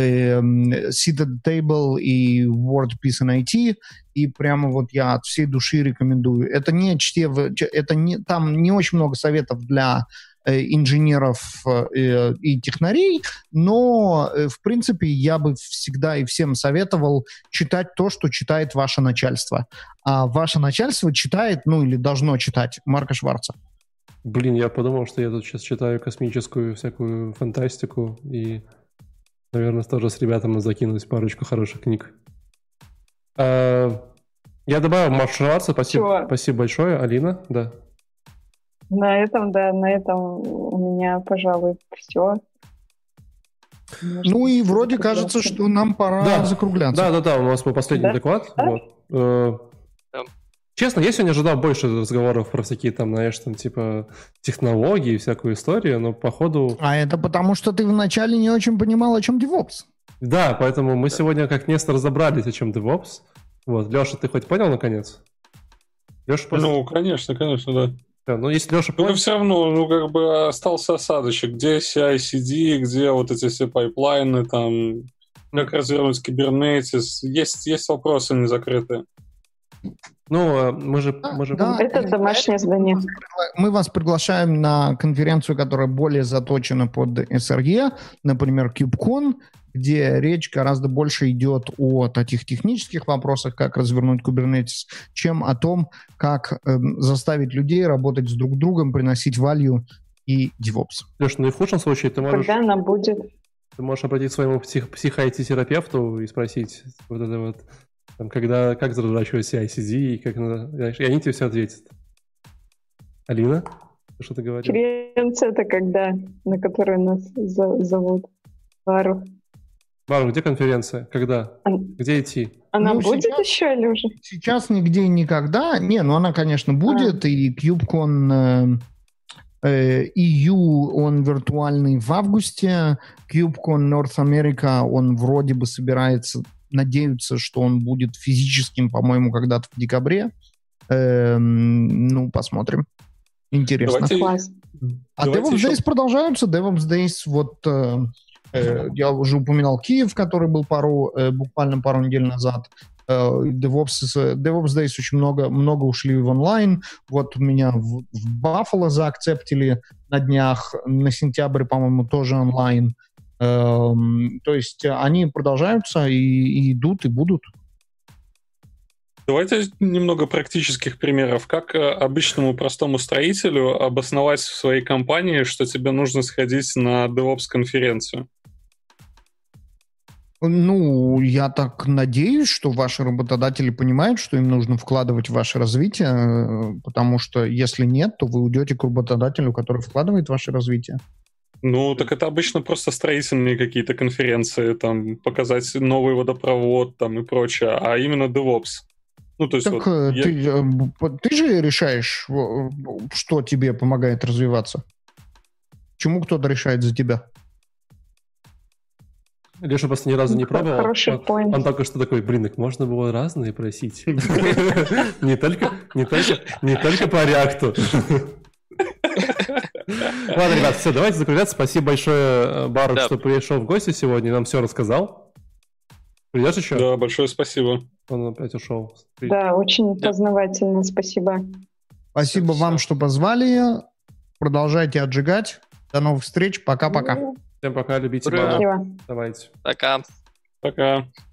Sit at the Table и World Peace and ай ти, и прямо вот я от всей души рекомендую. Это не чтево, это не, там не очень много советов для инженеров э, и технарей, но, э, в принципе, я бы всегда и всем советовал читать то, что читает ваше начальство. А ваше начальство читает, ну, или должно читать Марка Шварца. Блин, я подумал, что я тут сейчас читаю космическую всякую фантастику, и, наверное, тоже с ребятами закинуть парочку хороших книг. А, я добавил Марка Шварца, спасибо, спасибо большое. Алина, да. На этом, да, на этом у меня, пожалуй, все. Может, ну и вроде кажется, что нам пора да. закругляться. Да, да, да, у нас был последний да? доклад. Да? Вот. Да. Честно, я сегодня ожидал больше разговоров про всякие там, знаешь, там типа технологии и всякую историю, но походу... А это потому, что ты вначале не очень понимал, о чем DevOps. Да, поэтому мы сегодня как место разобрались, о чем DevOps. Вот, Леша, ты хоть понял наконец? Леша, просто... Ну, конечно, конечно, да. Да, ну, если Леша понял... Ну, все равно, ну, как бы остался осадочек. Где си ай си ди, где вот эти все пайплайны, там, как развернуть Kubernetes. Есть, есть вопросы не закрытые. Ну, мы же... Мы же... Да, это домашнее задание. Мы вас приглашаем на конференцию, которая более заточена под эс эр и, например, KubeCon, где речь гораздо больше идет о таких технических вопросах, как развернуть Kubernetes, чем о том, как э, заставить людей работать с друг другом, приносить value и DevOps. Леш, ну и в худшем случае ты можешь... Когда она будет? Ты можешь обратиться к своему псих, психо-ай ти-терапевту и спросить, вот это вот, там, когда, как разворачивать си ай си ди, и, как, и они тебе все ответят. Алина, что ты говоришь? Конференция это когда, на которую нас за- зовут? Бару. Бару, где конференция? Когда? А, где идти? Она ну, будет сейчас, еще или уже? Сейчас нигде и никогда. Не, ну она, конечно, будет. А. И KubeCon э, э, и ю, он виртуальный в августе. KubeCon North America, он вроде бы собирается, надеются, что он будет физическим, по-моему, когда-то в декабре. Э, ну, посмотрим. Интересно. Давайте, а DevOps еще... Days продолжаются. DevOps Days, вот... Э, Я уже упоминал Киев, который был пару, буквально пару недель назад. DevOps, DevOps Days очень много, много ушли в онлайн. Вот меня в, в Buffalo заакцептили на днях, на сентябрь, по-моему, тоже онлайн. Эм, то есть они продолжаются и, и идут, и будут. Давайте немного практических примеров. Как обычному простому строителю обосновать в своей компании, что тебе нужно сходить на DevOps-конференцию? Ну, я так надеюсь, что ваши работодатели понимают, что им нужно вкладывать в ваше развитие, потому что если нет, то вы уйдете к работодателю, который вкладывает в ваше развитие. Ну, так это обычно просто строительные какие-то конференции, там, показать новый водопровод там, и прочее, а именно DevOps. Ну, то есть так вот ты, я... ты же решаешь, что тебе помогает развиваться. Почему кто-то решает за тебя? Леша просто ни разу не пробовал. Хороший он, поинт. он только что такой, блин, их можно было разные просить. Не только, не только, не только по реакту. Ладно, ребят, все, давайте закругляться. Спасибо большое, Барух, что пришел в гости сегодня, нам все рассказал. Придешь еще? Да, большое спасибо. Он опять ушел. Да, очень познавательно, спасибо. Спасибо вам, что позвали. Продолжайте отжигать. До новых встреч. Пока-пока. Всем пока, любите Ура. Барух. Давайте. Пока. Пока.